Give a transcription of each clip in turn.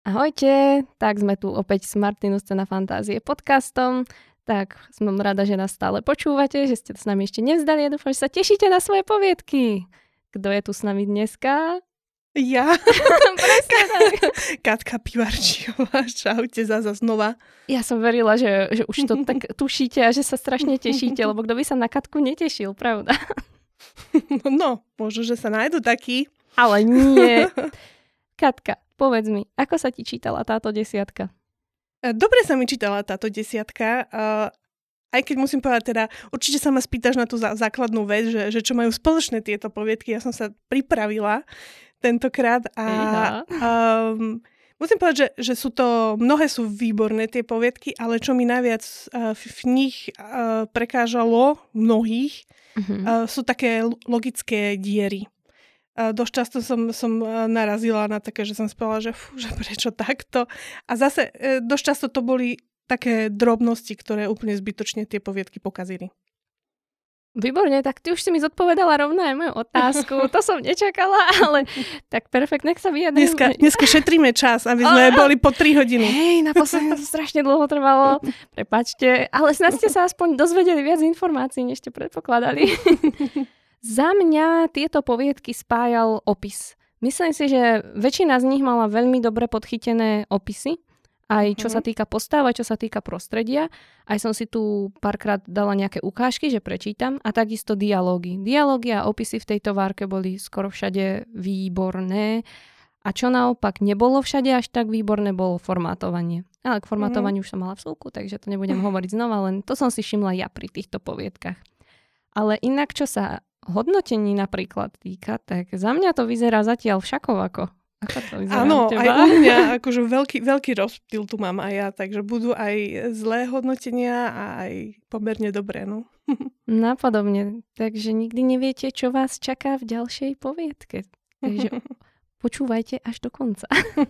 Ahojte, tak sme tu opäť s Martinu Scéna fantázie podcastom. Tak som rada, že nás stále počúvate, že ste s nami ešte nevzdali a dúfam, že sa tešíte na svoje poviedky. Kto je tu s nami dneska? Ja. Presne tak. Katka Pivarčiová, čaute zasa znova. Ja som verila, že už to tak tušíte a že sa strašne tešíte, lebo kto by sa na Katku netešil, pravda? No, možno, že sa nájdu takí. Ale nie. Katka, povedz mi, ako sa ti čítala táto 10? Dobre sa mi čítala táto 10. Aj keď musím povedať, teda určite sa ma spýtaš na tú základnú vec, že čo majú spoločné tieto poviedky. Ja som sa pripravila tentokrát a musím povedať, že mnohé sú výborné tie poviedky, ale čo mi najviac v nich prekážalo mnohých, sú také logické diery. Dosť často som narazila na také, že som spela, že prečo takto. A zase dosť často to boli také drobnosti, ktoré úplne zbytočne tie poviedky pokazili. Výborne, tak ty už si mi zodpovedala rovno aj moju otázku. To som nečakala, ale tak perfektne, nech sa vyjadrím. Dneska šetríme čas, aby sme boli po 3 hodiny. Hej, naposledy to strašne dlho trvalo. Prepáčte, ale snad ste sa aspoň dozvedeli viac informácií, než ste predpokladali. Za mňa tieto poviedky spájal opis. Myslím si, že väčšina z nich mala veľmi dobre podchytené opisy. Aj čo sa týka postav, aj čo sa týka prostredia. Aj som si tu párkrát dala nejaké ukážky, že prečítam. A takisto dialógy. Dialógy a opisy v tejto várke boli skoro všade výborné. A čo naopak nebolo všade až tak výborné, bolo formátovanie. Ale k formátovaniu už som mala vsúku, takže to nebudem hovoriť znova, len to som si všimla ja pri týchto poviedkach. Ale inak, čo sa hodnotení napríklad týka, tak za mňa to vyzerá zatiaľ všakovako. Áno, aj u mňa akože veľký rozptyl tu mám aj ja, takže budú aj zlé hodnotenia a aj pomerne dobré, no. Napodobne, takže nikdy neviete, čo vás čaká v ďalšej poviedke. Takže počúvajte až do konca.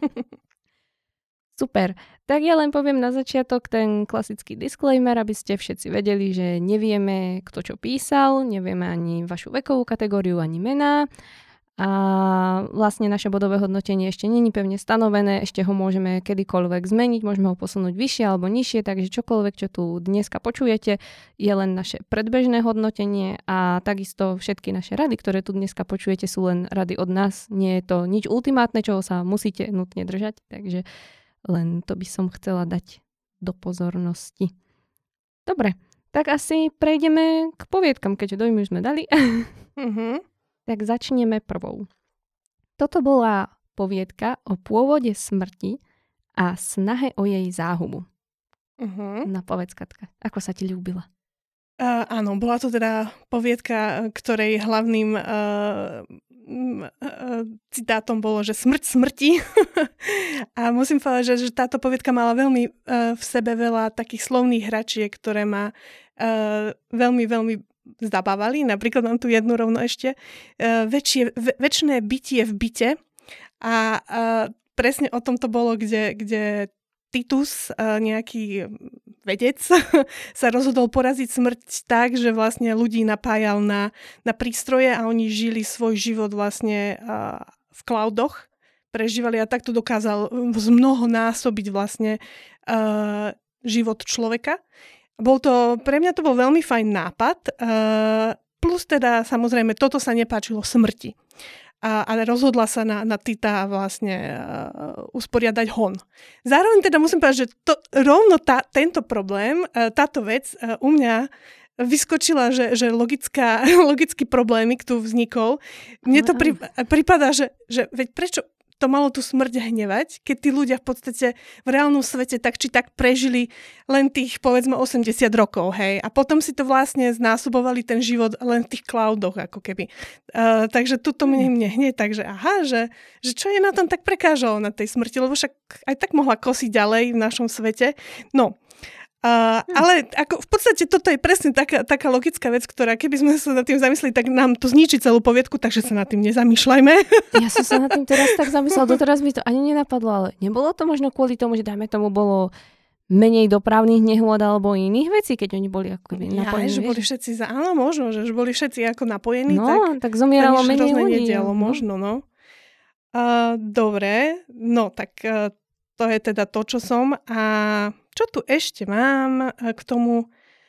Super. Tak ja len poviem na začiatok ten klasický disclaimer, aby ste všetci vedeli, že nevieme, kto čo písal, nevieme ani vašu vekovú kategóriu, ani mená. A vlastne naše bodové hodnotenie ešte není pevne stanovené, ešte ho môžeme kedykoľvek zmeniť, môžeme ho posunúť vyššie alebo nižšie, takže čokoľvek, čo tu dneska počujete, je len naše predbežné hodnotenie a takisto všetky naše rady, ktoré tu dneska počujete, sú len rady od nás. Nie je to nič ultimátne, čoho sa musíte nutne držať, takže len to by som chcela dať do pozornosti. Dobre, tak asi prejdeme k poviedkam, keďže dojmy už sme dali. Tak začneme prvou. Toto bola poviedka o pôvode smrti a snahe o jej záhubu. No povedz, Katka, ako sa ti ľúbila? Áno, bola to teda poviedka, ktorej hlavným citátom bolo, že smrť smrti. A musím povedať, že táto poviedka mala veľmi v sebe veľa takých slovných hračiek, ktoré ma veľmi, veľmi zabávali. Napríklad mám tu jednu rovno ešte. Večné bytie v byte. A presne o tom to bolo, kde Titus, nejaký vedec, sa rozhodol poraziť smrť tak, že vlastne ľudí napájal na prístroje a oni žili svoj život vlastne v cloudoch. Prežívali a takto dokázal zmnohonásobiť vlastne život človeka. Pre mňa to bol veľmi fajn nápad, plus teda samozrejme toto sa nepáčilo smrti. Ale rozhodla sa na Tita vlastne usporiadať hon. Zároveň teda musím povedať, že tento problém, táto vec u mňa vyskočila, že logický problémik tu vznikol. Mne to pripadá, že veď prečo to malo tú smrť hnevať, keď tí ľudia v podstate v reálnom svete tak či tak prežili len tých, povedzme, 80 rokov, hej. A potom si to vlastne znásobovali ten život len v tých cloudoch, ako keby. Takže tuto mne hneď, takže že čo je na tom tak prekážalo na tej smrti, lebo však aj tak mohla kosiť ďalej v našom svete. No, ale ako v podstate toto je presne taká logická vec, ktorá keby sme sa nad tým zamysleli, tak nám to zničí celú poviedku, takže sa nad tým nezamýšľajme. Ja som sa nad tým teraz tak zamyslela, doteraz mi to ani nenapadlo, ale nebolo to možno kvôli tomu, že dajme tomu bolo menej dopravných nehôd alebo iných vecí, keď oni boli ako keby napojení. Že boli všetci áno, možno, že boli všetci ako napojení, tak zomieralo menej ľudí. Nedialo, možno, no. Dobre, no tak To je teda to, čo som. A čo tu ešte mám k tomu?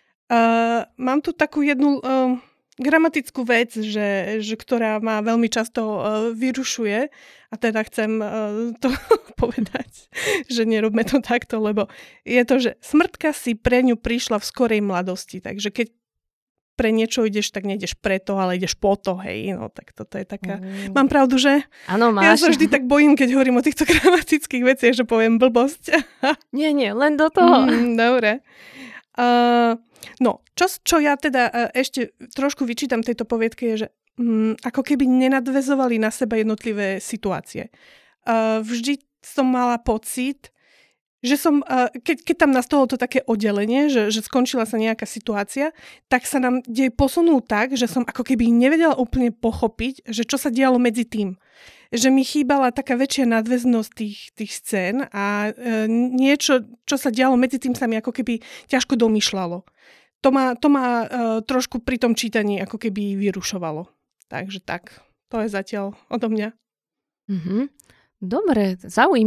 Mám tu takú jednu gramatickú vec, ktorá ma veľmi často vyrušuje a teda chcem to povedať, že nerobme to takto, lebo je to, že smrtka si pre ňu prišla v skorej mladosti, takže keď pre niečo ideš, tak nejdeš preto, ale ideš po to, hej, no tak toto je taká... Mám pravdu, že? Áno, máš. Ja sa vždy tak bojím, keď hovorím o týchto gramatických veciach, že poviem blbosť. Nie, len do toho. Dobre. No, čo ja teda ešte trošku vyčítam tejto poviedke je, že ako keby nenadväzovali na seba jednotlivé situácie. Vždy som mala pocit, že som, keď tam nastalo to také oddelenie, že skončila sa nejaká situácia, tak sa nám dej posunul tak, že som ako keby nevedela úplne pochopiť, že čo sa dialo medzi tým. Že mi chýbala taká väčšia nadväznosť tých scén a niečo, čo sa dialo medzi tým, sa mi ako keby ťažko domýšľalo. To ma trošku pri tom čítaní ako keby vyrušovalo. Takže tak, to je zatiaľ odo mňa. Mhm. Dobre,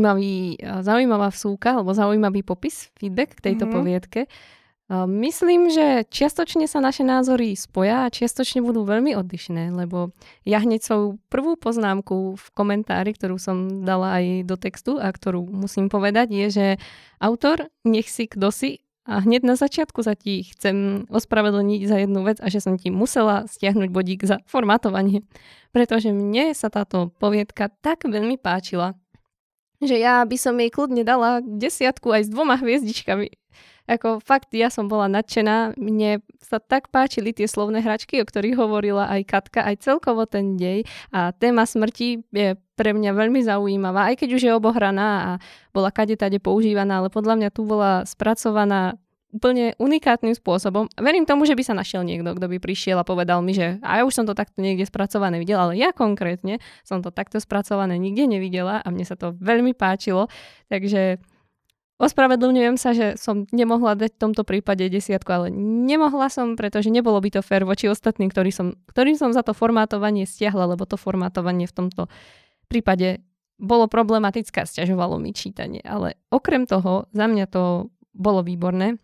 zaujímavá vsúka, alebo zaujímavý popis, feedback k tejto poviedke. Myslím, že čiastočne sa naše názory spoja a čiastočne budú veľmi odlišné, lebo ja hneď svoju prvú poznámku v komentári, ktorú som dala aj do textu a ktorú musím povedať, je, že autor, nech si kdo si, a hneď na začiatku sa ti chcem ospravedlniť za jednu vec a že som ti musela stiahnuť bodík za formátovanie. Pretože mne sa táto poviedka tak veľmi páčila, že ja by som jej kľudne dala 10 aj s 2 hviezdičkami. Ako fakt, ja som bola nadšená. Mne sa tak páčili tie slovné hračky, o ktorých hovorila aj Katka, aj celkovo ten dej. A téma smrti je pre mňa veľmi zaujímavá, aj keď už je obohraná a bola kadetade používaná, ale podľa mňa tu bola spracovaná úplne unikátnym spôsobom. Verím tomu, že by sa našiel niekto, kto by prišiel a povedal mi, že a ja už som to takto niekde spracované videla, ale ja konkrétne som to takto spracované nikde nevidela a mne sa to veľmi páčilo. Takže ospravedlňujem sa, že som nemohla dať v tomto prípade 10, ale nemohla som, pretože nebolo by to fér voči ostatným, ktorým som za to formátovanie stiahla, lebo to formátovanie v tomto prípade bolo problematické a sťažovalo mi čítanie. Ale okrem toho, za mňa to bolo výborné.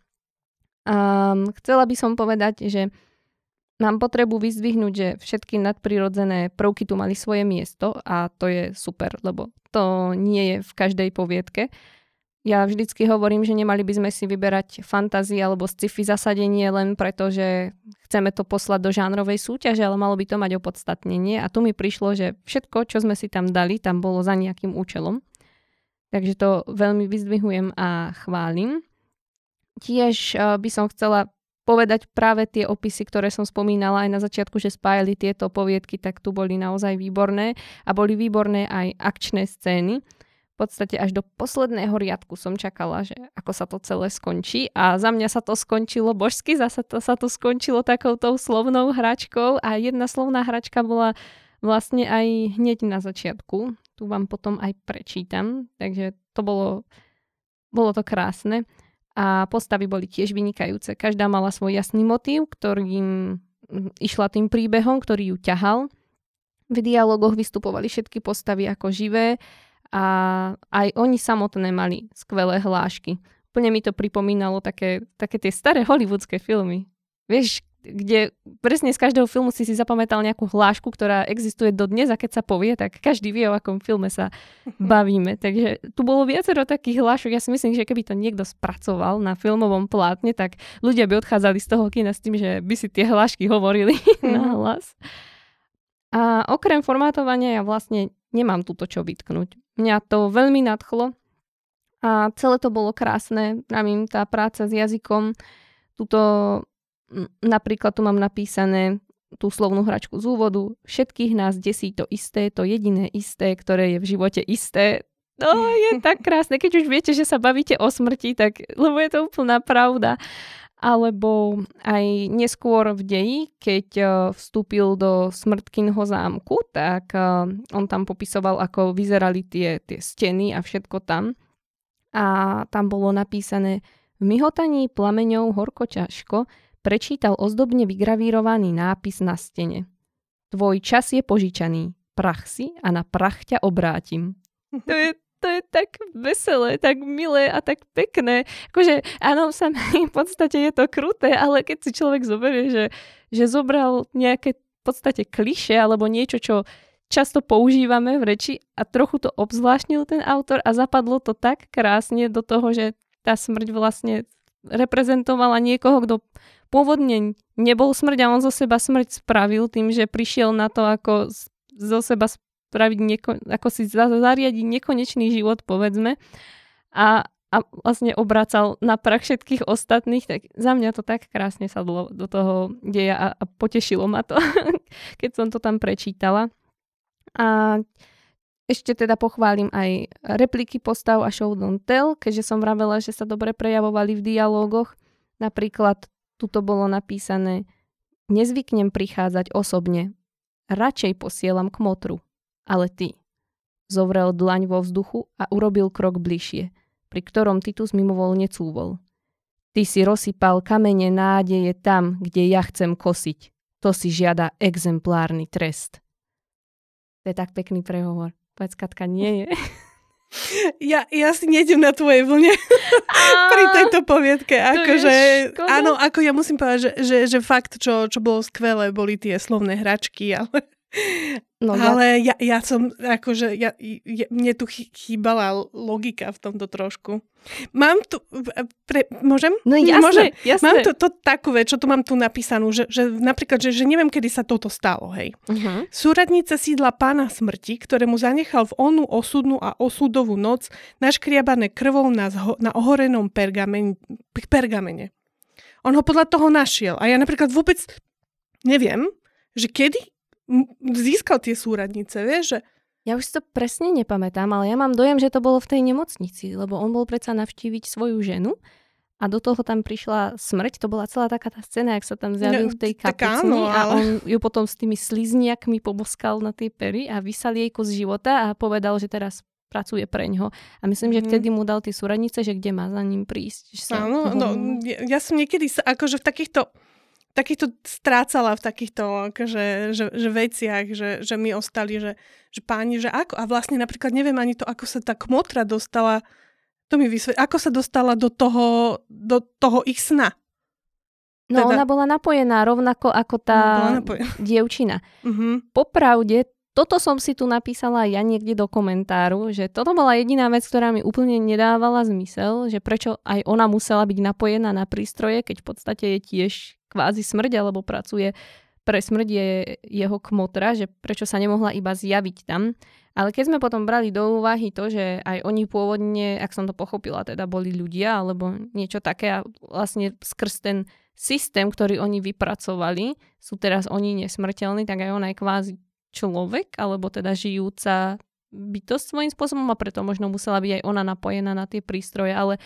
A chcela by som povedať, že mám potrebu vyzdvihnúť, že všetky nadprirodzené prvky tu mali svoje miesto a to je super, lebo to nie je v každej poviedke. Ja vždycky hovorím, že nemali by sme si vyberať fantasy alebo sci-fi zasadenie len preto, že chceme to poslať do žánrovej súťaže, ale malo by to mať opodstatnenie. A tu mi prišlo, že všetko, čo sme si tam dali, tam bolo za nejakým účelom. Takže to veľmi vyzdvihujem a chválim. Tiež by som chcela povedať práve tie opisy, ktoré som spomínala aj na začiatku, že spájali tieto poviedky, tak tu boli naozaj výborné a boli výborné aj akčné scény. V podstate až do posledného riadku som čakala, že ako sa to celé skončí a za mňa sa to skončilo božsky, zase sa to skončilo takoutou slovnou hračkou a jedna slovná hračka bola vlastne aj hneď na začiatku. Tu vám potom aj prečítam, takže to bolo to krásne a postavy boli tiež vynikajúce. Každá mala svoj jasný motív, ktorým išla tým príbehom, ktorý ju ťahal. V dialogoch vystupovali všetky postavy ako živé a aj oni samotné mali skvelé hlášky. Úplne mi to pripomínalo také tie staré hollywoodske filmy. Vieš, kde presne z každého filmu si zapamätal nejakú hlášku, ktorá existuje dodnes a keď sa povie, tak každý vie, o akom filme sa bavíme. Takže tu bolo viacero takých hlášok. Ja si myslím, že keby to niekto spracoval na filmovom plátne, tak ľudia by odchádzali z toho kina s tým, že by si tie hlášky hovorili na hlas. A okrem formátovania ja vlastne nemám túto čo vytknúť. Mňa to veľmi nadchlo a celé to bolo krásne. Pravím, tá práca s jazykom, napríklad tu mám napísané tú slovnú hračku z úvodu. Všetkých nás desí to isté, to jediné isté, ktoré je v živote isté. To je tak krásne, keď už viete, že sa bavíte o smrti, tak, lebo je to úplná pravda. Alebo aj neskôr v deji, keď vstúpil do Smrtkinho zámku, tak on tam popisoval, ako vyzerali tie steny a všetko tam. A tam bolo napísané: v myhotaní plameňov horko ťažko prečítal ozdobne vygravírovaný nápis na stene. Tvoj čas je požičaný, prach si a na prach ťa obrátim. To to je tak veselé, tak milé a tak pekné. Akože áno, v samej podstate je to kruté, ale keď si človek zoberie, že zobral nejaké v podstate klišé alebo niečo, čo často používame v reči a trochu to obzvláštnil ten autor a zapadlo to tak krásne do toho, že tá smrť vlastne reprezentovala niekoho, kto pôvodne nebol smrť a on zo seba smrť spravil tým, že prišiel na to, ako zo seba spraviť ako si zariadiť nekonečný život, povedzme. A vlastne obracal na prach všetkých ostatných, tak za mňa to tak krásne sadlo do toho deja a potešilo ma to, keď som to tam prečítala. A ešte teda pochválim aj repliky postav a show don't tell, keďže som vravela, že sa dobre prejavovali v dialógoch. Napríklad tuto bolo napísané: nezvyknem prichádzať osobne, radšej posielam kmotru, ale ty. Zovrel dlaň vo vzduchu a urobil krok bližšie, pri ktorom Titus mimovoľne cúvol. Ty si rozsypal kamene nádeje tam, kde ja chcem kosiť. To si žiada exemplárny trest. To je tak pekný prehovor. Povedz, Katka, nie je. Ja si nejdem na tvojej vlne pri tejto poviedke. Áno, ako ja musím povedať, že fakt, čo bolo skvelé, boli tie slovné hračky, ale ja som, akože, mne tu chýbala logika v tomto trošku. Mám tu, môžem? No jasné. Mám tu takú vec, čo tu mám tu napísanú, že napríklad, že neviem, kedy sa toto stalo, hej. Uh-huh. Súradnica sídla pána smrti, ktorému zanechal v onú osudnú a osudovú noc naškriabané krvou na ohorenom pergamene. On ho podľa toho našiel a ja napríklad vôbec neviem, že kedy získal tie súradnice, vieš, že... Ja už si to presne nepamätám, ale ja mám dojem, že to bolo v tej nemocnici, lebo on bol predsa navštíviť svoju ženu a do toho tam prišla smrť, to bola celá taká tá scéna, jak sa tam zjavil v tej kapucni a on ju potom s tými slizniakmi poboskal na tie pery a vysal jej kus života a povedal, že teraz pracuje preňho. A myslím, že vtedy mu dal tie súradnice, že kde má za ním prísť. Áno, ja som niekedy akože v takýchto strácala v takýchto akože, že veciach, že mi ostali, že páni, že ako, a vlastne napríklad neviem ani to, ako sa tá kmotra dostala, to mi vysvetlí, ako sa dostala do toho ich sna. No ona bola napojená rovnako ako tá dievčina. Uh-huh. Popravde, toto som si tu napísala ja niekde do komentáru, že toto bola jediná vec, ktorá mi úplne nedávala zmysel, že prečo aj ona musela byť napojená na prístroje, keď v podstate je tiež kvázi smrť, alebo pracuje pre smrť je jeho kmotra, že prečo sa nemohla iba zjaviť tam. Ale keď sme potom brali do úvahy to, že aj oni pôvodne, ak som to pochopila, teda boli ľudia, alebo niečo také a vlastne skrz ten systém, ktorý oni vypracovali, sú teraz oni nesmrteľní, tak aj ona je kvázi človek, alebo teda žijúca bytosť svojím spôsobom a preto možno musela byť aj ona napojená na tie prístroje, ale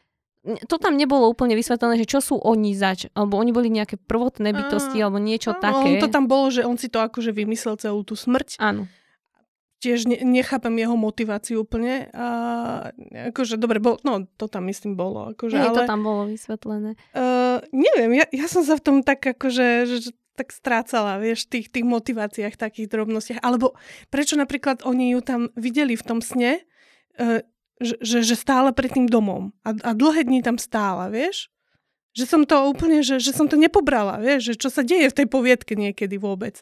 to tam nebolo úplne vysvetlené, že čo sú oni zač, alebo oni boli nejaké prvotné bytosti, alebo niečo také. On to tam bolo, že on si to akože vymyslel celú tú smrť. Áno. Tiež nechápem jeho motiváciu úplne. Akože dobre, to tam myslím bolo. Akože, ale to tam bolo vysvetlené. Neviem, ja som sa v tom tak akože tak strácala, vieš, v tých motiváciách, takých drobnostiach. Alebo prečo napríklad oni ju tam videli v tom sne, že stála pred tým domom a dlhé dni tam stála, vieš? Že som to úplne, že som to nepobrala, vieš? Že čo sa deje v tej poviedke niekedy vôbec.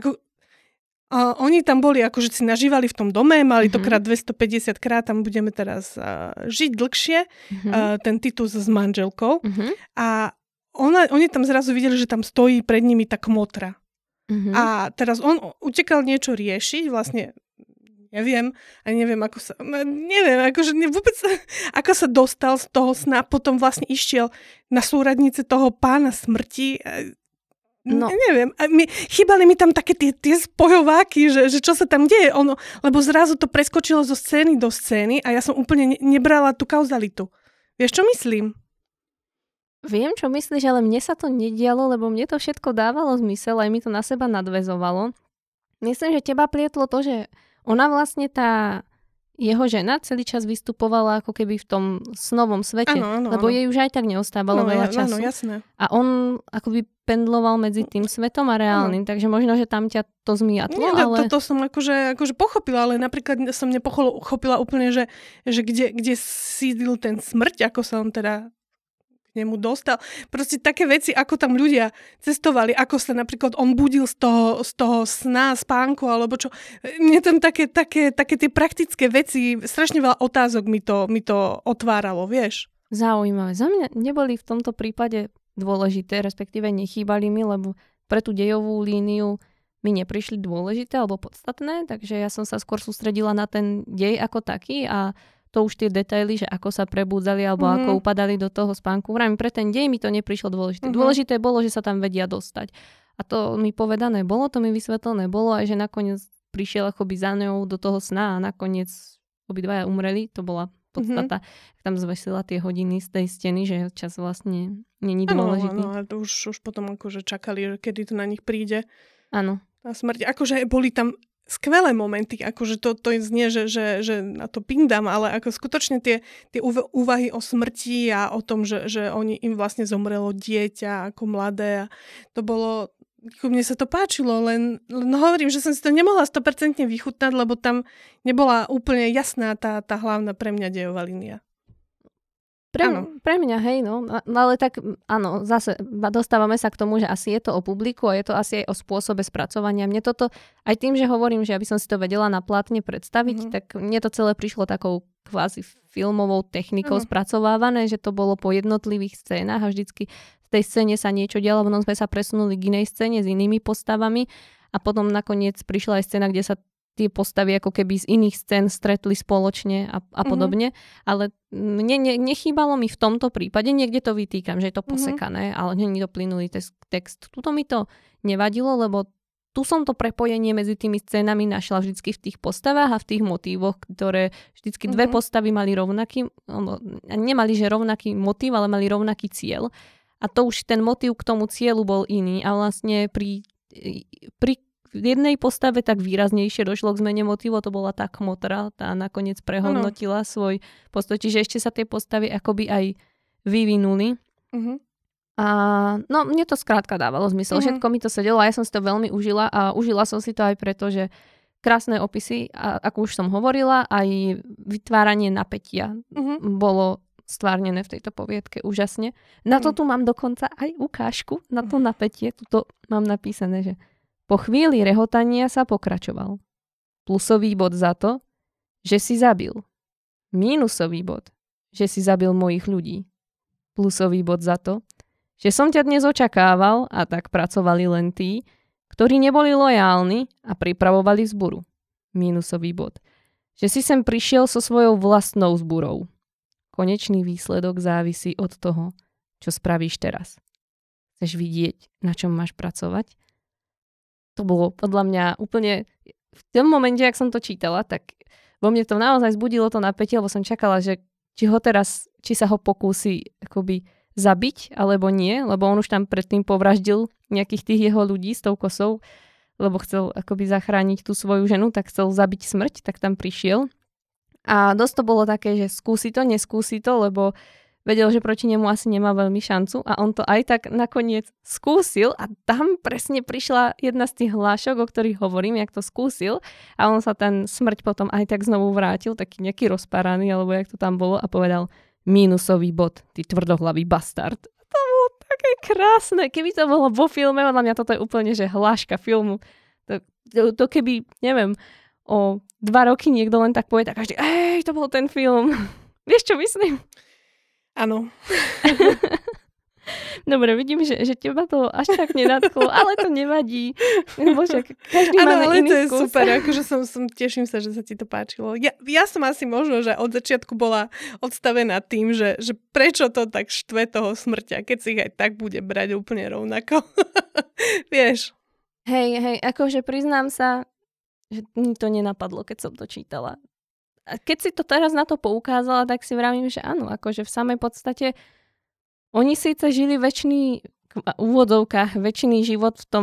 Oni tam boli, akože si nažívali v tom dome, mali to krát 250 krát, tam budeme teraz žiť dlhšie, ten Titus s manželkou. A oni tam zrazu videli, že tam stojí pred nimi tá kmotra. A teraz on utekal niečo riešiť, vlastne neviem, akože vôbec, ako sa dostal z toho sna, potom vlastne išiel na súradnice toho pána smrti. No. Neviem, chýbali mi tam také tie spojováky, že čo sa tam deje, lebo zrazu to preskočilo zo scény do scény a ja som úplne nebrala tú kauzalitu. Vieš, čo myslím? Viem, čo myslíš, ale mne sa to nedialo, lebo mne to všetko dávalo zmysel, aj mi to na seba nadväzovalo. Myslím, že teba plietlo to, že ona vlastne tá jeho žena celý čas vystupovala ako keby v tom snovom svete, lebo jej už aj tak neostávalo veľa času. Áno, jasné. A on akoby pendloval medzi tým svetom a reálnym, takže možno, že tam ťa to zmiatlo, ale... To som akože pochopila, ale napríklad som nepochopila úplne, že kde sídil ten smrť, ako sa on teda nemu dostal. Proste také veci, ako tam ľudia cestovali, ako sa napríklad on budil z toho sna, spánku, alebo čo. Mne tam také tie praktické veci, strašne veľa otázok mi to otváralo, vieš. Zaujímavé. Za mňa neboli v tomto prípade dôležité, respektíve nechýbali mi, lebo pre tú dejovú líniu mi neprišli dôležité alebo podstatné, takže ja som sa skôr sústredila na ten dej ako taký a to už tie detaily, že ako sa prebúdzali alebo ako upadali do toho spánku. Vrajme, pre ten dej mi to neprišlo dôležité. Dôležité bolo, že sa tam vedia dostať. A to mi povedané bolo, to mi vysvetlené bolo, aj že nakoniec prišiel akoby za ňou do toho sna a nakoniec obidvaja umreli. To bola podstata. Tam zvesila tie hodiny z tej steny, že čas vlastne není dôležitý. Áno, a to už potom akože čakali, že kedy to na nich príde. Áno. A smrť. Akože boli tam skvelé momenty, akože to znie, že na to pindám, ale ako skutočne tie úvahy o smrti a o tom, že im vlastne zomrelo dieťa ako mladé a to bolo, mne sa to páčilo, len hovorím, že som si to nemohla 100% vychutnať, lebo tam nebola úplne jasná tá hlavná pre mňa dejová línia. Pre mňa, hej, no. Ale tak, áno, zase dostávame sa k tomu, že asi je to o publiku a je to asi aj o spôsobe spracovania. Mne toto, aj tým, že hovorím, že aby som si to vedela na plátne predstaviť, tak mne to celé prišlo takou kvázi filmovou technikou spracovávané, že to bolo po jednotlivých scénach a vždycky v tej scéne sa niečo dialo, potom sme sa presunuli k inej scéne s inými postavami a potom nakoniec prišla aj scéna, kde sa tie postavy ako keby z iných scén stretli spoločne a podobne. Ale mne nechýbalo mi v tomto prípade, niekde to vytýkam, že je to posekané, ale nie je to plynulý text. Tuto mi to nevadilo, lebo tu som to prepojenie medzi tými scénami našla vždycky v tých postavách a v tých motívoch, ktoré vždycky dve postavy mali rovnaký, nemali že rovnaký motív, ale mali rovnaký cieľ. A to už ten motív k tomu cieľu bol iný a vlastne pri jednej postave tak výraznejšie došlo k zmene motívu, to bola tá kmotra, tá nakoniec prehodnotila svoj postoj, čiže ešte sa tie postavy akoby aj vyvinuli. A no, mne to skrátka dávalo zmysel, všetko mi to sedelo a ja som si to veľmi užila a užila som si to aj preto, že krásne opisy, a ako už som hovorila, aj vytváranie napätia bolo stvárnené v tejto poviedke úžasne. Na to tu mám dokonca aj ukážku, na to napätie, tuto mám napísané, že po chvíli rehotania sa pokračoval. Plusový bod za to, že si zabil. Mínusový bod, že si zabil mojich ľudí. Plusový bod za to, že som ťa dnes očakával a tak pracovali len tí, ktorí neboli lojálni a pripravovali vzburu. Mínusový bod, že si sem prišiel so svojou vlastnou vzburou. Konečný výsledok závisí od toho, čo spravíš teraz. Chceš vidieť, na čom máš pracovať? To bolo podľa mňa úplne v tom momente, ak som to čítala, tak vo mne to naozaj zbudilo to napätie, lebo som čakala, že či sa ho pokúsi akoby zabiť, alebo nie, lebo on už tam predtým povraždil nejakých tých jeho ľudí s tou kosou, lebo chcel akoby zachrániť tú svoju ženu, tak chcel zabiť smrť, tak tam prišiel. A dosť to bolo také, že skúsi to, neskúsi to, lebo vedel, že proti nemu asi nemá veľmi šancu a on to aj tak nakoniec skúsil a tam presne prišla jedna z tých hlášok, o ktorých hovorím, jak to skúsil a on sa ten smrť potom aj tak znovu vrátil, taký nejaký rozparaný, alebo jak to tam bolo a povedal mínusový bod, ty tvrdohlavý bastard. To bolo také krásne, keby to bolo vo filme, podľa mňa toto je úplne, že hláška filmu. To keby, neviem, o 2 roky niekto len tak povie, tak každý, to bol ten film. Vieš, čo myslím? Áno. Dobre, vidím, že teba to až tak nenadchlo, ale to nevadí. Bože, každý máme ale iný to je skús. super, akože teším sa, že sa ti to páčilo. Ja som asi možno, že od začiatku bola odstavená tým, že prečo to tak štve toho smrťa, keď si ich aj tak bude brať úplne rovnako. Vieš. Hej, akože priznám sa, že mi to nenapadlo, keď som to čítala. A keď si to teraz na to poukázala, tak si vravím, že áno, akože v samej podstate oni síce žili večný, v úvodzovkách, večný život v tom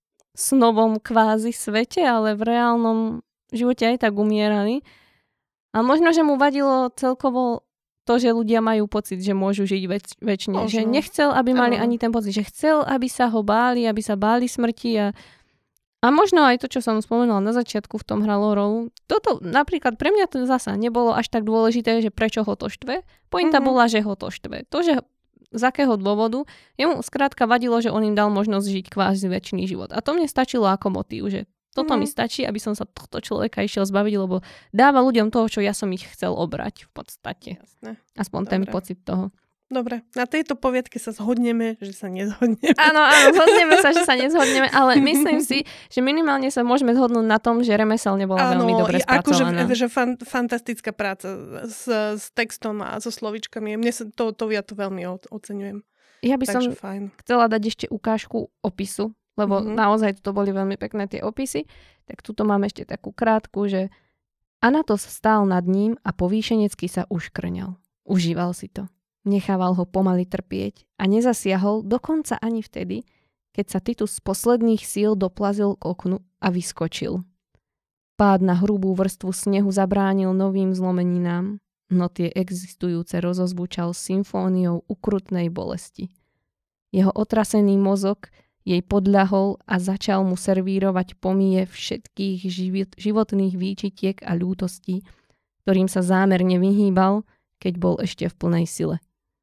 snovom kvázi svete, ale v reálnom živote aj tak umierali. A možno, že mu vadilo celkovo to, že ľudia majú pocit, že môžu žiť väčšine. Že nechcel, aby mali ani ten pocit, že chcel, aby sa ho báli, aby sa báli smrti a možno aj to, čo som spomenula na začiatku, v tom hralo rolu. Toto napríklad pre mňa to zasa nebolo až tak dôležité, že prečo ho to štve. Pointa bola, že ho to štve. To, že z akého dôvodu, jemu skrátka vadilo, že on im dal možnosť žiť kvázi väčší život. A to mne stačilo ako motív, že toto mi stačí, aby som sa tohto človeka išiel zbaviť, lebo dáva ľuďom toho, čo ja som ich chcel obrať v podstate. Jasné. Aspoň ten pocit toho. Dobre, na tejto poviedke sa zhodneme, že sa nezhodneme. Áno, zhodneme sa, že sa nezhodneme, ale myslím si, že minimálne sa môžeme zhodnúť na tom, že remeselne bola veľmi dobre spracovaná. Akože fantastická práca s textom a so slovíčkami. Mne sa to ja to veľmi oceňujem. Ja by som chcela dať ešte ukážku opisu, lebo naozaj to boli veľmi pekné tie opisy. Tak tuto máme ešte takú krátku, že Anatos stál nad ním a povýšenecky sa uškrňal. Užíval si to. Nechával ho pomaly trpieť a nezasiahol dokonca ani vtedy, keď sa Titus z posledných síl doplazil k oknu a vyskočil. Pád na hrubú vrstvu snehu zabránil novým zlomeninám, no tie existujúce rozozvučal symfóniou ukrutnej bolesti. Jeho otrasený mozog jej podľahol a začal mu servírovať pomije všetkých životných výčitiek a ľútostí, ktorým sa zámerne vyhýbal, keď bol ešte v plnej sile.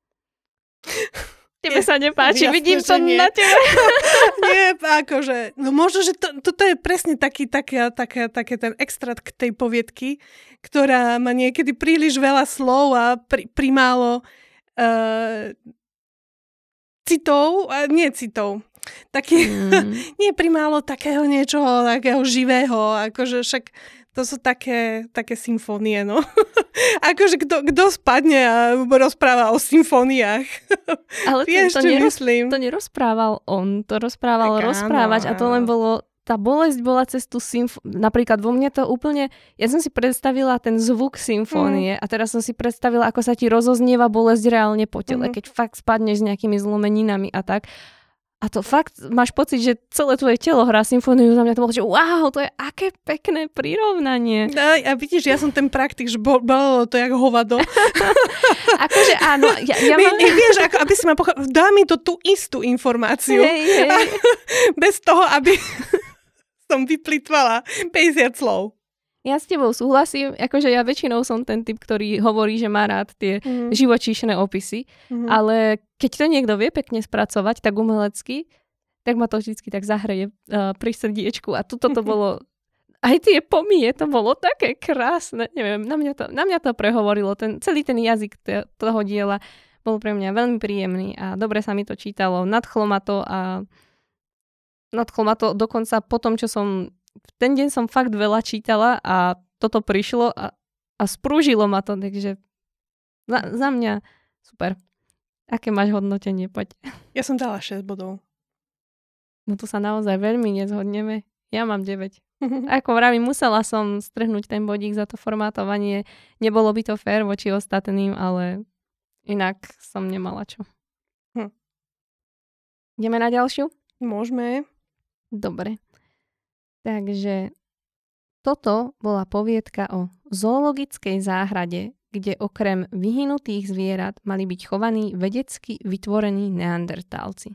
Tebe sa nepáči, jasne, vidím to na tebe. Nie, akože, no možno, že toto je presne taký ten extrakt k tej poviedky, ktorá má niekedy príliš veľa slov a primálo citov, nie citov. Nie primálo takého niečoho, takého živého, akože však to sú také symfónie, no. Akože kto spadne a rozpráva o symfóniách. Ale to nerozprával on, to rozprával rozprávač a to len bolo, tá bolesť bola cez tú napríklad vo mne to úplne, ja som si predstavila ten zvuk symfónie a teraz som si predstavila, ako sa ti rozoznieva bolesť reálne po tele, keď fakt spadneš s nejakými zlomeninami a tak. A to fakt, máš pocit, že celé tvoje telo hrá symfóniu, za mňa to bolo, že wow, to je aké pekné prirovnanie. A vidíš, ja som ten praktik, že bolo to jak hovado. Akože áno. Vieš, ako, aby si ma dá mi to tú istú informáciu. Hej. Bez toho, aby som vyplitvala 50 slov. Ja s tebou súhlasím, akože ja väčšinou som ten typ, ktorý hovorí, že má rád tie živočíšne opisy, ale keď to niekto vie pekne spracovať, tak umelecky, tak ma to vždycky tak zahreje pri srdiečku a tuto to bolo, aj tie pomije, to bolo také krásne, neviem, na mňa to prehovorilo, celý ten jazyk toho diela bol pre mňa veľmi príjemný a dobre sa mi to čítalo, nadchlo ma to dokonca po tom, čo som ten deň som fakt veľa čítala a toto prišlo a sprúžilo ma to, takže za mňa super. Aké máš hodnotenie? Poď. Ja som dala 6 bodov. No tu sa naozaj veľmi nezhodneme. Ja mám 9. Ako vravím, musela som strhnúť ten bodík za to formátovanie. Nebolo by to fér voči ostatným, ale inak som nemala čo. Ideme na ďalšiu? Môžeme. Dobre. Takže toto bola poviedka o zoologickej záhrade, kde okrem vyhynutých zvierat mali byť chovaní vedecky vytvorení neandertálci.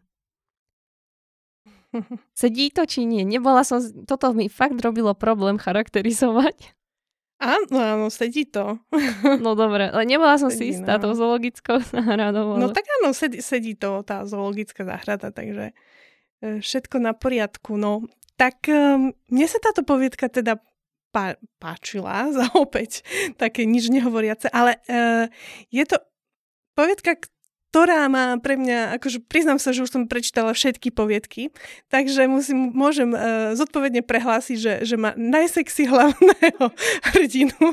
Sedí to či nie? Toto mi fakt robilo problém charakterizovať. Áno, sedí to. No dobre, ale nebola som si istá tou zoologickou záhradou. No tak áno, sedí to, tá zoologická záhrada, takže všetko na poriadku, no. Tak mne sa táto poviedka teda páčila, za opäť také nič nehovoriace, ale je to poviedka, ktorá má pre mňa, akože priznám sa, že už som prečítala všetky poviedky, takže môžem zodpovedne prehlásiť, že má najsexy hlavného hrdinu.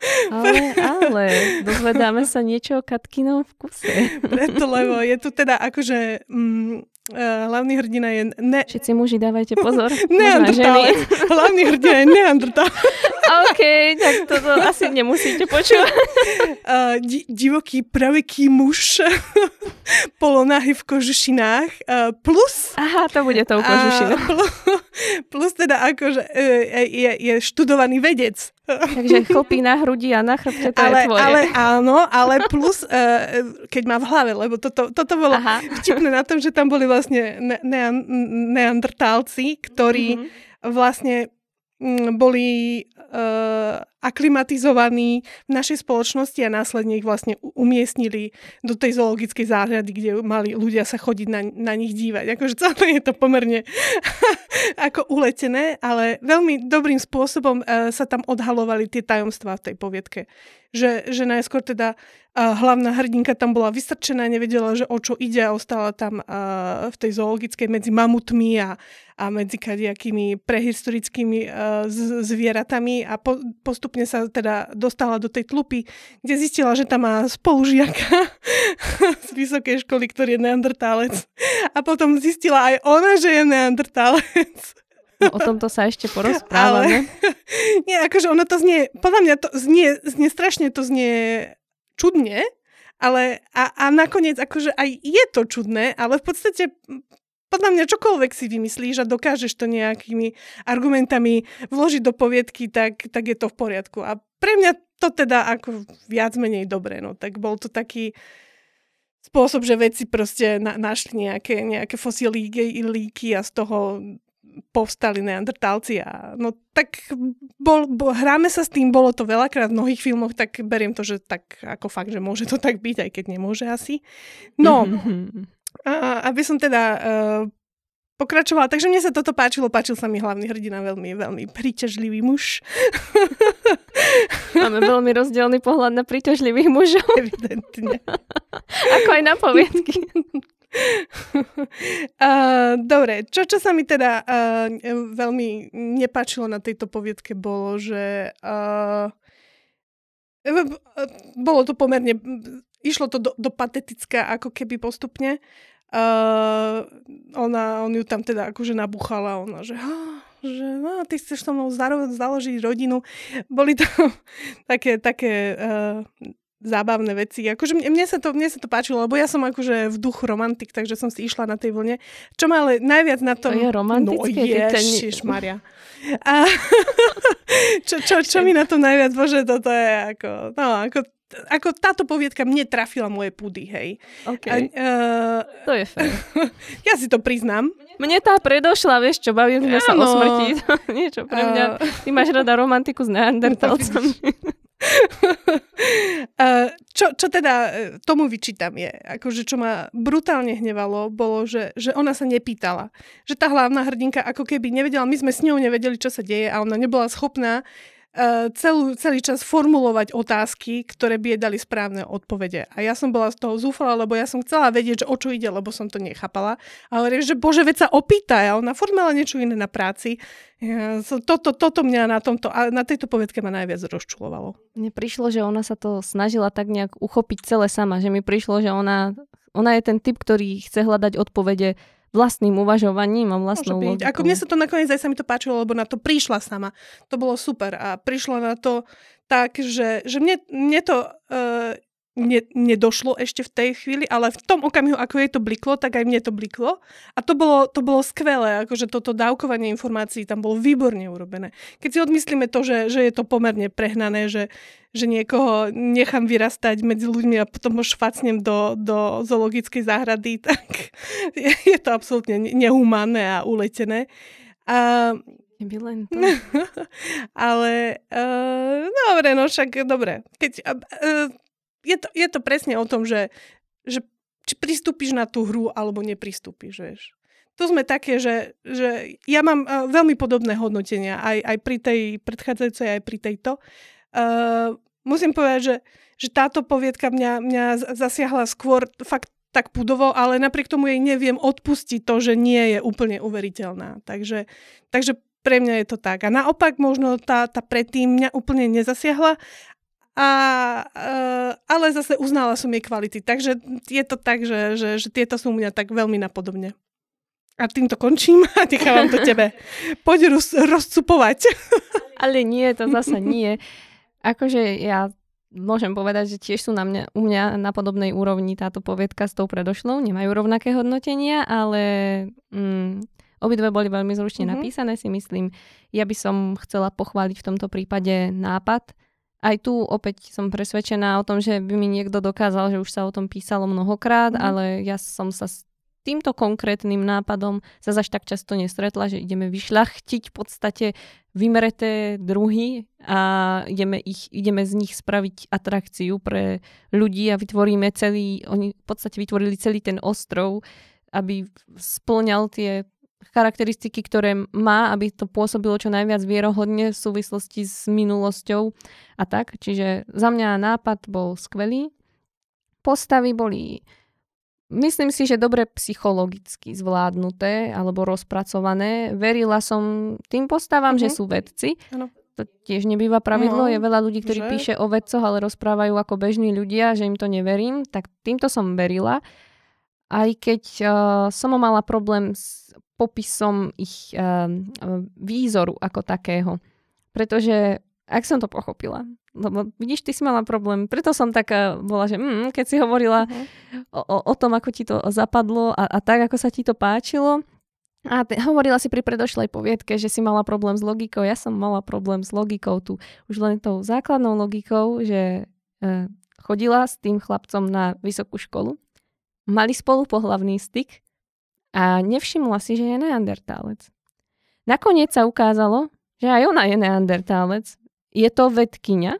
Ale dozvedáme sa niečo o Katkinom vkuse. Preto, lebo je tu teda akože hlavný hrdina je... Všetci muži, dávajte pozor. Neandertálec. Hlavný hrdina je Neandertálec. OK, tak toto asi nemusíte počúvať. Divoký, praveký muž, polonáhy v kožušinách, plus... Aha, to bude to u kožušina. Plus teda akože je študovaný vedec. Takže chlpy na hrudi a na chrbte, to je tvoje. Ale áno, ale plus, keď má v hlave, lebo toto bolo vtipné na tom, že tam boli vlastne neandertálci, ktorí vlastne boli aklimatizovaní v našej spoločnosti a následne ich vlastne umiestnili do tej zoologickej záhrady, kde mali ľudia sa chodiť na nich dívať. Akože celé je to pomerne ako uletené, ale veľmi dobrým spôsobom sa tam odhalovali tie tajomstvá v tej poviedke. Že najskôr teda hlavná hrdinka tam bola vystrčená, nevedela, že o čo ide a ostala tam v tej zoologickej medzi mamutmi a medzi kadejakými prehistorickými zvieratami a postupne sa teda dostala do tej tlupy, kde zistila, že tam má spolužiaka z vysokej školy, ktorý je neandertálec. A potom zistila aj ona, že je neandertálec. No, o tomto sa ešte porozprávame. Nie, akože ono to znie, podľa mňa to znie strašne, to znie čudne, ale a nakoniec akože aj je to čudné, ale v podstate podľa mňa čokoľvek si vymyslíš a dokážeš to nejakými argumentami vložiť do poviedky, tak je to v poriadku. A pre mňa to teda ako viac menej dobre, no tak bol to taký spôsob, že vedci proste našli nejaké fosílíky a z toho povstali neandertálci a no tak hráme sa s tým, bolo to veľakrát v mnohých filmoch, tak beriem to, že tak ako fakt, že môže to tak byť, aj keď nemôže asi. No, aby som teda pokračovala, takže mne sa toto páčil sa mi hlavný hrdina, veľmi, veľmi príťažlivý muž. Máme veľmi rozdielny pohľad na príťažlivých mužov. Evidentne. Ako aj na poviedky. Dobre, čo sa mi teda veľmi nepáčilo na tejto poviedke bolo, že bolo to pomerne, išlo to do patetická ako keby postupne. On ju tam teda akože nabúchala, ona, že no, ty chceš so mnou založiť rodinu. Boli to také zábavné veci. Akože mne sa to páčilo, lebo ja som akože v duchu romantik, takže som si išla na tej vlne. Čo ma ale najviac na tom... To je romantické? No ježišmaria. A čo mi na tom najviac, bože, toto je ako táto poviedka mne trafila moje pudy, hej. Okay. To je fér. Ja si to priznám. Mne tá predošla, vieš čo, bavili sme sa o smrti. Niečo pre mňa. Ty máš rada romantiku s neandertálcami. Čo teda tomu vyčítam je, akože čo ma brutálne hnevalo, bolo, že ona sa nepýtala. Že tá hlavná hrdinka ako keby nevedela, my sme s ňou nevedeli, čo sa deje a ona nebola schopná celý čas formulovať otázky, ktoré by jej dali správne odpovede. A ja som bola z toho zúfala, lebo ja som chcela vedieť, že o čo ide, lebo som to nechápala. A hovorím, že bože, veď sa opýtaj. A ona furt mala niečo iné na práci. Toto mňa na tejto poviedke ma najviac rozčulovalo. Mne prišlo, že ona sa to snažila tak nejak uchopiť celé sama. Že mi prišlo, že ona je ten typ, ktorý chce hľadať odpovede vlastným uvažovaním a vlastnou logikou. Ako mne sa to nakoniec aj sa mi to páčilo, lebo na to prišla sama. To bolo super a prišla na to tak, že mne to nedošlo ešte v tej chvíli, ale v tom okamihu, ako jej to bliklo, tak aj mne to bliklo. A to bolo skvelé, akože toto dávkovanie informácií tam bolo výborne urobené. Keď si odmyslíme to, že je to pomerne prehnané, že niekoho nechám vyrastať medzi ľuďmi a potom ho švacnem do zoologickej záhrady, tak je to absolútne nehumánne a uletené. Ale dobre, no však dobre. Keď je to presne o tom, že či pristúpiš na tú hru, alebo nepristúpiš, vieš. Tu sme také, že ja mám veľmi podobné hodnotenia, aj pri tej predchádzajúcej, aj pri tejto. Musím povedať, že táto poviedka mňa zasiahla skôr fakt tak pudovo, ale napriek tomu jej neviem odpustiť to, že nie je úplne uveriteľná. Takže pre mňa je to tak. A naopak možno tá predtým mňa úplne nezasiahla, ale zase uznala som jej kvality. Takže je to tak, že tieto sú mňa tak veľmi napodobne. A týmto končím a nechávam to tebe. Poď rozcupovať. Ale nie, to zasa nie. Akože ja môžem povedať, že tiež sú u mňa na podobnej úrovni táto poviedka s tou predošlou. Nemajú rovnaké hodnotenia, ale Obidve boli veľmi zručne napísané, si myslím. Ja by som chcela pochváliť v tomto prípade nápad. Aj tu opäť som presvedčená o tom, že by mi niekto dokázal, že už sa o tom písalo mnohokrát, ale ja som sa s týmto konkrétnym nápadom sa až tak často nestretla, že ideme vyšľachtiť v podstate vymreté druhy a ideme z nich spraviť atrakciu pre ľudí a oni v podstate vytvorili celý ten ostrov, aby spĺňal tie charakteristiky, ktoré má, aby to pôsobilo čo najviac vierohodne v súvislosti s minulosťou a tak. Čiže za mňa nápad bol skvelý. Postavy boli, myslím si, že dobre psychologicky zvládnuté alebo rozpracované. Verila som tým postavám, že sú vedci. Ano. To tiež nebýva pravidlo. Je veľa ľudí, ktorí píše o vedcoch, ale rozprávajú ako bežní ľudia, že im to neverím. Tak týmto som verila. Aj keď som mala problém s popisom ich výzoru ako takého. Pretože, ak som to pochopila, lebo vidíš, ty si mala problém, preto som taká bola, že keď si hovorila o tom, ako ti to zapadlo a tak, ako sa ti to páčilo. A hovorila si pri predošlej poviedke, že si mala problém s logikou. Ja som mala problém s logikou tu. Už len tou základnou logikou, že chodila s tým chlapcom na vysokú školu, mali spolu pohlavný styk a nevšimla si, že je neandertálec. Nakoniec sa ukázalo, že aj ona je neandertálec. Je to vedkyňa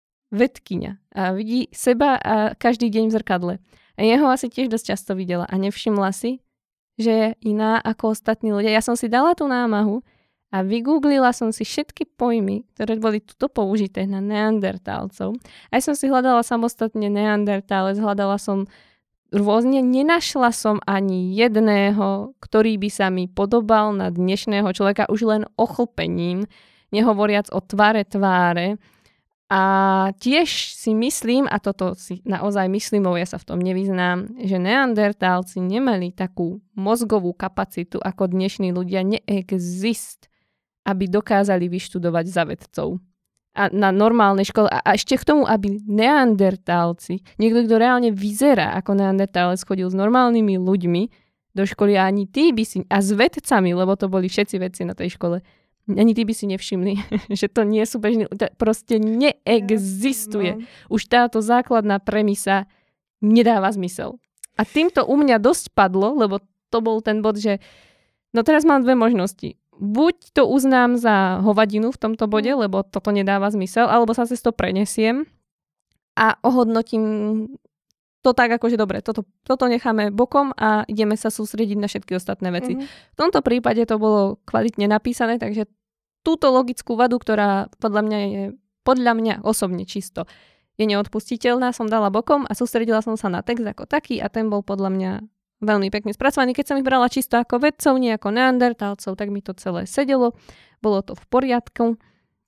a vidí seba a každý deň v zrkadle. A jeho asi tiež dosť často videla a nevšimla si, že je iná ako ostatní ľudia. Ja som si dala tú námahu a vygooglila som si všetky pojmy, ktoré boli tuto použité na neandertálcov. Aj som si hľadala samostatne neandertálec, hľadala som rôzne, nenašla som ani jedného, ktorý by sa mi podobal na dnešného človeka už len ochlpením, nehovoriac o tváre. A tiež si myslím, a toto si naozaj myslím, lebo ja sa v tom nevyznám, že neandertálci nemali takú mozgovú kapacitu ako dnešní ľudia, neexist, aby dokázali vyštudovať za vedcov. A na normálnej škole. A ešte k tomu, aby neandertálci, niekto, kto reálne vyzerá ako neandertálec, chodil s normálnymi ľuďmi do školy a ani tí by si, a s vedcami, lebo to boli všetci vedci na tej škole, ani tí by si nevšimli, že to nie sú bežní, to proste neexistuje. Už táto základná premisa nedáva zmysel. A týmto u mňa dosť padlo, lebo to bol ten bod, že no teraz mám dve možnosti. Buď to uznám za hovadinu v tomto bode, lebo toto nedáva zmysel, alebo sa cez to prenesiem a ohodnotím to tak, akože dobre, toto necháme bokom a ideme sa sústrediť na všetky ostatné veci. V tomto prípade to bolo kvalitne napísané, takže túto logickú vadu, ktorá podľa mňa osobne čisto je neodpustiteľná, som dala bokom a sústredila som sa na text ako taký a ten bol podľa mňa veľmi pekne spracovaný. Keď som ich brala čisto ako vedcov, nie ako neandertálcov, tak mi to celé sedelo. Bolo to v poriadku.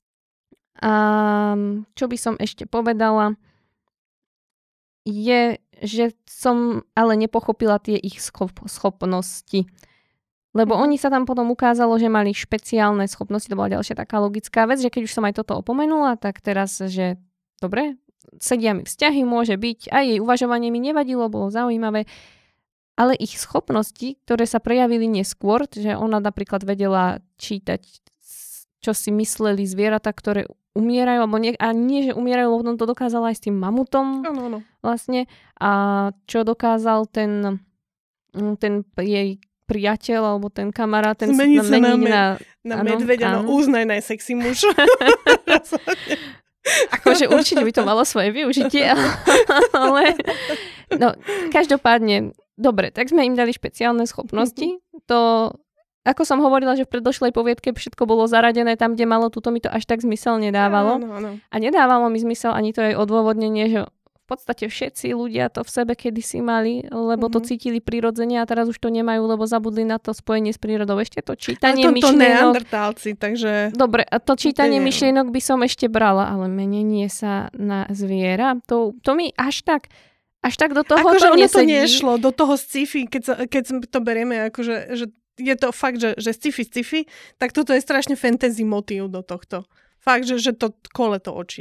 A čo by som ešte povedala, je, že som ale nepochopila tie ich schopnosti. Lebo oni sa tam potom ukázalo, že mali špeciálne schopnosti. To bola ďalšia taká logická vec, že keď už som aj toto opomenula, tak teraz, že dobre, sedia mi vzťahy, môže byť, aj jej uvažovanie mi nevadilo, bolo zaujímavé. Ale ich schopnosti, ktoré sa prejavili neskôr, že ona napríklad vedela čítať, čo si mysleli zvieratá, ktoré umierajú, a nie, že umierajú, lebo to dokázala aj s tým mamutom vlastne. A čo dokázal ten jej priateľ, alebo ten kamarát, ten zmeniť sa na medveďa, no uznaj najsexy muž. Akože určite by to malo svoje využitie, ale no, každopádne dobre, tak sme im dali špeciálne schopnosti. To, ako som hovorila, že v predošlej poviedke všetko bolo zaradené tam, kde malo, tuto mi to až tak zmysel nedávalo. Áno. A nedávalo mi zmysel ani to jej odôvodnenie, že v podstate všetci ľudia to v sebe kedysi mali, lebo to cítili prirodzene a teraz už to nemajú, lebo zabudli na to spojenie s prírodou. Ešte to čítanie myšlienok. Neandertálci, takže... Dobre, a to čítanie myšlienok by som ešte brala, ale menenie sa na zviera, to mi až tak do toho akože to nesedí. To nešlo, do toho sci-fi, keď to berieme, akože, že je to fakt, že sci-fi, tak toto je strašne fantasy motív do tohto. Fakt, že to kole to očí.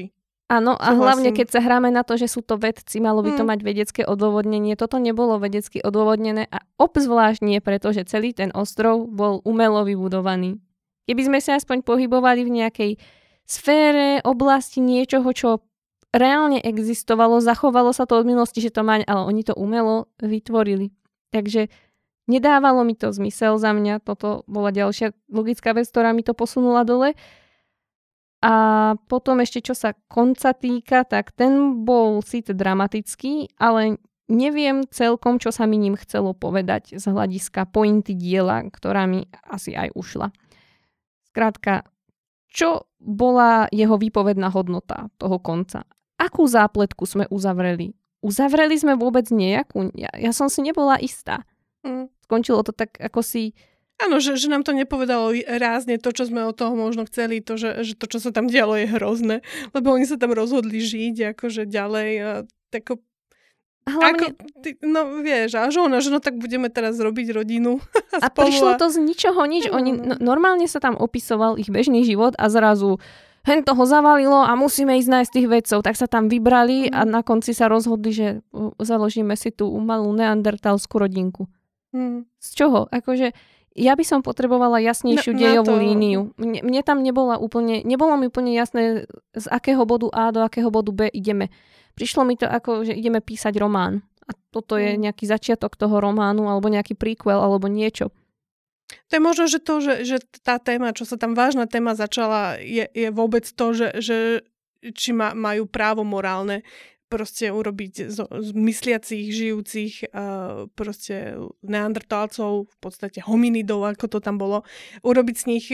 Áno, a hlavne keď sa hráme na to, že sú to vedci, malo by to mať vedecké odôvodnenie. Toto nebolo vedecky odôvodnené a obzvlášť nie preto, že celý ten ostrov bol umelo vybudovaný. Keby sme sa aspoň pohybovali v nejakej sfére, oblasti niečoho, čo reálne existovalo, zachovalo sa to od minulosti, že to má, ale oni to umelo vytvorili. Takže nedávalo mi to zmysel za mňa. Toto bola ďalšia logická vec, ktorá mi to posunula dole. A potom ešte, čo sa konca týka, tak ten bol síce dramatický, ale neviem celkom, čo sa mi ním chcelo povedať z hľadiska pointy diela, ktorá mi asi aj ušla. Skrátka, čo bola jeho výpovedná hodnota toho konca? Akú zápletku sme uzavreli? Uzavreli sme vôbec nejakú? Ja som si nebola istá. Skončilo to tak, ako si... Áno, že nám to nepovedalo rázne to, čo sme od toho možno chceli, to, že to, čo sa tam dialo, je hrozné. Lebo oni sa tam rozhodli žiť akože ďalej. Hlavne... No vieš, a že no tak budeme teraz robiť rodinu. A prišlo to z ničoho nič. Oni, normálne sa tam opisoval ich bežný život a zrazu hen toho zavalilo a musíme ísť nájsť tých vedcov. Tak sa tam vybrali a na konci sa rozhodli, že založíme si tú malú neandertalskú rodinku. Z čoho? Akože ja by som potrebovala jasnejšiu dejovú líniu. Mne tam nebolo mi úplne jasné, z akého bodu A do akého bodu B ideme. Prišlo mi to ako, že ideme písať román. A toto je nejaký začiatok toho románu, alebo nejaký prequel, alebo niečo. To je možno, že to, že tá téma, čo sa tam vážna téma začala, je vôbec to, že či majú právo morálne proste urobiť z mysliacich, žijúcich proste neandertálcov, v podstate hominidov, ako to tam bolo, urobiť z nich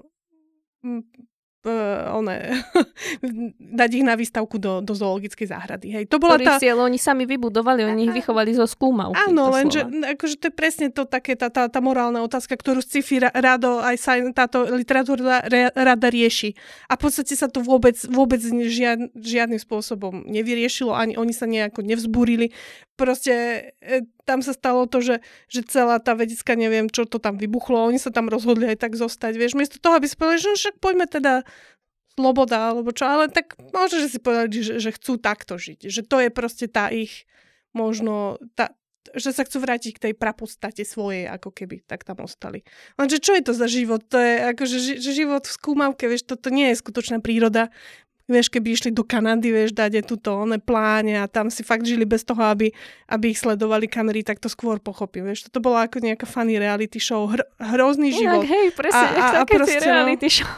dať ich na výstavku do zoologickej záhrady. Hej. To bola oni sami vybudovali, oni ich vychovali zo skúmavky. Áno, lenže akože to je presne to také tá morálna otázka, ktorú sci-fi rado aj táto literatúra rada rieši. A v podstate sa to vôbec žiadnym spôsobom nevyriešilo, ani oni sa nejako nevzbúrili. Proste tam sa stalo to, že celá tá vedecká, neviem, čo to tam vybuchlo, oni sa tam rozhodli aj tak zostať, vieš, miesto toho, aby si povedali, že však poďme teda sloboda, alebo čo, ale tak možno, že si povedali, že chcú takto žiť, že to je proste tá ich možno, že sa chcú vrátiť k tej prapodstate svojej, ako keby tak tam ostali. Lenže čo je to za život? To je akože život v skúmavke, vieš, toto nie je skutočná príroda. Vieš, keby išli do Kanady, vieš, dať túto pláne a tam si fakt žili bez toho, aby ich sledovali kamery, tak to skôr pochopím. Vieš, toto bola ako nejaká funny reality show, hrozný život. Hej, presne, také tie reality show.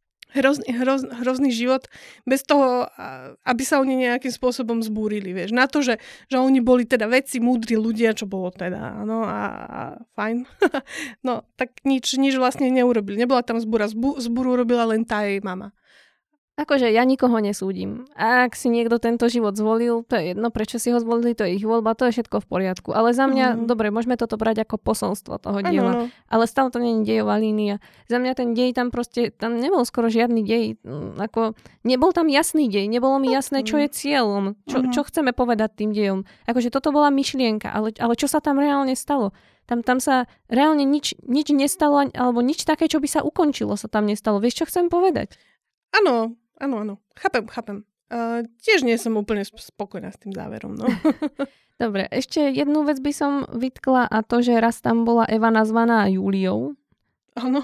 Hrozný život bez toho, aby sa oni nejakým spôsobom zbúrili, vieš. Na to, že oni boli teda vedci, múdri ľudia, čo bolo teda, áno, a fajn. No, tak nič vlastne neurobili. Nebola tam zbúra. Zbúru urobila len tá jej mama. Akože ja nikoho nesúdim. Ak si niekto tento život zvolil, to je jedno, prečo si ho zvolili, to je ich voľba, to je všetko v poriadku. Ale za mňa, dobre, môžeme toto brať ako posolstvo toho diela. Ale stále to nie je dejová línia. Za mňa ten dej tam proste, tam nebol skoro žiadny dej. Ako, nebol tam jasný dej, nebolo mi jasné, čo je cieľom, čo chceme povedať tým dejom. Akože toto bola myšlienka, ale čo sa tam reálne stalo? Tam sa reálne nič nestalo, alebo nič také, čo by sa ukončilo, sa tam nestalo. Vieš, čo chcem povedať? Áno. Chápem. Tiež nie som úplne spokojná s tým záverom. No. Dobre, ešte jednu vec by som vytkla a to, že raz tam bola Eva nazvaná Júliou. Áno.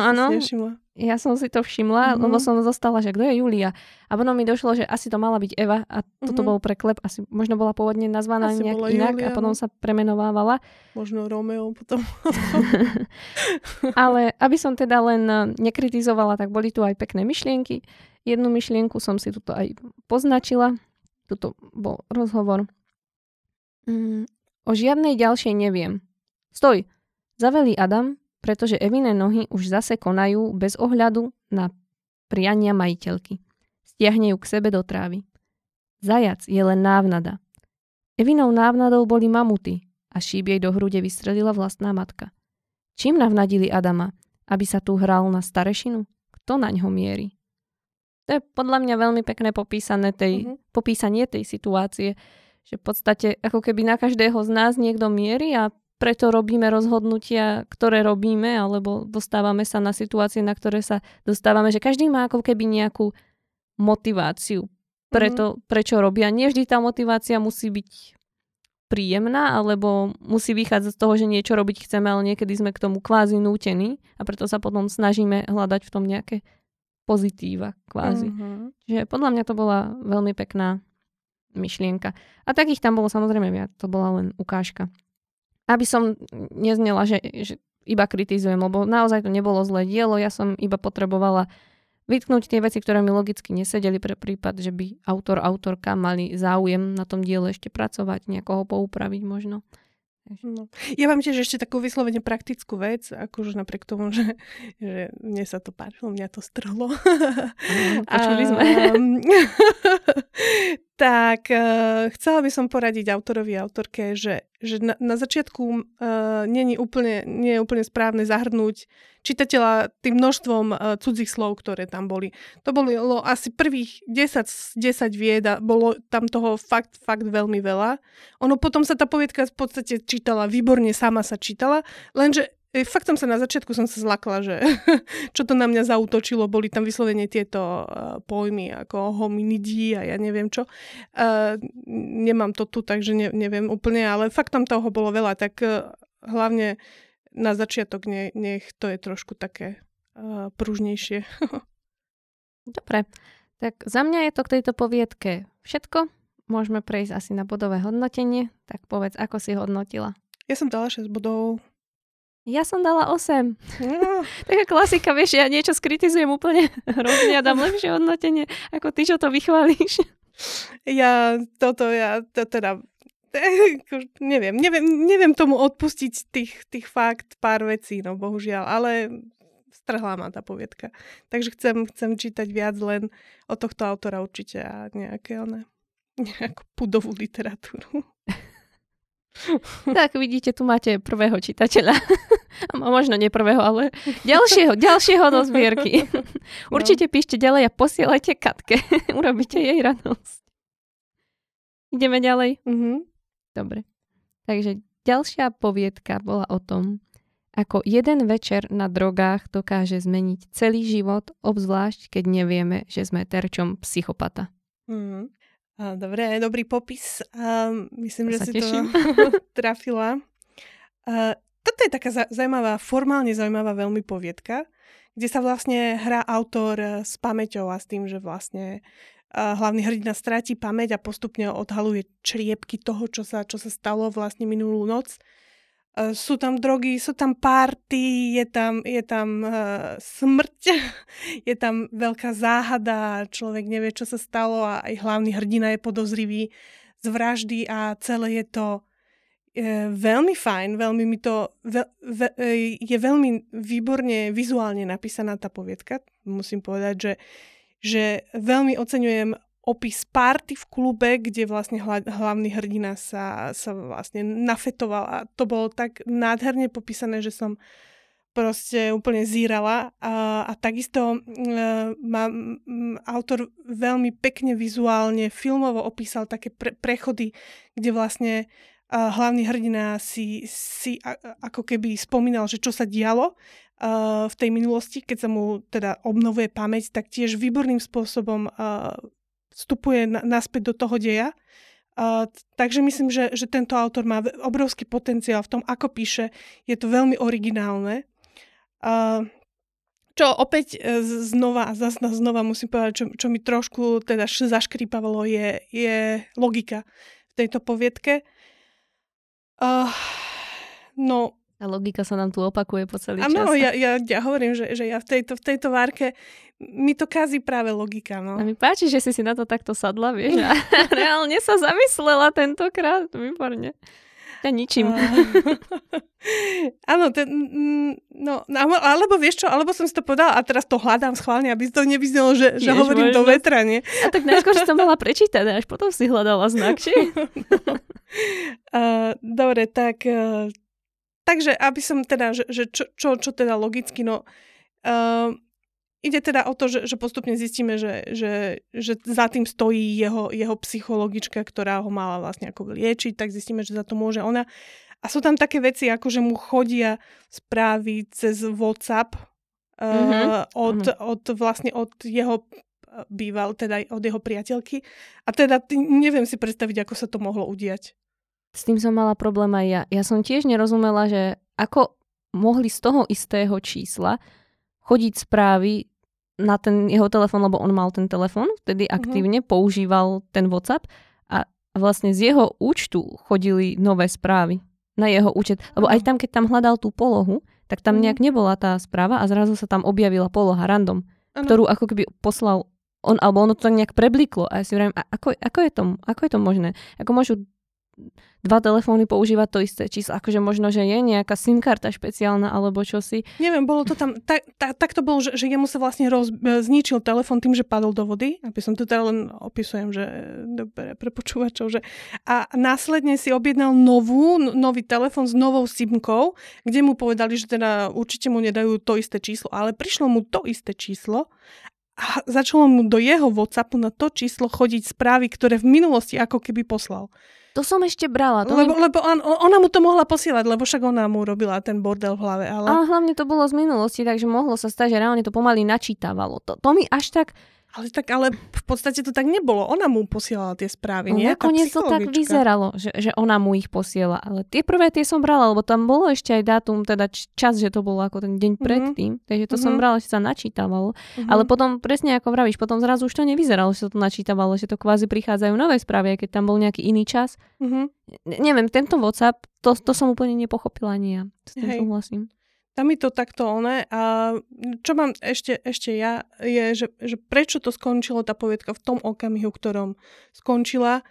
Ja som si to všimla, lebo som zostala, že kto je Júlia. A potom mi došlo, že asi to mala byť Eva a toto bol preklep. Asi možno bola pôvodne nazvaná asi nejak inak Julia, a potom sa premenovávala. Možno Romeo potom. Ale aby som teda len nekritizovala, tak boli tu aj pekné myšlienky. Jednu myšlienku som si tuto aj poznačila. Tuto bol rozhovor. O žiadnej ďalšej neviem. Stoj! Zavelí Adam, pretože Evine nohy už zase konajú bez ohľadu na priania majiteľky. Stiahne ju k sebe do trávy. Zajac je len návnada. Evinou návnadou boli mamuty a šíp jej do hrude vystrelila vlastná matka. Čím navnadili Adama? Aby sa tu hral na starešinu? Kto naňho mierí? To je podľa mňa veľmi pekné popísanie tej situácie, že v podstate ako keby na každého z nás niekto mierí a preto robíme rozhodnutia, ktoré robíme, alebo dostávame sa na situácie, na ktoré sa dostávame, že každý má ako keby nejakú motiváciu prečo robia. Nie vždy tá motivácia musí byť príjemná, alebo musí vychádzať z toho, že niečo robiť chceme, ale niekedy sme k tomu kvázi nútení a preto sa potom snažíme hľadať v tom nejaké pozitíva kvázi. Čiže podľa mňa to bola veľmi pekná myšlienka. A takých tam bolo samozrejme viac, to bola len ukážka. Aby som neznela, že iba kritizujem, lebo naozaj to nebolo zlé dielo, ja som iba potrebovala vytknúť tie veci, ktoré mi logicky nesedeli pre prípad, že by autorka mali záujem na tom diele ešte pracovať, nejakoho poupraviť možno. No. Ja mám tiež ešte takú vyslovene praktickú vec, akože napriek tomu, že mne sa to páčilo, mňa to strhlo. Počuli sme. Tak chcela by som poradiť autorovi a autorke, že na začiatku nie je úplne správne zahrnúť čitateľa tým množstvom cudzích slov, ktoré tam boli. To bolo asi prvých 10 vied a bolo tam toho fakt veľmi veľa. Ono potom sa tá poviedka v podstate čítala výborne, sama sa čítala, lenže faktom sa na začiatku som sa zlakla, že čo to na mňa zaútočilo, boli tam vyslovene tieto pojmy ako hominidí a ja neviem čo. Nemám to tu, takže neviem úplne, ale faktom toho bolo veľa, tak hlavne na začiatok nech to je trošku také pružnejšie. Dobre, tak za mňa je to k tejto poviedke všetko. Môžeme prejsť asi na bodové hodnotenie. Tak povedz, ako si hodnotila? Ja som dala 6 bodov. Ja som dala 8. Taká klasika, vieš, ja niečo skritizujem úplne hrozne a dám lepšie hodnotenie, ako ty, čo to vychválíš. Ja to teda neviem tomu odpustiť tých fakt pár vecí, no bohužiaľ, ale strhla ma tá poviedka. Takže chcem čítať viac len od tohto autora určite a nejakú pudovú literatúru. Tak vidíte, tu máte prvého čitateľa. Možno nie prvého, ale ďalšieho do zbierky. Určite píšte ďalej a posielajte Katke. Urobíte jej radosť. Ideme ďalej? Dobre. Takže ďalšia poviedka bola o tom, ako jeden večer na drogách dokáže zmeniť celý život, obzvlášť keď nevieme, že sme terčom psychopata. Dobre, dobrý popis. Myslím, že si teším. To trafila. Toto je taká formálne zaujímavá veľmi poviedka, kde sa vlastne hrá autor s pamäťou a s tým, že vlastne hlavný hrdina stráti pamäť a postupne odhaluje čriepky toho, čo sa stalo vlastne minulú noc. Sú tam drogy, sú tam party, je tam smrť, je tam veľká záhada, človek nevie, čo sa stalo a aj hlavný hrdina je podozrivý z vraždy a celé je to veľmi fajn, je veľmi výborne vizuálne napísaná tá poviedka. Musím povedať, že veľmi oceňujem opis party v klube, kde vlastne hlavný hrdina sa vlastne nafetoval a to bolo tak nádherne popísané, že som proste úplne zírala a takisto autor veľmi pekne vizuálne filmovo opísal také prechody, kde vlastne hlavný hrdina si ako keby spomínal, že čo sa dialo v tej minulosti, keď sa mu teda obnovuje pamäť, tak tiež výborným spôsobom vstupuje naspäť do toho deja. Takže myslím, že tento autor má obrovský potenciál v tom, ako píše. Je to veľmi originálne. Čo opäť znova musím povedať, čo mi trošku teda zaškripavalo, je logika v tejto poviedke. A logika sa nám tu opakuje po celý čas. Áno, ja hovorím, že ja v tejto várke mi to kazí práve logika. No. A mi páči, že si na to takto sadla, vieš, a reálne sa zamyslela tentokrát. Výborne. Ja ničím. Áno, alebo vieš čo, alebo som si to povedala a teraz to hľadám schválne, aby to nevyznelo, že hovorím do vetra, nie? A tak najskôr som mala prečítať, až potom si hľadala znak, či? Dobre, tak... Takže, aby som teda, že čo teda logicky, ide teda o to, že postupne zistíme, že za tým stojí jeho psychologička, ktorá ho mala vlastne ako liečiť, tak zistíme, že za to môže ona. A sú tam také veci, ako že mu chodia správy cez WhatsApp od jeho býval, teda aj od jeho priateľky. A teda neviem si predstaviť, ako sa to mohlo udiať. S tým som mala problém aj ja. Ja som tiež nerozumela, že ako mohli z toho istého čísla chodiť správy na ten jeho telefón, lebo on mal ten telefón, vtedy aktívne používal ten WhatsApp a vlastne z jeho účtu chodili nové správy na jeho účet. Lebo aj tam, keď tam hľadal tú polohu, tak tam nejak nebola tá správa a zrazu sa tam objavila poloha random, ktorú ako keby poslal on, alebo ono to tak nejak prebliklo. A ja si vravím, ako je to možné? Ako môžu dva telefóny používať to isté číslo? Akože možno, že je nejaká SIM karta špeciálna alebo čosi. Neviem, bolo to tam, tak to bolo, že jemu sa vlastne zničil telefón tým, že padol do vody. Aby som to teda len opisujem, že dobre, pre počúvačov, že a následne si objednal nový telefón s novou SIM-kou, kde mu povedali, že teda určite mu nedajú to isté číslo, ale prišlo mu to isté číslo a začalo mu do jeho WhatsAppu na to číslo chodiť správy, ktoré v minulosti ako keby poslal. To som ešte brala. Lebo ona mu to mohla posielať, lebo však ona mu robila ten bordel v hlave. Ale hlavne to bolo z minulosti, takže mohlo sa stať, že reálne to pomaly načítavalo. To mi až tak... Ale v podstate to tak nebolo. Ona mu posielala tie správy, nie? Nakoniec to tak vyzeralo, že ona mu ich posiela. Ale tie prvé som brala, lebo tam bolo ešte aj dátum, teda čas, že to bolo ako ten deň predtým. Takže to som brala, že sa načítavalo. Ale potom, presne ako vravíš, potom zrazu už to nevyzeralo, že sa to načítavalo, že to kvázi prichádzajú nové správy, aj keď tam bol nejaký iný čas. Neviem, tento WhatsApp, to som úplne nepochopila ani ja. S tým súhlasím. Tam mi to takto a čo mám ešte ja, je, že prečo to skončilo tá poviedka v tom okamihu, v ktorom skončila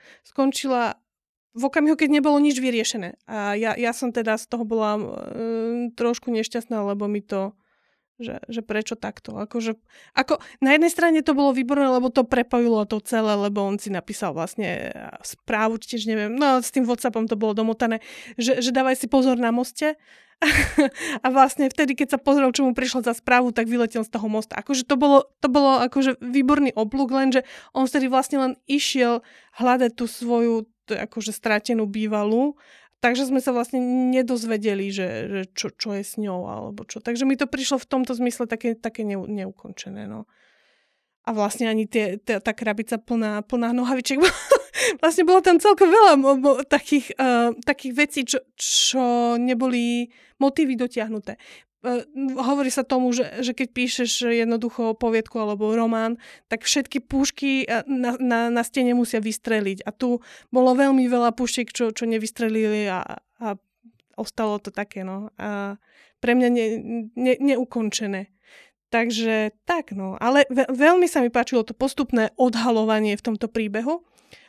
v okamihu, keď nebolo nič vyriešené. A ja som teda z toho bola trošku nešťastná, lebo mi to, že prečo takto. Ako na jednej strane to bolo výborné, lebo to prepojilo to celé, lebo on si napísal vlastne správu, tiež neviem, no s tým WhatsAppom to bolo domotané, že dávaj si pozor na moste. A vlastne vtedy, keď sa pozrel, čo mu prišlo za správu, tak vyletel z toho mosta. Akože to bolo akože výborný oblúk, lenže on vtedy vlastne len išiel hľadať tú svoju akože stratenú bývalú, takže sme sa vlastne nedozvedeli, že čo je s ňou alebo čo. Takže mi to prišlo v tomto zmysle také neukončené. No. A vlastne ani tá krabica plná nohavičiek vlastne bolo tam celkom veľa takých vecí, čo neboli motívy dotiahnuté. Hovorí sa tomu, že keď píšeš jednoducho poviedku alebo román, tak všetky púšky na stene musia vystreliť. A tu bolo veľmi veľa púštiek, čo nevystrelili a ostalo to také, no. A pre mňa neukončené. Takže tak, no. Ale veľmi sa mi páčilo to postupné odhalovanie v tomto príbehu.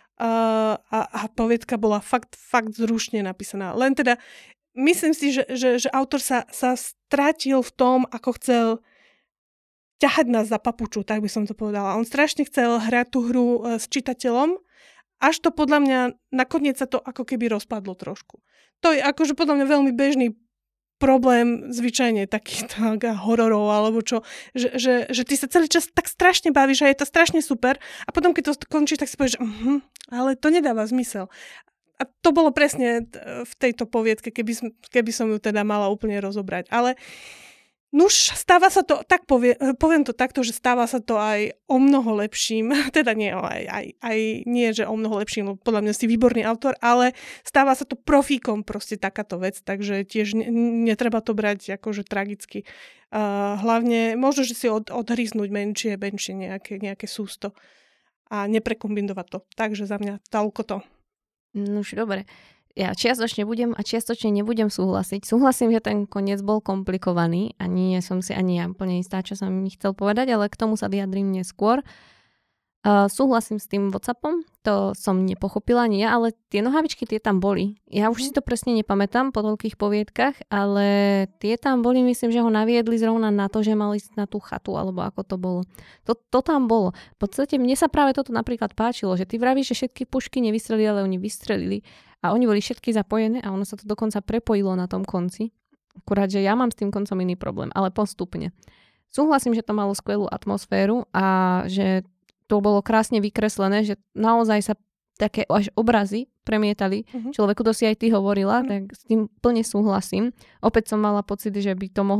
A poviedka bola fakt zrušne napísaná. Len teda myslím si, že autor sa stratil v tom, ako chcel ťahať nás za papuču, tak by som to povedala. On strašne chcel hrať tú hru s čitateľom, až to podľa mňa nakoniec sa to ako keby rozpadlo trošku. To je akože podľa mňa veľmi bežný problém zvyčajne takých hororov alebo čo, že ty sa celý čas tak strašne bavíš a je to strašne super a potom keď to končí, tak si povieš, ale to nedáva zmysel. A to bolo presne v tejto poviedke, keby som ju teda mala úplne rozobrať. Ale nuž, stáva sa to, tak poviem to takto, že stáva sa to aj o mnoho lepším, teda nie, aj nie, že o mnoho lepším, podľa mňa si výborný autor, ale stáva sa to profíkom proste takáto vec, takže tiež netreba to brať akože tragicky. Hlavne možno, že si odhryznúť menšie nejaké sústo a neprekombinovať to. Takže za mňa toľko to. Nuž, dobre. Ja čiastočne budem a čiastočne nebudem súhlasiť. Súhlasím, že ten koniec bol komplikovaný a nie som si ani ja úplne istá, čo som mi chcel povedať, ale k tomu sa vyjadrím neskôr. Súhlasím s tým WhatsAppom, to som nepochopila nie, ale tie nohavičky tie tam boli. Ja už si to presne nepamätám po toľkých poviedkach, ale tie tam boli, myslím, že ho naviedli zrovna na to, že mali ísť na tú chatu, alebo ako to bolo. To tam bolo. V podstate mne sa práve toto napríklad páčilo, že ty vravíš, že všetky pušky nevystrelili, ale oni vystrelili a oni boli všetky zapojené a ono sa to dokonca prepojilo na tom konci. Akurát, že ja mám s tým koncom iný problém, ale postupne. Súhlasím, že to malo skvelú atmosféru a že to bolo krásne vykreslené, že naozaj sa také až obrazy premietali človeku, to si aj ty hovorila, tak s tým plne súhlasím. Opäť som mala pocit, že by to mohlo byť kľudne na plátne ako film. A ja tu mám aj ukážku. Môžem ti ju ukázať?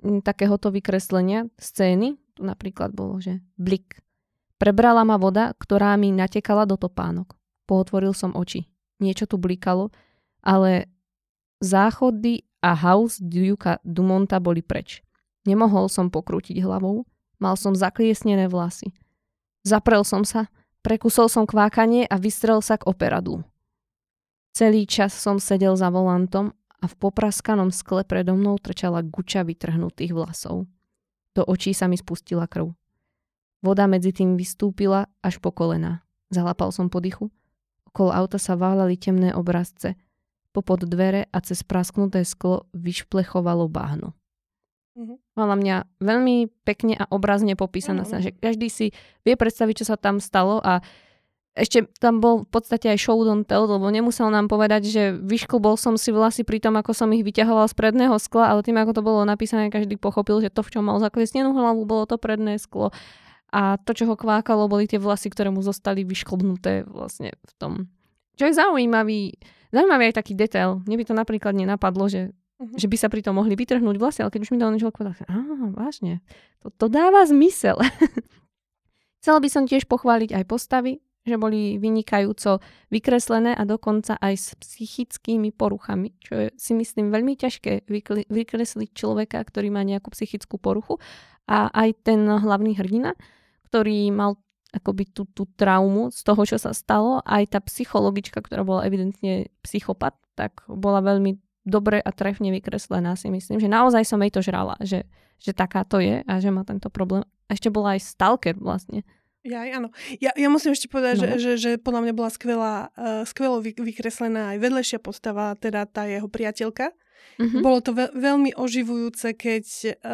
takéhoto vykreslenia scény. Tu napríklad bolo, že blik. Prebrala ma voda, ktorá mi natekala do topánok. Pootvoril som oči. Niečo tu blikalo, ale záchody a House Duke'a Dumonta boli preč. Nemohol som pokrútiť hlavou. Mal som zakliesnené vlasy. Zaprel som sa, prekusol som kvákanie a vystrel sa k operadlu. Celý čas som sedel za volantom a v popraskanom skle predo mnou trčala guča vytrhnutých vlasov. Do očí sa mi spustila krv. Voda medzi tým vystúpila až po kolená. Zalapal som po dychu. Okolo auta sa váľali temné obrazce. Popod dvere a cez prasknuté sklo vyšplechovalo bahno. Mala mňa veľmi pekne a obrazne popísaná sa, že každý si vie predstaviť, čo sa tam stalo a ešte tam bol v podstate aj show don't tell, lebo nemusel nám povedať, že vyšklbol som si vlasy pri tom, ako som ich vyťahoval z predného skla, ale tým, ako to bolo napísané, každý pochopil, že to, v čom mal zakliesnenú hlavu, bolo to predné sklo a to, čo ho kvákalo, boli tie vlasy, ktoré mu zostali vyšklbnuté vlastne v tom. Čo je zaujímavý aj taký detail. Mne by to napríklad nenapadlo, že by sa pri tom mohli vytrhnúť vlasy, ale keď už mi to človek povedal, vážne, to dáva zmysel. Chcela by som tiež pochváliť aj postavy, že boli vynikajúco vykreslené a dokonca aj s psychickými poruchami, čo je si myslím veľmi ťažké vykresliť človeka, ktorý má nejakú psychickú poruchu a aj ten hlavný hrdina, ktorý mal akoby tú traumu z toho, čo sa stalo, aj tá psychologička, ktorá bola evidentne psychopat, tak bola veľmi dobre a trefne vykreslená, si myslím, že naozaj som jej to žrala, že taká to je a že má tento problém. A ešte bola aj stalker vlastne. Áno. Ja musím ešte povedať, že podľa mňa bola skvelo vykreslená aj vedlejšia postava, teda tá jeho priateľka. Bolo to veľmi oživujúce, keď...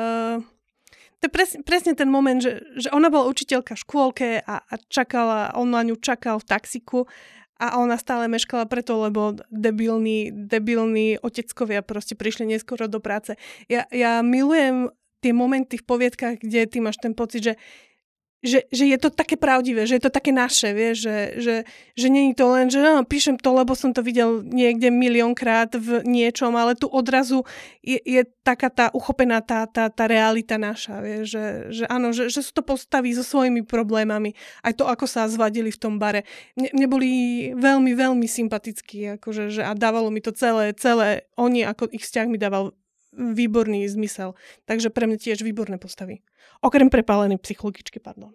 to je presne ten moment, že ona bola učiteľka v škôlke a čakala, on na ňu čakal v taxiku a ona stále meškala preto, lebo debilní oteckovia proste prišli neskoro do práce. Ja milujem tie momenty v poviedkach, kde ty máš ten pocit, že je to také pravdivé, že je to také naše, vieš, že nie je to len, že píšem to, lebo som to videl niekde miliónkrát v niečom, ale tu odrazu je taká tá uchopená tá realita naša, vieš, že áno, že sú to postaví so svojimi problémami. Aj to, ako sa zvadili v tom bare. Mne boli veľmi, veľmi sympatickí, akože, a dávalo mi to celé, oni, ako ich vzťah mi dával výborný zmysel. Takže pre mňa tiež výborné postavy. Okrem prepálenej psychologičky, pardon.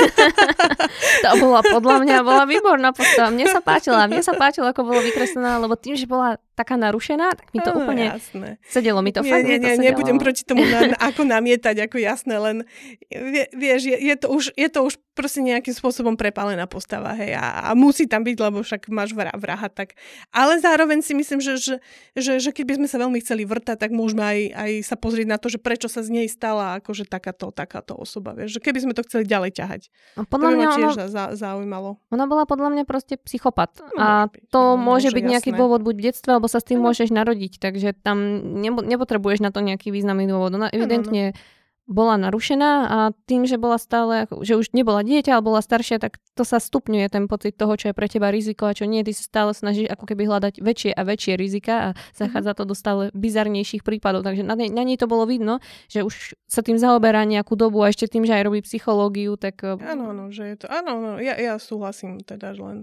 To bola podľa mňa výborná postava. Mne sa páčilo, ako bolo vykreslená, lebo tým, že bola taká narušená, tak mi to úplne sedelo. Mi to fakt sedelo. Nebudem proti tomu ako namietať, ako jasné, len vieš, je to už proste nejakým spôsobom prepálená postava, hej, a musí tam byť, lebo však máš vraha, tak. Ale zároveň si myslím, že keby sme sa veľmi chceli vrtať, tak môžeme aj sa pozrieť na to, že prečo sa z nej stala akože takáto osoba, vieš, že keby sme to chceli ďalej ťahať. Podľa mňa tiež zaujímalo. Ona bola podľa mňa proste psychopat. A to môže byť nejaký dôvod buď v detstve, alebo sa s tým môžeš narodiť. Takže tam nepotrebuješ na to nejaký významný dôvod. Ona evidentne bola narušená a tým, že bola stále, že už nebola dieťa, ale bola staršia, tak to sa stupňuje ten pocit toho, čo je pre teba riziko a čo nie. Ty sa stále snažíš ako keby hľadať väčšie a väčšie rizika a zachádza to do stále bizarnejších prípadov. Takže na nej to bolo vidno, že už sa tým zaoberá nejakú dobu a ešte tým, že aj robí psychológiu, tak... Áno, že je to... Áno, ja súhlasím teda, že len...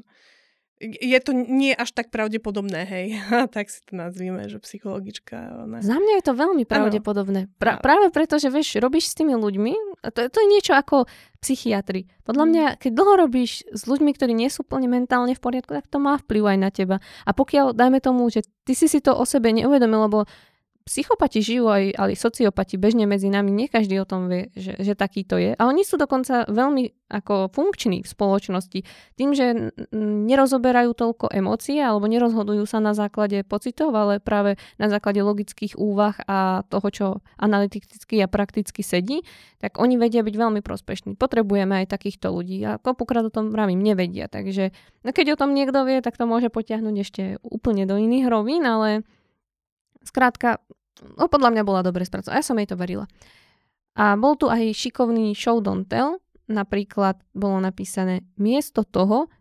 Je to nie až tak pravdepodobné, hej. Tak si to nazvíme, že psychologička. Ona... Za mňa je to veľmi pravdepodobné. Práve preto, že vieš, robíš s tými ľuďmi, a to je niečo ako psychiatri. Podľa mňa, keď dlho robíš s ľuďmi, ktorí nie sú plne mentálne v poriadku, tak to má vplyv aj na teba. A pokiaľ, dajme tomu, že ty si to o sebe neuvedomil, lebo psychopati žijú aj, ale sociopati bežne medzi nami, nie každý o tom vie, že taký to je. A oni sú dokonca veľmi ako funkční v spoločnosti. Tým, že nerozoberajú toľko emócií alebo nerozhodujú sa na základe pocitov, ale práve na základe logických úvah a toho, čo analyticky a prakticky sedí, tak oni vedia byť veľmi prospešní. Potrebujeme aj takýchto ľudí. A koľkokrát o tom vravím, nevedia. Takže keď o tom niekto vie, tak to môže potiahnuť ešte úplne do iných rovín, ale skrátka, podľa mňa bola dobre spracovaná. Ja som jej to verila. A bol tu aj šikovný show don't tell. Napríklad bolo napísané miesto toho,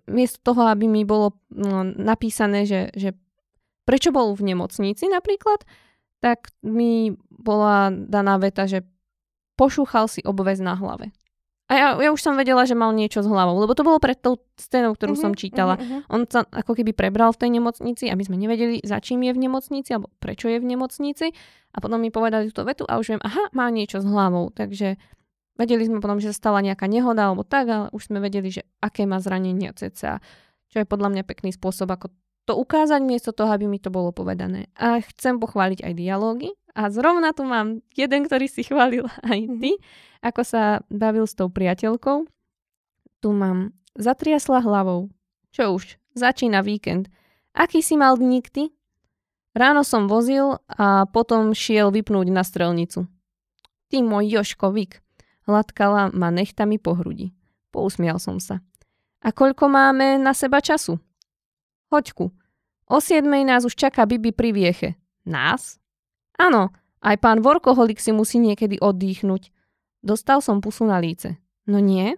aby mi bolo napísané, že prečo bol v nemocnici napríklad, tak mi bola daná veta, že pošúchal si obväz na hlave. A ja už som vedela, že mal niečo s hlavou, lebo to bolo pred tou scénou, ktorú som čítala. On sa ako keby prebral v tej nemocnici, aby sme nevedeli, za čím je v nemocnici, alebo prečo je v nemocnici. A potom mi povedali túto vetu a už viem, aha, má niečo s hlavou. Takže vedeli sme potom, že sa stala nejaká nehoda alebo tak, ale už sme vedeli, že aké má zranenia cca. Čo je podľa mňa pekný spôsob, ako to ukázať miesto toho, aby mi to bolo povedané. A chcem pochváliť aj dialógy. A zrovna tu mám jeden, ktorý si chválil aj ty, ako sa bavil s tou priateľkou. Tu mám zatriasla hlavou. Čo už, začína víkend. Aký si mal dník ty? Ráno som vozil a potom šiel vypnúť na strelnicu. Ty môj Jožko Vik. Hladkala ma nechtami po hrudi. Pousmial som sa. A koľko máme na seba času? Hoďku. O 7:00 nás už čaká Bibi pri Vieche. Nás? Áno, aj pán workoholik si musí niekedy oddychnúť. Dostal som pusu na líce. No nie?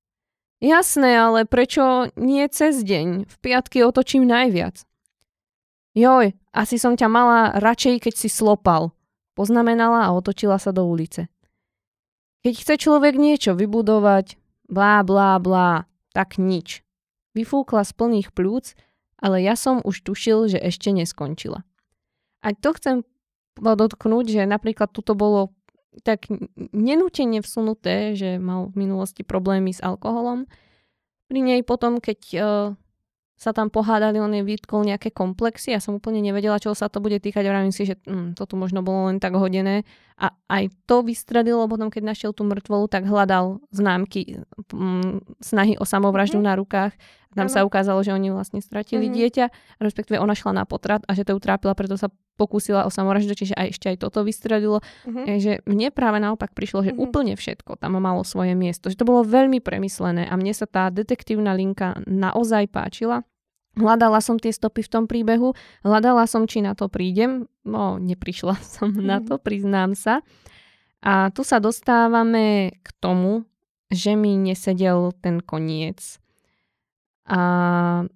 Jasné, ale prečo nie cez deň? V piatky otočím najviac. Joj, asi som ťa mala radšej, keď si slopal. Poznamenala a otočila sa do ulice. Keď chce človek niečo vybudovať, blá, blá, blá, tak nič. Vyfúkla z plných pľúc, ale ja som už tušil, že ešte neskončila. A to chcem podotknúť, že napríklad tuto bolo tak nenútene vsunuté, že mal v minulosti problémy s alkoholom. Pri nej potom, keď sa tam pohádali, on jej vytkol nejaké komplexy. Ja som úplne nevedela, čo sa to bude týkať. Vravím si, že to tu možno bolo len tak hodené. A aj to vystradilo, potom keď našiel tú mŕtvolu, tak hľadal známky snahy o samovraždu na rukách. Tam sa ukázalo, že oni vlastne stratili dieťa, respektíve ona šla na potrat a že to utrápila, preto sa pokúsila o samovraždu, čiže ešte aj toto vystradilo. Takže mne práve naopak prišlo, že úplne všetko tam malo svoje miesto. Že to bolo veľmi premyslené a mne sa tá detektívna linka naozaj páčila. Hľadala som tie stopy v tom príbehu, hľadala som, či na to prídem. No, neprišla som na to, priznám sa. A tu sa dostávame k tomu, že mi nesedel ten koniec. A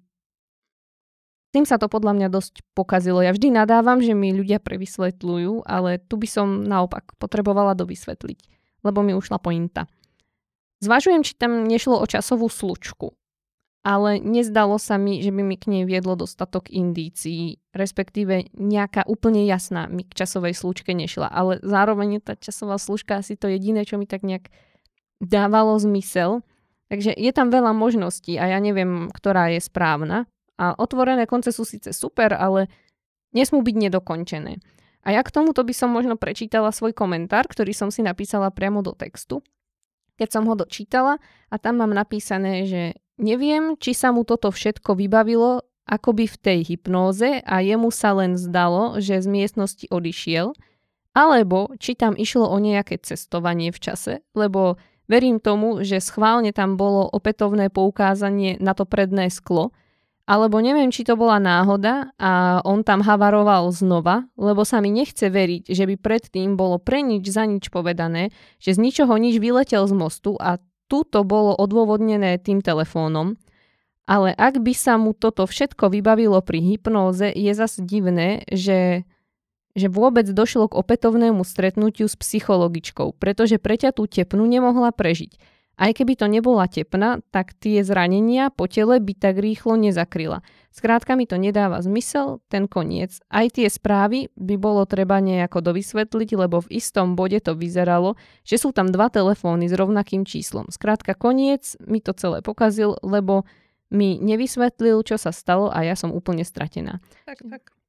tým sa to podľa mňa dosť pokazilo. Ja vždy nadávam, že mi ľudia prevysvetľujú, ale tu by som naopak potrebovala dovysvetliť, lebo mi ušla pointa. Zvažujem, či tam nešlo o časovú slučku, ale nezdalo sa mi, že by mi k nej viedlo dostatok indícií, respektíve nejaká úplne jasná mi k časovej slučke nešla, ale zároveň tá časová slučka asi to jediné, čo mi tak nejak dávalo zmysel. Takže je tam veľa možností a ja neviem, ktorá je správna. A otvorené konce sú síce super, ale nesmú byť nedokončené. A ja k tomuto by som možno prečítala svoj komentár, ktorý som si napísala priamo do textu. Keď som ho dočítala a tam mám napísané, že neviem, či sa mu toto všetko vybavilo akoby v tej hypnóze a jemu sa len zdalo, že z miestnosti odišiel, alebo či tam išlo o nejaké cestovanie v čase, lebo verím tomu, že schválne tam bolo opätovné poukázanie na to predné sklo, alebo neviem, či to bola náhoda a on tam havaroval znova, lebo sa mi nechce veriť, že by predtým bolo pre nič za nič povedané, že z ničoho nič vyletel z mostu a tu to bolo odôvodnené tým telefónom. Ale ak by sa mu toto všetko vybavilo pri hypnóze, je zase divné, že vôbec došlo k opätovnému stretnutiu s psychologičkou, pretože preťatú tepnu nemohla prežiť. Aj keby to nebola tepna, tak tie zranenia po tele by tak rýchlo nezakryla. Skrátka mi to nedáva zmysel, ten koniec. Aj tie správy by bolo treba nejako dovysvetliť, lebo v istom bode to vyzeralo, že sú tam 2 telefóny s rovnakým číslom. Skrátka koniec mi to celé pokazil, lebo mi nevysvetlil, čo sa stalo a ja som úplne stratená. Tak.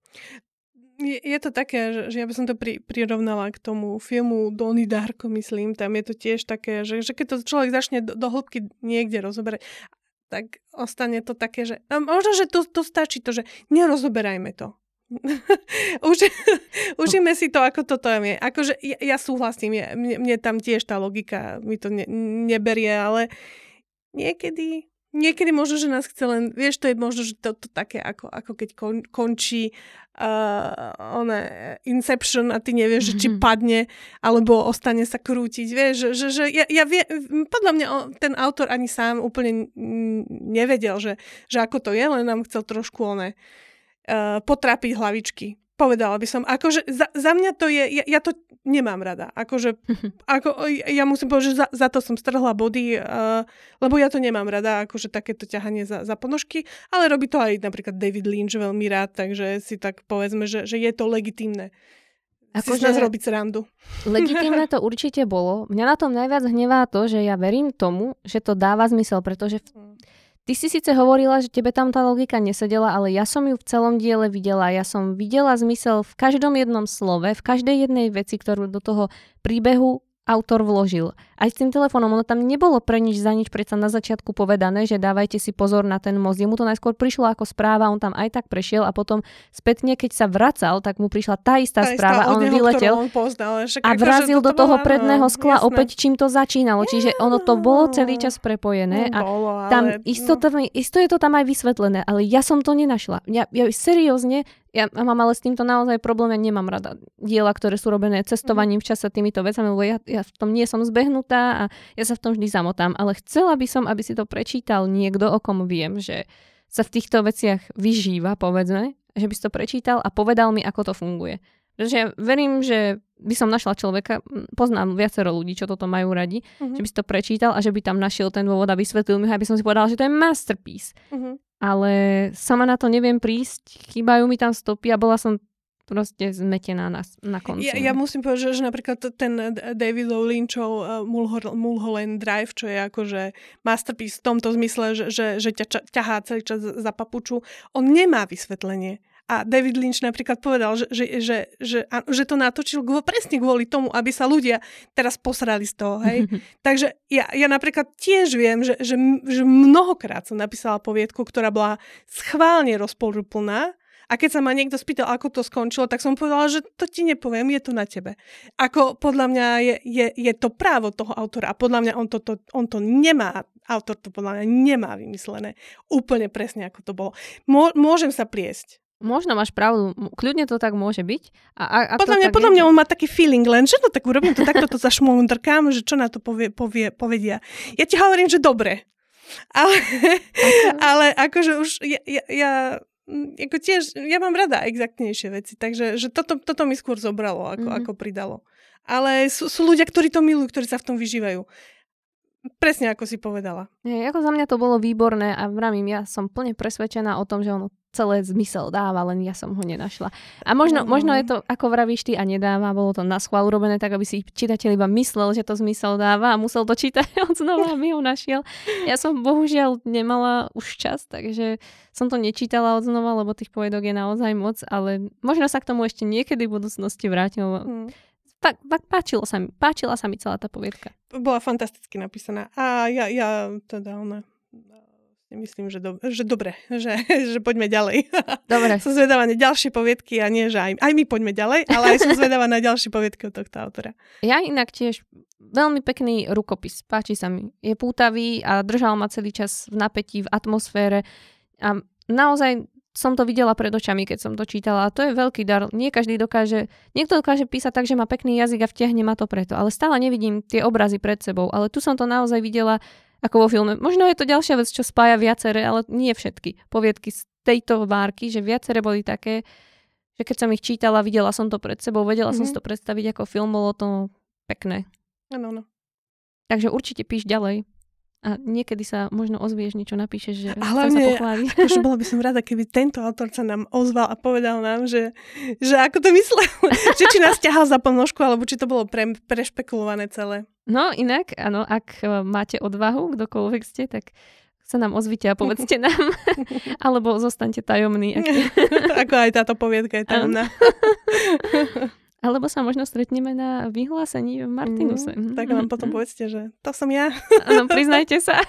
Je to také, že ja by som to prirovnala k tomu filmu Donnie Darko, myslím. Tam je to tiež také, že keď to človek začne do hĺbky niekde rozoberať, tak ostane to také, že možno, že to stačí to, že nerozoberajme to. Užíme si to, ako to je. Akože ja súhlasím, mne tam tiež tá logika mi to neberie, ale niekedy možno, že nás chce len, vieš, to je možno, že to také, ako keď končí Inception a ty nevieš, že či padne, alebo ostane sa krútiť, vieš, že ja podľa mňa ten autor ani sám úplne nevedel, že ako to je, len nám chcel trošku potrápiť hlavičky. povedala by som. Akože za mňa to je, ja to nemám rada. Akože, ja musím povedať, že za to som strhla body, lebo ja to nemám rada, akože takéto ťahanie za ponožky, ale robí to aj napríklad David Lynch veľmi rád, takže si tak povedzme, že je to legitímne. Si z nás robiť srandu. Legitímne to určite bolo. Mňa na tom najviac hnevá to, že ja verím tomu, že to dáva zmysel, pretože ty si síce hovorila, že tebe tam tá logika nesedela, ale ja som ju v celom diele videla. Ja som videla zmysel v každom jednom slove, v každej jednej veci, ktorú do toho príbehu autor vložil. Aj s tým telefónom, ono tam nebolo pre nič za nič predsa na začiatku povedané, že dávajte si pozor na ten most. Jemu to najskôr prišlo ako správa, on tam aj tak prešiel a potom spätne, keď sa vracal, tak mu prišla tá istá správa a on vyletel a vrazil do toho predného skla jasné. Opäť, čím to začínalo. Čiže ono to bolo celý čas prepojené a tam isto je to tam aj vysvetlené, ale ja som to nenašla. Ja seriózne, ja mám ale s týmto naozaj problém, ja nemám rada diela, ktoré sú robené cestovaním v čase týmito vecami, lebo ja v tom nie som zbehnutá a ja sa v tom vždy zamotám, ale chcela by som, aby si to prečítal niekto, o kom viem, že sa v týchto veciach vyžíva, povedzme, že by si to prečítal a povedal mi, ako to funguje. Pretože ja verím, že by som našla človeka, poznám viacero ľudí, čo toto majú radi, že by si to prečítal a že by tam našiel ten dôvod a vysvetlil mi, aby som si povedala, že to je masterpiece. Ale sama na to neviem prísť, chýbajú mi tam stopy a bola som proste zmetená na konci. Ja musím povedať, že napríklad ten David Lynchov Mulholland Drive, čo je akože masterpiece v tomto zmysle, že ťa ťahá celý čas za papuču, on nemá vysvetlenie. A David Lynch napríklad povedal, že to natočil presne kvôli tomu, aby sa ľudia teraz posrali z toho. Hej? Takže ja napríklad tiež viem, že mnohokrát som napísala poviedku, ktorá bola schválne rozporuplná. A keď sa ma niekto spýtal, ako to skončilo, tak som povedala, že to ti nepoviem, je to na tebe. Ako podľa mňa je to právo toho autora a podľa mňa on to nemá, autor to podľa mňa nemá vymyslené úplne presne, ako to bolo. Môžem sa pliesť. Možno máš pravdu, kľudne to tak môže byť. Podľa mňa on má taký feeling len, že no tak urobím to takto, to zašmondrkám, že čo na to povedia. Ja ti hovorím, že dobre. Ale akože už ja ako tiež, ja mám rada exaktnejšie veci, takže že toto mi skôr zobralo, ako pridalo. Ale sú ľudia, ktorí to milujú, ktorí sa v tom vyžívajú. Presne ako si povedala. Ako za mňa to bolo výborné a vravím, ja som plne presvedčená o tom, že ono celé zmysel dáva, len ja som ho nenašla. A možno je to, ako vravíš ty, a nedáva, bolo to naschvál urobené tak, aby si čitateľ iba myslel, že to zmysel dáva a musel to čítať od znova, aby ho našiel. Ja som bohužiaľ nemala už čas, takže som to nečítala od znova, lebo tých poviedok je naozaj moc, ale možno sa k tomu ešte niekedy v budúcnosti vrátim. Páčila sa mi celá tá poviedka. Bola fantasticky napísaná. A ja teda myslím, že dobre, že poďme ďalej. Dobre. Som zvedavá na ďalšie poviedky a nie, že aj my poďme ďalej, ale aj som zvedavá na ďalšie poviedky od tohto autora. Ja inak tiež veľmi pekný rukopis. Páči sa mi. Je pútavý a držal ma celý čas v napätí, v atmosfére. A naozaj som to videla pred očami, keď som to čítala. A to je veľký dar. Niekto dokáže písať tak, že má pekný jazyk a vtiahne ma to preto. Ale stále nevidím tie obrazy pred sebou. Ale tu som to naozaj videla ako vo filme. Možno je to ďalšia vec, čo spája viaceré, ale nie všetky poviedky z tejto várky, že viaceré boli také, že keď som ich čítala, videla som to pred sebou, vedela som si to predstaviť ako film, bolo to pekné. Áno. Takže určite píš ďalej. A niekedy sa možno ozvieš, niečo napíšeš, že a hlavne, sa pochváli. Akože bola by som rada, keby tento autor sa nám ozval a povedal nám, že ako to myslel. Že či nás ťahal za ponožku, alebo či to bolo prešpekulované celé. No inak, áno, ak máte odvahu, kdokoľvek ste, tak sa nám ozvite a povedzte nám. Alebo zostaňte tajomní. Ako aj táto poviedka je tajomná. Alebo sa možno stretneme na vyhlásení v Martinuse. Tak nám potom povedzte, že to som ja. Áno, priznajte sa.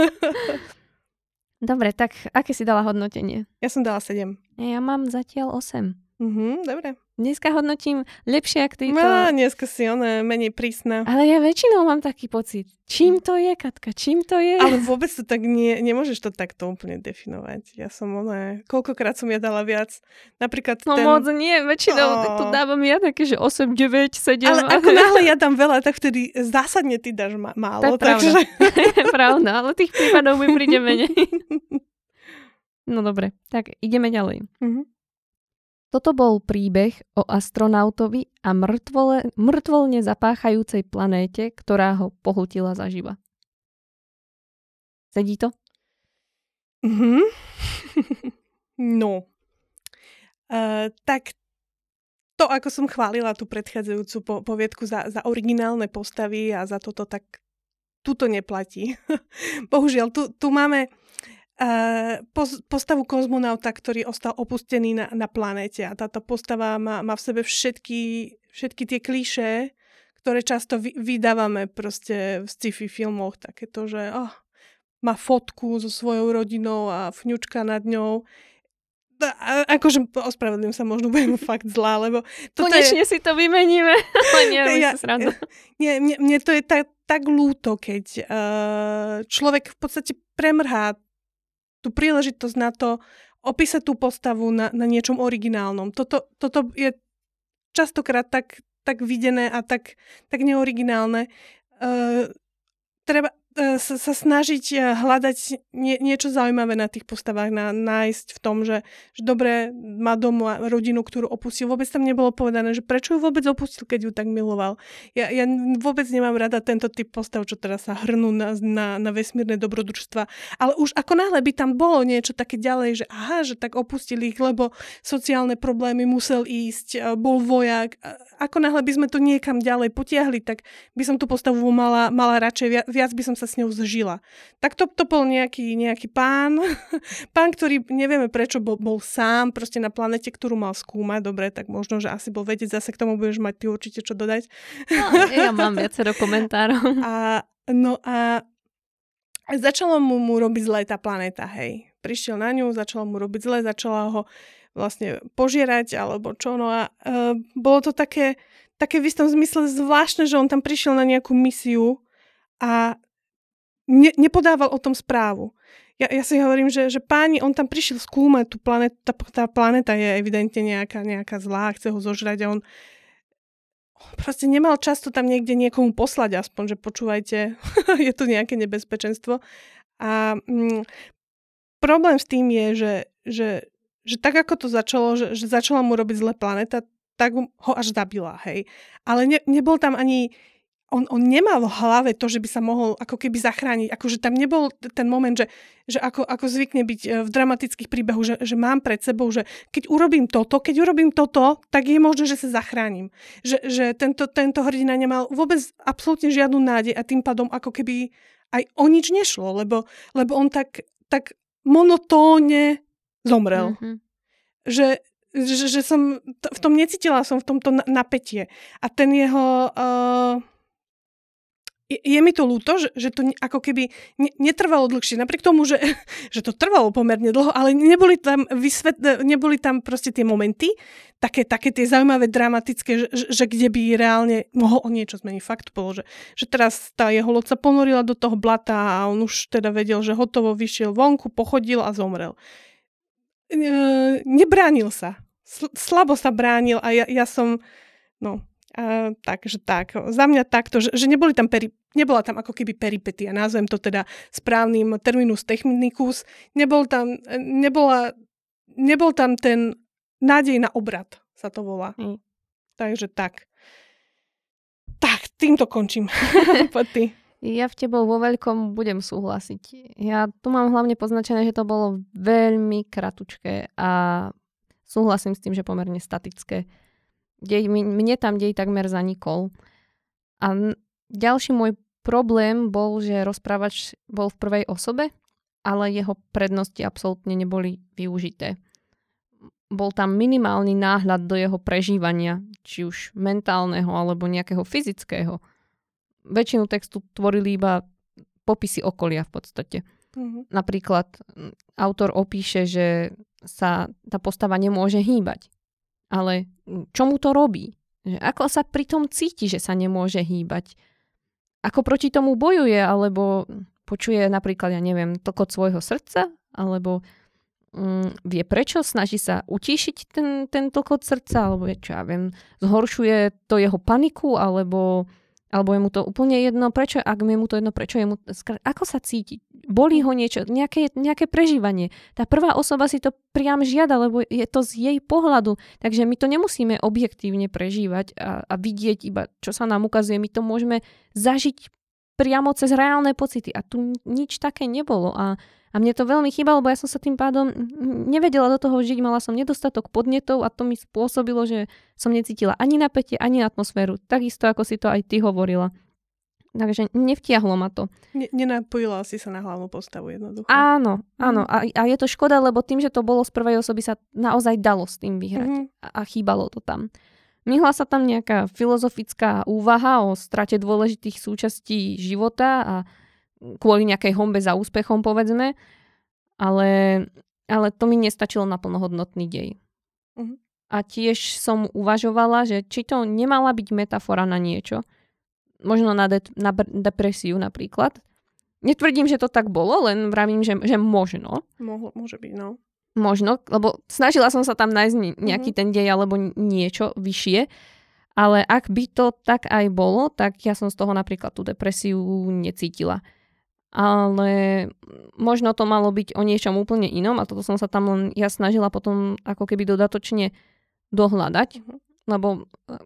Dobre, tak aké si dala hodnotenie? Ja som dala 7. Ja mám zatiaľ 8. Dobre. Dneska hodnotím lepšie, ak ty to... Dneska si menej prísna. Ale ja väčšinou mám taký pocit. Čím to je, Katka? Čím to je? Ale vôbec to tak nemôžeš to takto úplne definovať. Ja som koľkokrát som ja dala viac. Napríklad no moc nie, väčšinou tu dávam ja také, že 8, 9, 7. Ale ako náhle ja dám veľa, tak vtedy zásadne ty dáš málo. To je pravda, ale tých prípadov mi príde menej. No dobre, tak ideme ďalej. Toto bol príbeh o astronautovi a mŕtvolne zapáchajúcej planéte, ktorá ho pohltila zaživa. Sedí to? Mhm. No. Tak to, ako som chválila tú predchádzajúcu poviedku za originálne postavy a za toto, tak tuto neplatí. Bohužiaľ, tu máme postavu kozmonauta, ktorý ostal opustený na planéte a táto postava má v sebe všetky tie klišé, ktoré často vydávame proste v sci-fi filmoch, takéto, že má fotku so svojou rodinou a fňučka nad ňou. Akože ospravedlím sa, možno budem fakt zlá, lebo... Konečne si to vymeníme, ale nerobí sa srandu. Mne to je tak ľúto, keď človek v podstate premrhá tú príležitosť na to opísať tú postavu na niečom originálnom. Toto je častokrát tak videné a tak neoriginálne. Treba sa snažiť hľadať niečo zaujímavé na tých postavách, nájsť v tom, že dobre, má doma rodinu, ktorú opustil. Vôbec tam nebolo povedané, že prečo ju vôbec opustil, keď ju tak miloval. Ja vôbec nemám rada tento typ postav, čo teraz sa hrnú na vesmírne dobrodružstva. Ale už ako náhle by tam bolo niečo také ďalej, že že tak opustil ich, lebo sociálne problémy, musel ísť, bol vojak. Ako náhle by sme to niekam ďalej potiahli, tak by som tú postavu mala radšej, viac by som sa s ňou zžila. Tak to bol nejaký pán, ktorý nevieme prečo bol sám proste na planete, ktorú mal skúmať. Dobre, tak možno, že asi bol vedieť, zase k tomu budeš mať ty určite čo dodať. No, ja mám viacero komentárov. A začalo mu robiť zle tá planéta, hej. Prišiel na ňu, začalo mu robiť zle, začala ho vlastne požierať, alebo čo. No a bolo to také v istom zmysle zvláštne, že on tam prišiel na nejakú misiu a nepodával o tom správu. Ja si hovorím, že páni, on tam prišiel skúmať tú planetu, tá planéta je evidentne nejaká zlá, chce ho zožrať a on proste nemal často tam niekde niekomu poslať aspoň, že počúvajte, je tu nejaké nebezpečenstvo. A problém s tým je, že tak ako to začalo, že začala mu robiť zle planéta, tak ho až zabila, hej. Ale nebol tam ani... On nemal v hlave to, že by sa mohol ako keby zachrániť. Akože tam nebol ten moment, že ako zvykne byť v dramatických príbehoch, že mám pred sebou, že keď urobím toto, tak je možné, že sa zachránim. Že tento hrdina nemal vôbec absolútne žiadnu nádej a tým pádom ako keby aj o nič nešlo, lebo on tak monotónne zomrel. Mm-hmm. Že som v tom necítila som v tomto napätie. A ten jeho... Je mi to ľúto, že to ako keby netrvalo dlhšie. Napriek tomu, že to trvalo pomerne dlho, ale neboli tam proste tie momenty, také tie zaujímavé, dramatické, že kde by reálne mohol o niečo zmeniť. Fakt bolo, že teraz tá jeho loď sa ponorila do toho blata a on už teda vedel, že hotovo vyšiel vonku, pochodil a zomrel. Nebránil sa. Slabo sa bránil a ja som... Takže tak. Za mňa takto, že nebola tam ako keby peripetia, nazvem to teda správnym terminus technicus, nebol tam ten nádej na obrat, sa to volá. Takže tak. Tak, týmto končím. Poď ty. Ja v tebou vo veľkom budem súhlasiť. Ja tu mám hlavne poznačené, že to bolo veľmi kratučké a súhlasím s tým, že pomerne statické. Mne tam dej takmer zanikol. A ďalší môj problém bol, že rozprávač bol v prvej osobe, ale jeho prednosti absolútne neboli využité. Bol tam minimálny náhľad do jeho prežívania, či už mentálneho alebo nejakého fyzického. Väčšinu textu tvorili iba popisy okolia v podstate. Mm-hmm. Napríklad autor opíše, že sa tá postava nemôže hýbať. Ale čo mu to robí? Ako sa pri tom cíti, že sa nemôže hýbať? Ako proti tomu bojuje? Alebo počuje napríklad, ja neviem, tlkot svojho srdca? Alebo vie prečo? Snaží sa utíšiť ten tlkot srdca? Alebo čo ja viem, zhoršuje to jeho paniku? Alebo je mu to úplne jedno? Prečo? Ak je mu to jedno, prečo je mu... Ako sa cíti? bolí ho niečo, nejaké prežívanie. Tá prvá osoba si to priam žiada, lebo je to z jej pohľadu. Takže my to nemusíme objektívne prežívať a vidieť iba, čo sa nám ukazuje. My to môžeme zažiť priamo cez reálne pocity. A tu nič také nebolo. A mne to veľmi chýbalo, lebo ja som sa tým pádom nevedela do toho žiť. Mala som nedostatok podnetov a to mi spôsobilo, že som necítila ani napätie, ani atmosféru. Takisto, ako si to aj ty hovorila. Takže nevtiahlo ma to. Nenapojila si sa na hlavnú postavu jednoducho. Áno. A je to škoda, lebo tým, že to bolo z prvej osoby, sa naozaj dalo s tým vyhrať. A chýbalo to tam. Myhla sa tam nejaká filozofická úvaha o strate dôležitých súčastí života a kvôli nejakej honbe za úspechom, povedzme. Ale to mi nestačilo na plnohodnotný dej. A tiež som uvažovala, že či to nemala byť metafora na niečo. Možno na depresiu napríklad. Netvrdím, že to tak bolo, len vravím, že možno. Môže byť, no. Možno, lebo snažila som sa tam nájsť nejaký ten dej alebo niečo vyššie, ale ak by to tak aj bolo, tak ja som z toho napríklad tú depresiu necítila. Ale možno to malo byť o niečom úplne inom a toto som sa tam len ja snažila potom ako keby dodatočne dohľadať, lebo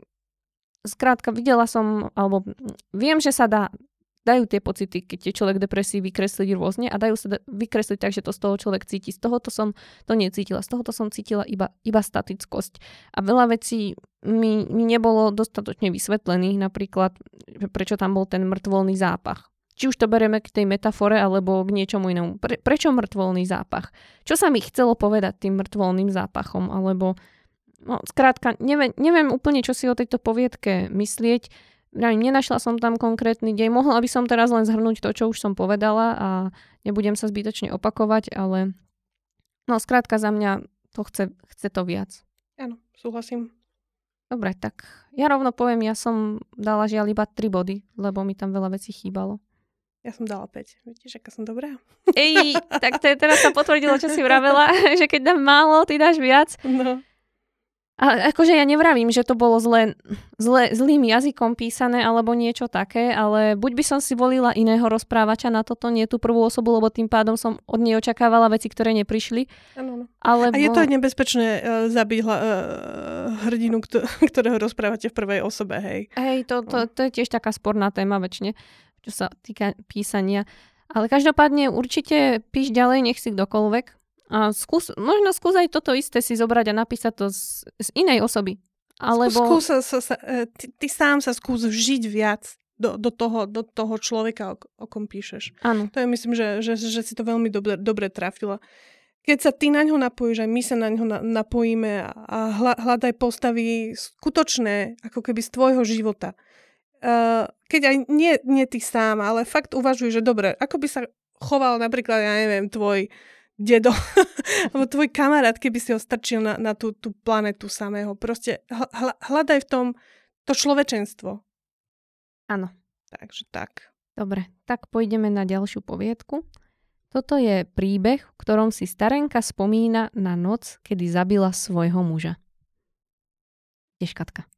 skrátka videla som, alebo viem, že sa dajú tie pocity, keď je človek v depresii, vykresliť rôzne a dajú sa vykresliť tak, že to z toho človek cíti. Z tohoto som to necítila. Z tohoto som cítila iba statickosť. A veľa vecí mi nebolo dostatočne vysvetlených, napríklad, prečo tam bol ten mŕtvolný zápach. Či už to bereme k tej metafore, alebo k niečomu inému. Prečo mŕtvolný zápach? Čo sa mi chcelo povedať tým mŕtvolným zápachom? Alebo skrátka, neviem úplne, čo si o tejto poviedke myslieť. Nenašla som tam konkrétny dej. Mohla by som teraz len zhrnúť to, čo už som povedala a nebudem sa zbytočne opakovať, ale skrátka za mňa to chce to viac. Áno, súhlasím. Dobre, tak ja rovno poviem, ja som dala žiaľ iba 3 body, lebo mi tam veľa vecí chýbalo. Ja som dala 5. Vidíš, aká som dobrá? Tak teraz sa potvrdilo, čo si vravela, že keď dám málo, ty dáš viac. No. A akože ja nevravím, že to bolo zlým jazykom písané alebo niečo také, ale buď by som si volila iného rozprávača na toto, nie tú prvú osobu, lebo tým pádom som od nej očakávala veci, ktoré neprišli. Ano. Alebo... A je to aj nebezpečné zabiť hrdinu, ktorého rozprávate v prvej osobe, hej? Hej, to je tiež taká sporná téma väčšine, čo sa týka písania. Ale každopádne určite píš ďalej, nech si kdokoľvek. A možno skús aj toto isté si zobrať a napísať to z inej osoby. Alebo... Ty sám sa skús vžiť viac do toho človeka, o kom píšeš. Áno. To je, myslím, že si to veľmi dobre trafila. Keď sa ty na ňo napojíš, aj my sa na ňo napojíme a hľadaj postavy skutočné, ako keby z tvojho života. Keď aj nie ty sám, ale fakt uvažuj, že dobre, ako by sa choval napríklad, ja neviem, tvoj dedo, alebo tvoj kamarát, keby si ho strčil na tú planetu samého. Proste hľadaj v tom to človečenstvo. Áno. Takže tak. Dobre, tak pôjdeme na ďalšiu poviedku. Toto je príbeh, v ktorom si starenka spomína na noc, kedy zabila svojho muža. Katka.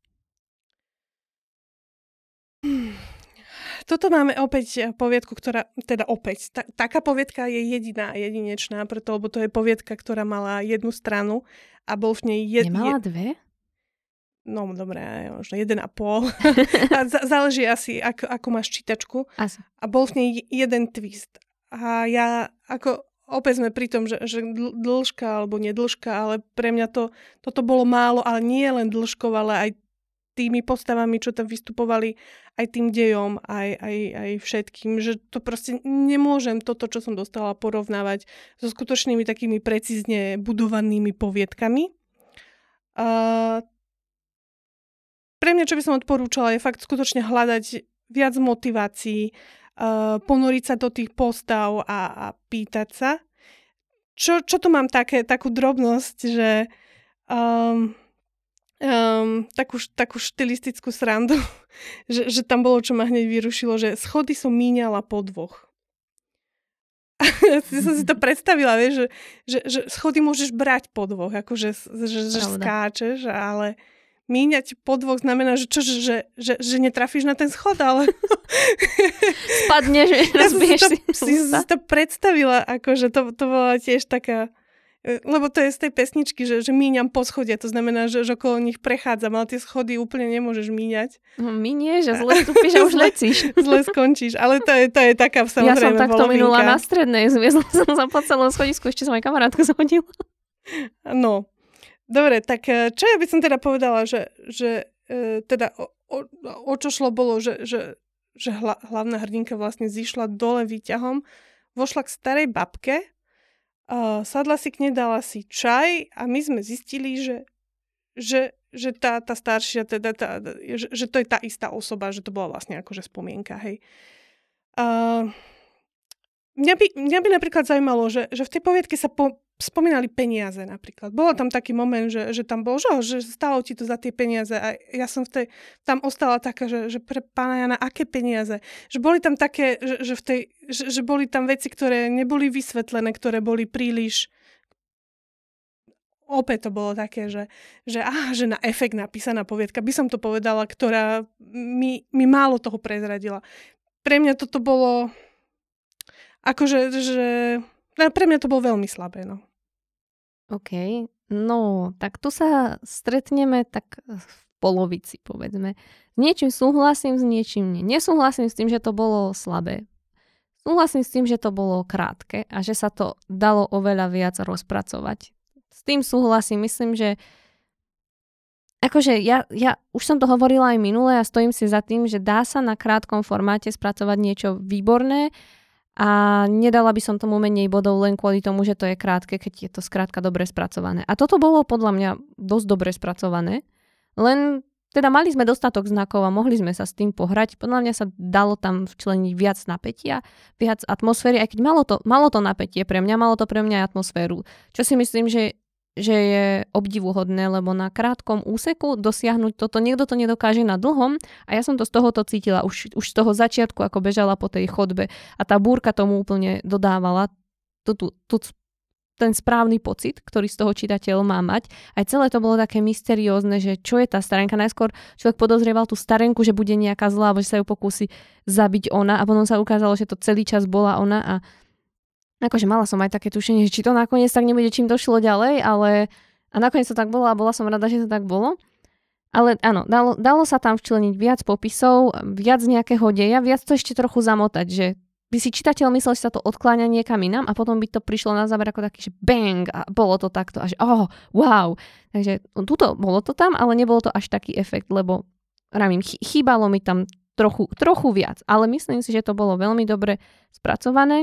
Toto máme opäť poviedku, ktorá, teda opäť, taká poviedka je jediná a jedinečná, lebo to je poviedka, ktorá mala jednu stranu a bol v nej... Nemala dve? No, dobré, možno 1,5. Záleží asi, ako máš čítačku. Asi. A bol v nej jeden twist. A ja, opäť sme pri tom, že dĺžka alebo nedĺžka, ale pre mňa toto bolo málo, ale nie len dĺžkou, ale aj tými postavami, čo tam vystupovali, aj tým dejom, aj všetkým, že to proste nemôžem toto, čo som dostala, porovnávať so skutočnými takými precízne budovanými poviedkami. Pre mňa, čo by som odporúčala, je fakt skutočne hľadať viac motivácií, ponoriť sa do tých postav a pýtať sa. Čo tu mám takú drobnosť, že takú štilistickú srandu, že tam bolo, čo ma hneď vyrušilo, že schody som míňala po 2. Som si to predstavila, vieš, že schody môžeš brať po 2, akože že skáčeš, ale míňať po dvoch znamená, že čo, že netrafíš na ten schod, ale... Spadneš, rozbiješ si to predstavila, akože to bola tiež taká... Lebo to je z tej pesničky, že míňam po schode, to znamená, že okolo nich prechádzam, ale tie schody úplne nemôžeš míňať. Mínieš a zle stúpiš a už lecíš. Zle skončíš, ale to je taká samozrejme Ja som takto volovinka. minula na strednej, zviezla som sa po celom schodisku, ešte som aj kamarátku zhodila. No, dobre, tak čo ja by som teda povedala, že teda o čo šlo bolo, že hlavná hrdinka vlastne zišla dole výťahom, vošla k starej babke, sadla si k nej, dala si čaj a my sme zistili, že tá staršia, teda že to je tá istá osoba, že to bola vlastne akože spomienka, hej. Mňa by napríklad zaujímalo, že v tej poviedke sa spomínali peniaze napríklad. Bolo tam taký moment, že tam bolo, že stálo ti to za tie peniaze a ja som tam ostala taká, že pre pána Jana, aké peniaze? Že boli tam také, že boli tam veci, ktoré neboli vysvetlené, ktoré boli príliš... Opäť to bolo také, že na efekt napísaná poviedka, by som to povedala, ktorá mi málo toho prezradila. Pre mňa toto bolo... Akože, pre mňa to bolo veľmi slabé, no. OK, no, tak tu sa stretneme tak v polovici, povedzme. S niečím súhlasím, s niečím nie. Nesúhlasím s tým, že to bolo slabé. Súhlasím s tým, že to bolo krátke a že sa to dalo oveľa viac rozpracovať. S tým súhlasím, myslím, že akože ja už som to hovorila aj minule a stojím si za tým, že dá sa na krátkom formáte spracovať niečo výborné a nedala by som tomu menej bodov len kvôli tomu, že to je krátke, keď je to skrátka dobre spracované. A toto bolo podľa mňa dosť dobre spracované, len teda mali sme dostatok znakov a mohli sme sa s tým pohrať. Podľa mňa sa dalo tam včleniť viac napätia, viac atmosféry, aj keď malo to napätie pre mňa, malo to pre mňa aj atmosféru. Čo si myslím, že je obdivuhodné, lebo na krátkom úseku dosiahnuť toto, niekto to nedokáže na dlhom a ja som to z tohoto cítila už z toho začiatku, ako bežala po tej chodbe a tá búrka tomu úplne dodávala ten správny pocit, ktorý z toho čitateľ má mať. Aj celé to bolo také mysteriózne, že čo je tá starenka. Najskôr človek podozrieval tú starenku, že bude nejaká zlá, alebo že sa ju pokúsi zabiť ona a potom sa ukázalo, že to celý čas bola ona a akože mala som aj také tušenie, že či to nakoniec tak nebude, čím to šlo ďalej, ale a nakoniec to tak bolo a bola som rada, že to tak bolo. Ale áno, dalo sa tam včleniť viac popisov, viac nejakého deja, viac to ešte trochu zamotať, že by si čitateľ myslel, že sa to odkláňa niekam inám a potom by to prišlo na záver ako taký, že bang a bolo to takto a že wow. Takže bolo to tam, ale nebolo to až taký efekt, lebo chýbalo mi tam trochu viac, ale myslím si, že to bolo veľmi dobre spracované.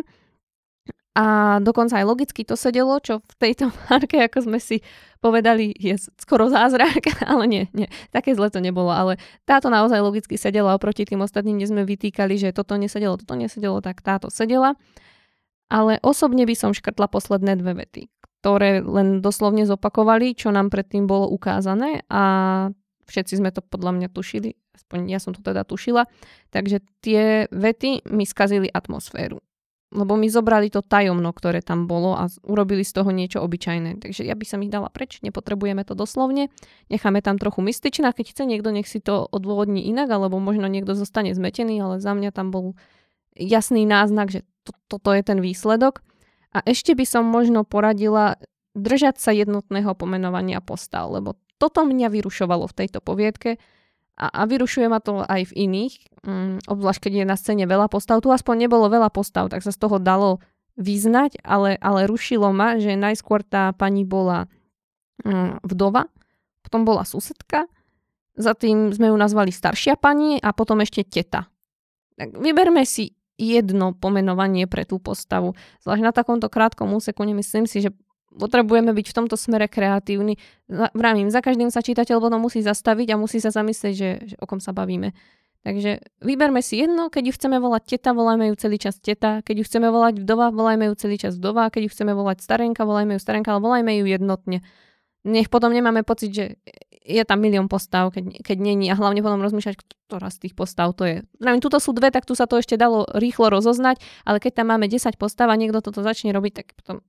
A dokonca aj logicky to sedelo, čo v tejto marke, ako sme si povedali, je skoro zázrak, ale nie, také zle to nebolo, ale táto naozaj logicky sedela oproti tým ostatným, kde sme vytýkali, že toto nesedelo, tak táto sedela. Ale osobne by som škrtla posledné dve vety, ktoré len doslovne zopakovali, čo nám predtým bolo ukázané a všetci sme to podľa mňa tušili, aspoň ja som to teda tušila, takže tie vety mi skazili atmosféru. Lebo mi zobrali to tajomno, ktoré tam bolo a urobili z toho niečo obyčajné. Takže ja by som ich dala preč, nepotrebujeme to doslovne. Necháme tam trochu mystičná, keď chce niekto, nech si to odôvodní inak, alebo možno niekto zostane zmetený, ale za mňa tam bol jasný náznak, že toto je ten výsledok. A ešte by som možno poradila držať sa jednotného pomenovania postav, lebo toto mňa vyrušovalo v tejto poviedke. A vyrušuje ma to aj v iných, obzvlášť keď je na scéne veľa postav. Tu aspoň nebolo veľa postav, tak sa z toho dalo vyznať, ale rušilo ma, že najskôr tá pani bola vdova, potom bola susedka, za tým sme ju nazvali staršia pani a potom ešte teta. Tak vyberme si jedno pomenovanie pre tú postavu. Zvlášť na takomto krátkom úseku nemyslím si, že potrebujeme byť v tomto smere kreatívni. Vravím, za každým sa čitateľ potom musí zastaviť a musí sa zamyslieť, že o kom sa bavíme. Takže vyberme si jedno, keď ju chceme volať teta, volajme ju celý čas teta, keď ju chceme volať vdova, volajme ju celý čas vdova, keď ju chceme volať starenka, volajme ju starenka, ale volajme ju jednotne. Nech potom nemáme pocit, že je tam milión postav, keď není a hlavne potom rozmýšľať, ktorá z tých postav to je. Vravím, tuto sú dve, tak tu sa to ešte dalo rýchlo rozoznať, ale keď tam máme 10 postav a niekto toto začne robiť, tak potom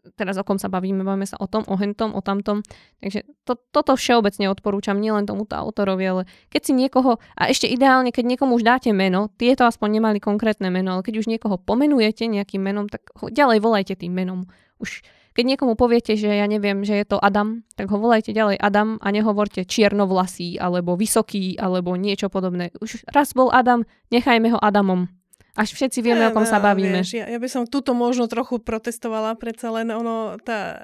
teraz o kom sa bavíme sa o tom, o hentom, o tamtom. Takže toto všeobecne odporúčam, nielen tomuto autorovi, ale keď si niekoho, a ešte ideálne, keď niekomu už dáte meno, tieto aspoň nemali konkrétne meno, ale keď už niekoho pomenujete nejakým menom, tak ho ďalej volajte tým menom. Už keď niekomu poviete, že ja neviem, že je to Adam, tak ho volajte ďalej Adam a nehovorte čiernovlasý, alebo vysoký, alebo niečo podobné. Už raz bol Adam, nechajme ho Adamom. Až všetci vieme, o kom sa bavíme. Vieš, ja by som túto možno trochu protestovala, predsa len ono,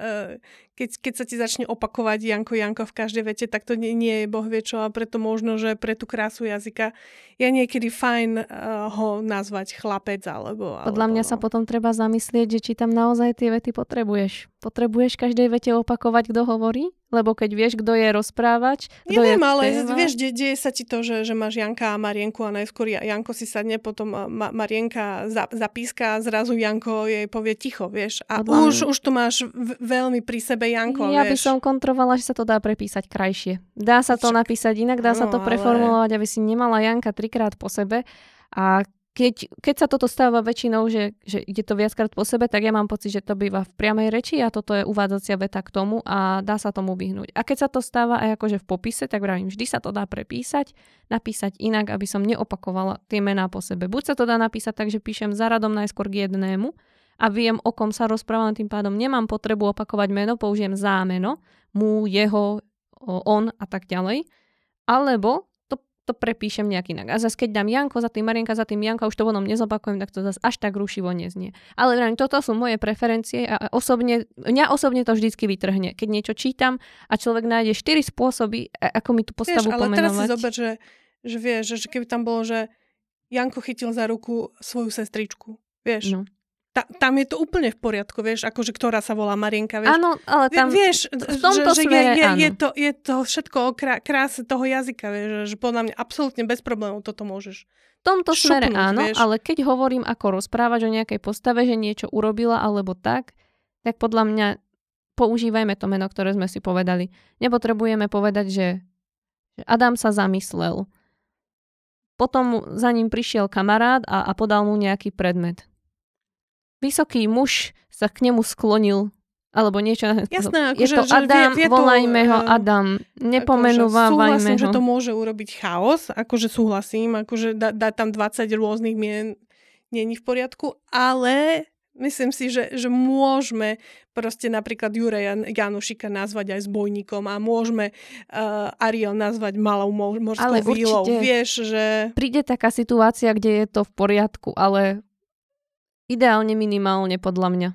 keď sa ti začne opakovať Janko v každej vete, tak to nie je boh vie čo, a preto možno, že pre tú krásu jazyka je niekedy fajn ho nazvať chlapec alebo... Podľa mňa sa potom treba zamyslieť, že či tam naozaj tie vety potrebuješ. Potrebuješ každej vete opakovať, kto hovorí? Lebo keď vieš, kto je rozprávač, kto neviem, je ale téma. vieš, deje sa ti to, že máš Janka a Marienku a najskôr Janko si sadne, potom Marienka zapíska a zrazu Janko jej povie ticho, vieš. A už to máš veľmi pri sebe Janko, ja vieš. by som kontrolovala, že sa to dá prepísať krajšie. Dá sa to napísať inak, dá sa to preformulovať, aby si nemala Janka 3-krát po sebe. A keď sa toto stáva väčšinou, že ide to viackrát po sebe, tak ja mám pocit, že to býva v priamej reči a toto je uvádzacia veta k tomu a dá sa tomu vyhnúť. A keď sa to stáva aj akože v popise, tak vravím, vždy sa to dá prepísať, napísať inak, aby som neopakovala tie mená po sebe. Buď sa to dá napísať tak, že píšem za radom najskôr k jednému a viem, o kom sa rozprávam, tým pádom nemám potrebu opakovať meno, použijem zámeno, mu, jeho, on a tak ďalej. Alebo to prepíšem nejak inak. A zase keď dám Janko za tým, Marienka za tým, Janka už to potom nezopakujem, tak to zase až tak rušivo neznie. Ale toto sú moje preferencie a mňa osobne to vždycky vytrhne. Keď niečo čítam a človek nájde 4 spôsoby, ako mi tú postavu pomenovať. Ale teraz si zober, že vieš, že keby tam bolo, že Janko chytil za ruku svoju sestričku, vieš. No. Tam je to úplne v poriadku, vieš, akože ktorá sa volá Marienka, vieš. Áno, ale tam vieš, v tomto smere, je to všetko o kráse toho jazyka, vieš, že podľa mňa absolútne bez problémov toto môžeš. V tomto smere áno, vieš. Ale keď hovorím ako rozprávať o nejakej postave, že niečo urobila alebo tak podľa mňa používajme to meno, ktoré sme si povedali. Nepotrebujeme povedať, že Adam sa zamyslel. Potom za ním prišiel kamarát a podal mu nejaký predmet. Vysoký muž sa k nemu sklonil, alebo niečo. Jasné, je to Adam, volajme ho Adam, nepomenúvajme ho. Súhlasím, že to môže urobiť chaos, akože súhlasím, akože dať tam 20 rôznych mien nie je v poriadku, ale myslím si, že môžeme proste napríklad Juraja Janušika nazvať aj zbojníkom a môžeme Ariel nazvať malou morskou vílou. Vieš, že... Príde taká situácia, kde je to v poriadku, ale ideálne minimálne podľa mňa.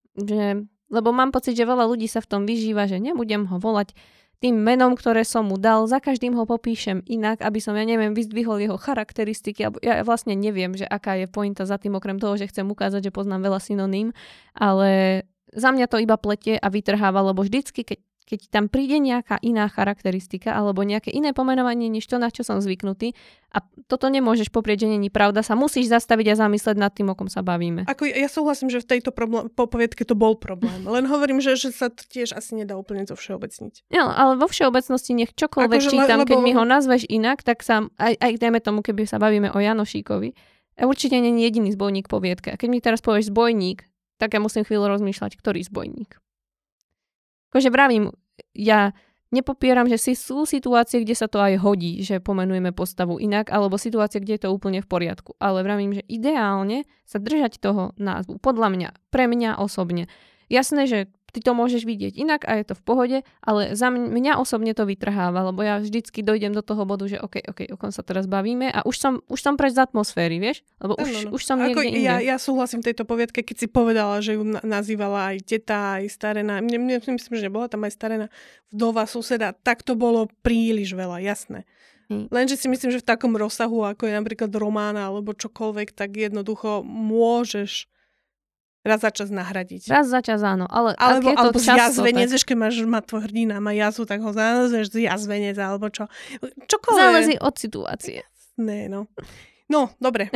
Lebo mám pocit, že veľa ľudí sa v tom vyžíva, že nebudem ho volať tým menom, ktoré som mu dal, za každým ho popíšem inak, aby som, vyzdvihol jeho charakteristiky. Ja vlastne neviem, že aká je pointa za tým, okrem toho, že chcem ukázať, že poznám veľa synoním, ale za mňa to iba pletie a vytrháva, lebo vždycky, keď tam príde nejaká iná charakteristika alebo nejaké iné pomenovanie, než to, na čo som zvyknutý, a toto nemôžeš poprieť, že není pravda, sa musíš zastaviť a zamyslieť nad tým, o kom sa bavíme. Ja súhlasím, že v tejto popoviedke to bol problém. Len hovorím, že sa to tiež asi nedá úplne zovšeobecniť. No, ale vo všeobecnosti nech čokoľvek čítam, keď mi ho nazveš inak, tak sa, aj dajme tomu, keby sa bavíme o Janošíkovi, určite nie je jediný zbojník poviedke. A keď mi teraz povieš zbojník, tak ja musím chvíľu rozmýšľať, ktorý zbojník. Akože vravím, ja nepopieram, že sú situácie, kde sa to aj hodí, že pomenujeme postavu inak, alebo situácie, kde je to úplne v poriadku. Ale vravím, že ideálne sa držať toho názvu. Podľa mňa, pre mňa osobne. Jasné, že ty to môžeš vidieť inak a je to v pohode, ale za mňa osobne to vytrháva, lebo ja vždycky dojdem do toho bodu, že OK, o kom sa teraz bavíme a už som preč z atmosféry, vieš? Lebo už som niekde inde. Ja súhlasím v tejto poviedke, keď si povedala, že ju nazývala aj teta, aj starená. Mne myslím, že nebola tam aj starená vdova, suseda. Tak to bolo príliš veľa, jasné. Lenže si myslím, že v takom rozsahu, ako je napríklad román alebo čokoľvek, tak jednoducho môžeš raz za čas nahradiť. Raz za čas, áno. Alebo zjazvenec, vieš, keď má tvoj hrdina, má jazu, tak ho nazveš zjazvenec, alebo čo. Čokoľvek. Záleží od situácie. No, dobre.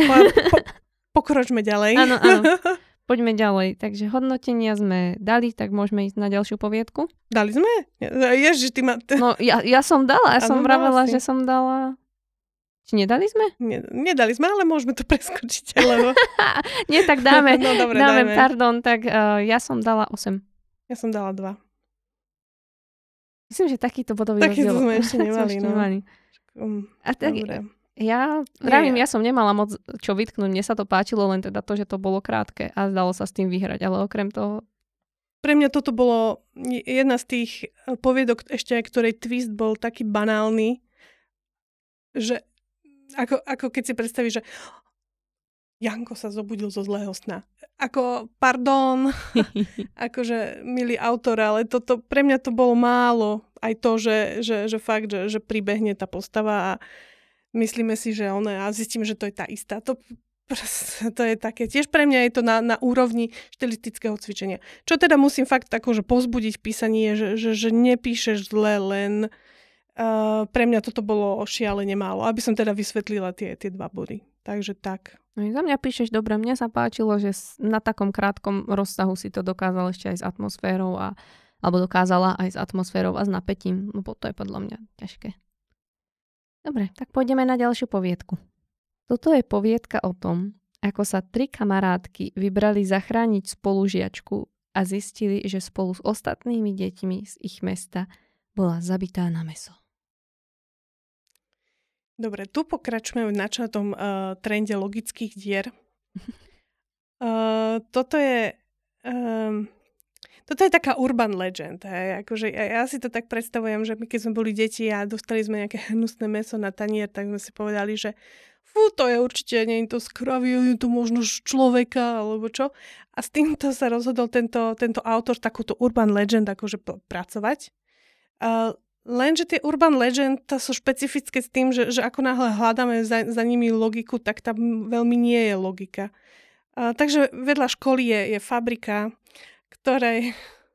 Pokročme ďalej. Áno. Poďme ďalej. Takže hodnotenia sme dali, tak môžeme ísť na ďalšiu poviedku. Dali sme? Ježiš, ty ma... No, ja som dala. Ja som vravela, že som dala... Či nedali sme? Nedali sme, ale môžeme to preskočiť. Lebo... Nie, tak dáme. No, dobre, dáme. Pardon, tak ja som dala 8. Ja som dala 2. Myslím, že takýto bodový rozdiel. Takýto sme ešte nemali, no. A tak, dobre. Ja som nemala moc čo vytknúť. Mne sa to páčilo len teda to, že to bolo krátke a zdalo sa s tým vyhrať. Ale okrem toho... Pre mňa toto bolo jedna z tých poviedok ešte, ktorej twist bol taký banálny, že ako keď si predstavíš, že Janko sa zobudil zo zlého sna. Ako, pardon, akože milý autor, ale toto, pre mňa to bolo málo. Aj to, že fakt, že pribehne tá postava a myslíme si, že ona, a zistíme, že to je tá istá. To je také, tiež pre mňa je to na úrovni štilistického cvičenia. Čo teda musím fakt akože pozbudiť v písaní je, že nepíšeš zle, len pre mňa toto bolo šialene málo. Aby som teda vysvetlila tie 2 body. Takže tak. No za mňa píšeš dobre. Mne sa páčilo, že na takom krátkom rozsahu si to dokázal ešte aj s atmosférou alebo dokázala aj s atmosférou a s napätím. No to je podľa mňa ťažké. Dobre, tak pôjdeme na ďalšiu poviedku. Toto je poviedka o tom, ako sa 3 kamarátky vybrali zachrániť spolužiačku a zistili, že spolu s ostatnými deťmi z ich mesta bola zabitá na mäso. Dobre, tu pokračujeme v načatom trende logických dier. Toto je taká urban legend. Hej. Akože ja si to tak predstavujem, že my keď sme boli deti a dostali sme nejaké hnusné mäso na tanier, tak sme si povedali, že to je určite, nie je to z kravy, je to možno z človeka, alebo čo. A s týmto sa rozhodol tento autor takúto urban legend akože pracovať. Lenže tie urban legend sú špecifické s tým, že ako náhle hľadáme za nimi logiku, tak tam veľmi nie je logika. Takže vedľa školy je fabrika, ktorej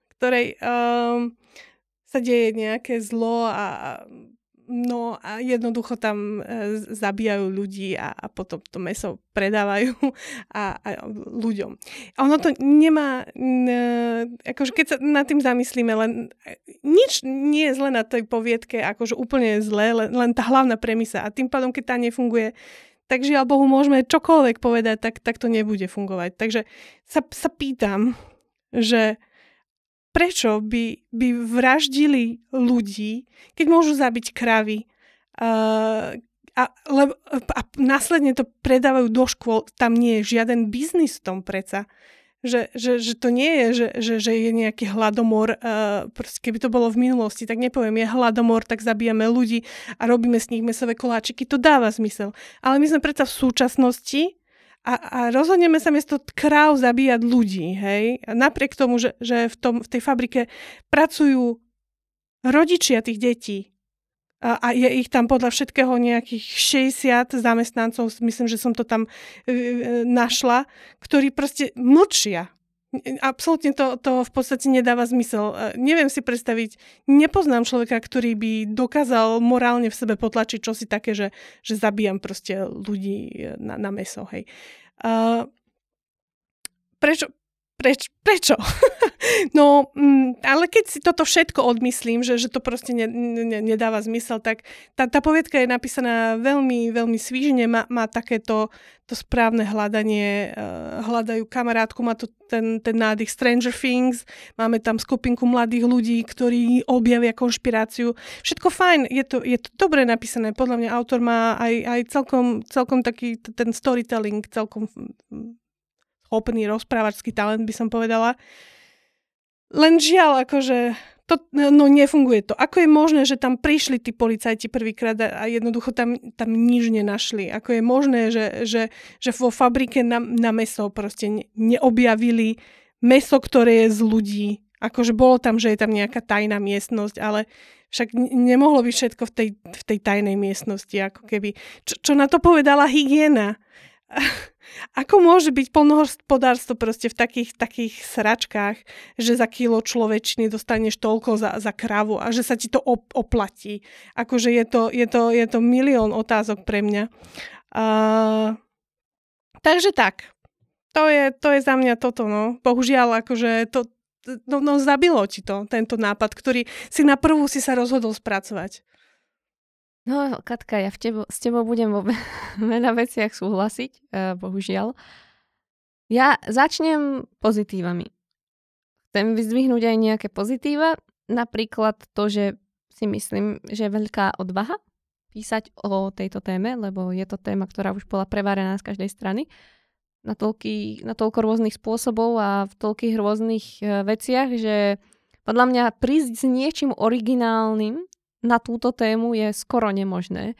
sa deje nejaké zlo a jednoducho tam zabíjajú ľudí a potom to mäso predávajú a ľuďom. A ono to nemá, akože keď sa nad tým zamyslíme, len nič nie je zle na tej poviedke, akože úplne zle, len tá hlavná premisa. A tým pádom, keď tá nefunguje, tak žiaľ Bohu, môžeme čokoľvek povedať, tak to nebude fungovať. Takže sa pýtam, že prečo by vraždili ľudí, keď môžu zabiť kravy a následne to predávajú do škôl, tam nie je žiaden biznis v tom predsa. Že to nie je, že je nejaký hladomor, proste keby to bolo v minulosti, tak nepoviem, je hladomor, tak zabijame ľudí a robíme s nich mäsové koláčiky, to dáva zmysel. Ale my sme predsa v súčasnosti a rozhodneme sa miesto kráv zabíjať ľudí, hej? A napriek tomu, že v tej fabrike pracujú rodičia tých detí a je ich tam podľa všetkého nejakých 60 zamestnancov, myslím, že som to tam našla, ktorí proste mlčia. Absolútne to v podstate nedáva zmysel. Neviem si predstaviť, nepoznám človeka, ktorý by dokázal morálne v sebe potlačiť čosi také, že zabíjam proste ľudí na mäso. Hej. Prečo? No, ale keď si toto všetko odmyslím, že to proste nedáva zmysel, tak tá poviedka je napísaná veľmi, veľmi svížne, má takéto to správne hľadanie, hľadajú kamarátku, má to ten nádych Stranger Things, máme tam skupinku mladých ľudí, ktorí objavia konšpiráciu. Všetko fajn, je to dobre napísané, podľa mňa autor má aj celkom taký ten storytelling, celkom schopný rozprávačský talent, by som povedala. Len žiaľ, akože nefunguje to. Ako je možné, že tam prišli tí policajti prvýkrát a jednoducho tam nič nenašli? Ako je možné, že vo fabrike na mäso proste neobjavili mäso, ktoré je z ľudí? Akože bolo tam, že je tam nejaká tajná miestnosť, ale však nemohlo byť všetko v tej tajnej miestnosti. Ako keby. Čo na to povedala hygiena? Ako môže byť poľnohospodárstvo proste v takých sračkách, že za kilo človečiny dostaneš toľko za kravu a že sa ti to oplatí. Akože je to milión otázok pre mňa. Takže tak. To je za mňa toto, no. Bohužiaľ, akože to zabilo ti to, tento nápad, ktorý si na prvú si sa rozhodol spracovať. No, Katka, ja s tebou budem vo veľa veciach súhlasiť, bohužiaľ. Ja začnem pozitívami. chcem vyzdvihnúť aj nejaké pozitíva. Napríklad to, že si myslím, že je veľká odvaha písať o tejto téme, lebo je to téma, ktorá už bola prevárená z každej strany na toľko rôznych spôsobov a v toľkých rôznych veciach, že podľa mňa prísť s niečím originálnym na túto tému je skoro nemožné.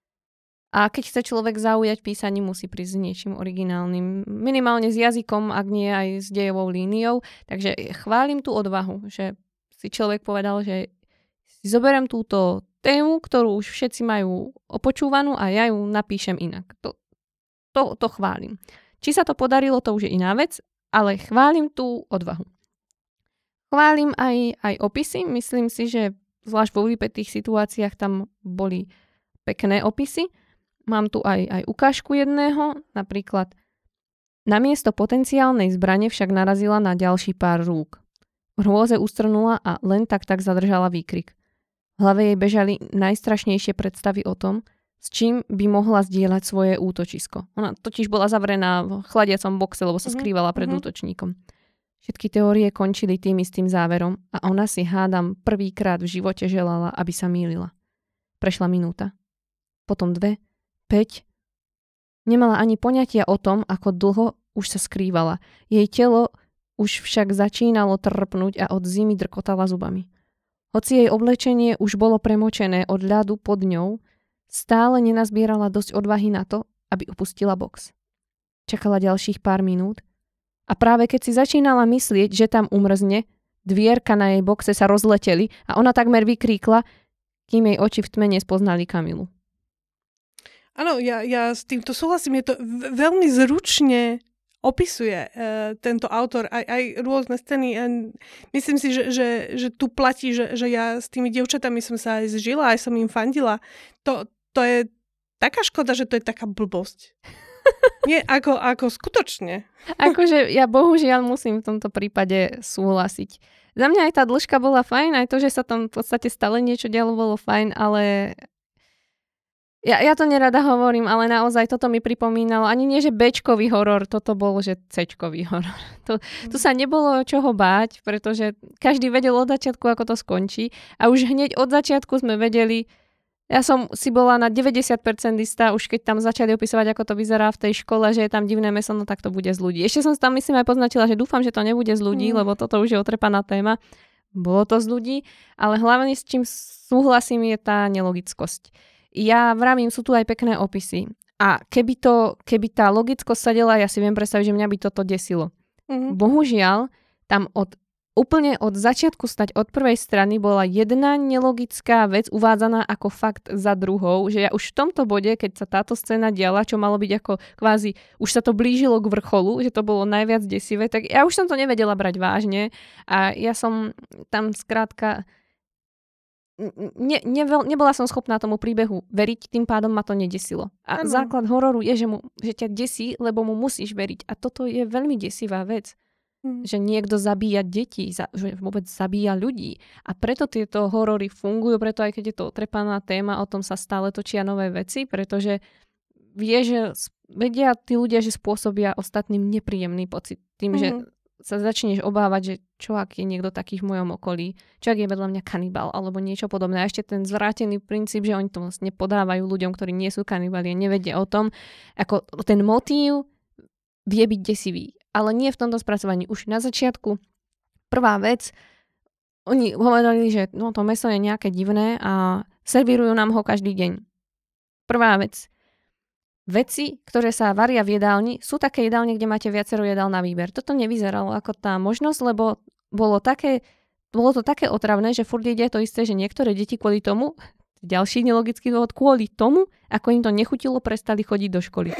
A keď chce človek zaujať písaním, musí prísť s niečím originálnym. Minimálne s jazykom, ak nie aj s dejovou líniou. Takže chválim tú odvahu, že si človek povedal, že si zoberiem túto tému, ktorú už všetci majú opočúvanú a ja ju napíšem inak. To chválim. Či sa to podarilo, to už je iná vec, ale chválim tú odvahu. Chválim aj opisy. Myslím si, že zvlášť vo vypätých situáciách tam boli pekné opisy. Mám tu aj ukážku jedného, napríklad namiesto potenciálnej zbrane však narazila na ďalší pár rúk. V hrôze ustrnula a len tak zadržala výkrik. V hlave jej bežali najstrašnejšie predstavy o tom, s čím by mohla zdieľať svoje útočisko. Ona totiž bola zavrená v chladiacom boxe, lebo sa skrývala pred útočníkom. Všetky teórie končili tým istým záverom a ona si hádam prvýkrát v živote želala, aby sa mýlila. Prešla minúta. Potom 2, 5. Nemala ani poňatia o tom, ako dlho už sa skrývala. Jej telo už však začínalo trpnúť a od zimy drkotala zubami. Hoci jej oblečenie už bolo premočené od ľadu pod ňou, stále nenazbierala dosť odvahy na to, aby opustila box. Čakala ďalších pár minút a práve keď si začínala myslieť, že tam umrzne, dvierka na jej boxe sa rozleteli a ona takmer vykríkla, kým jej oči v tme nespoznali Kamilu. Áno, ja s týmto súhlasím. Je to veľmi zručne opisuje tento autor aj rôzne scény. Myslím si, že tu platí, že ja s tými dievčatami som sa aj zžila, aj som im fandila. To je taká škoda, že to je taká blbosť. Nie, ako skutočne. Akože ja bohužiaľ musím v tomto prípade súhlasiť. Za mňa aj tá dĺžka bola fajn, aj to, že sa tam v podstate stále niečo dialo, bolo fajn, ale ja to nerada hovorím, ale naozaj toto mi pripomínalo, ani nie, že Bčkový horor, toto bol, že Cčkový horor. Tu sa nebolo čoho báť, pretože každý vedel od začiatku, ako to skončí a už hneď od začiatku sme vedeli, ja som si bola na 90% istá, už keď tam začali opisovať, ako to vyzerá v tej škole, že je tam divné mäso, no tak to bude z ľudí. Ešte som tam myslím aj poznačila, že dúfam, že to nebude z ľudí, lebo toto už je otrepaná téma. Bolo to z ľudí, ale hlavne s čím súhlasím je tá nelogickosť. Ja vravím, sú tu aj pekné opisy. A keby tá logickosť sadela, ja si viem predstaviť, že mňa by toto desilo. Bohužiaľ, tam úplne od začiatku stať od prvej strany bola jedna nelogická vec uvádzaná ako fakt za druhou, že ja už v tomto bode, keď sa táto scéna diala, čo malo byť ako kvázi, už sa to blížilo k vrcholu, že to bolo najviac desivé, tak ja už som to nevedela brať vážne a ja som tam skrátka nebola som schopná tomu príbehu veriť, tým pádom ma to nedesilo. A základ hororu je, že ťa desí, lebo mu musíš veriť. A toto je veľmi desivá vec. Že niekto zabíja deti, že vôbec zabíja ľudí. A preto tieto horory fungujú, preto aj keď je to otrepaná téma, o tom sa stále točia nové veci, pretože vedia tí ľudia, že spôsobia ostatným nepríjemný pocit. Tým, že sa začneš obávať, že čo ak je niekto taký v mojom okolí, čo ak je vedľa mňa kanibal alebo niečo podobné. A ešte ten zvrátený princíp, že oni to vlastne podávajú ľuďom, ktorí nie sú kanibali a nevedia o tom, ako ten motív vie byť desivý. Ale nie v tomto spracovaní. Už na začiatku prvá vec, oni hovorili, že no, to mäso je nejaké divné a servírujú nám ho každý deň. Prvá vec. Veci, ktoré sa varia v jedálni, sú také jedálne, kde máte viacero jedál na výber. Toto nevyzeralo ako tá možnosť, lebo bolo to také otravné, že furt jedia to isté, že niektoré deti kvôli tomu, ďalší nelogický dôvod, kvôli tomu, ako im to nechutilo, prestali chodiť do školy.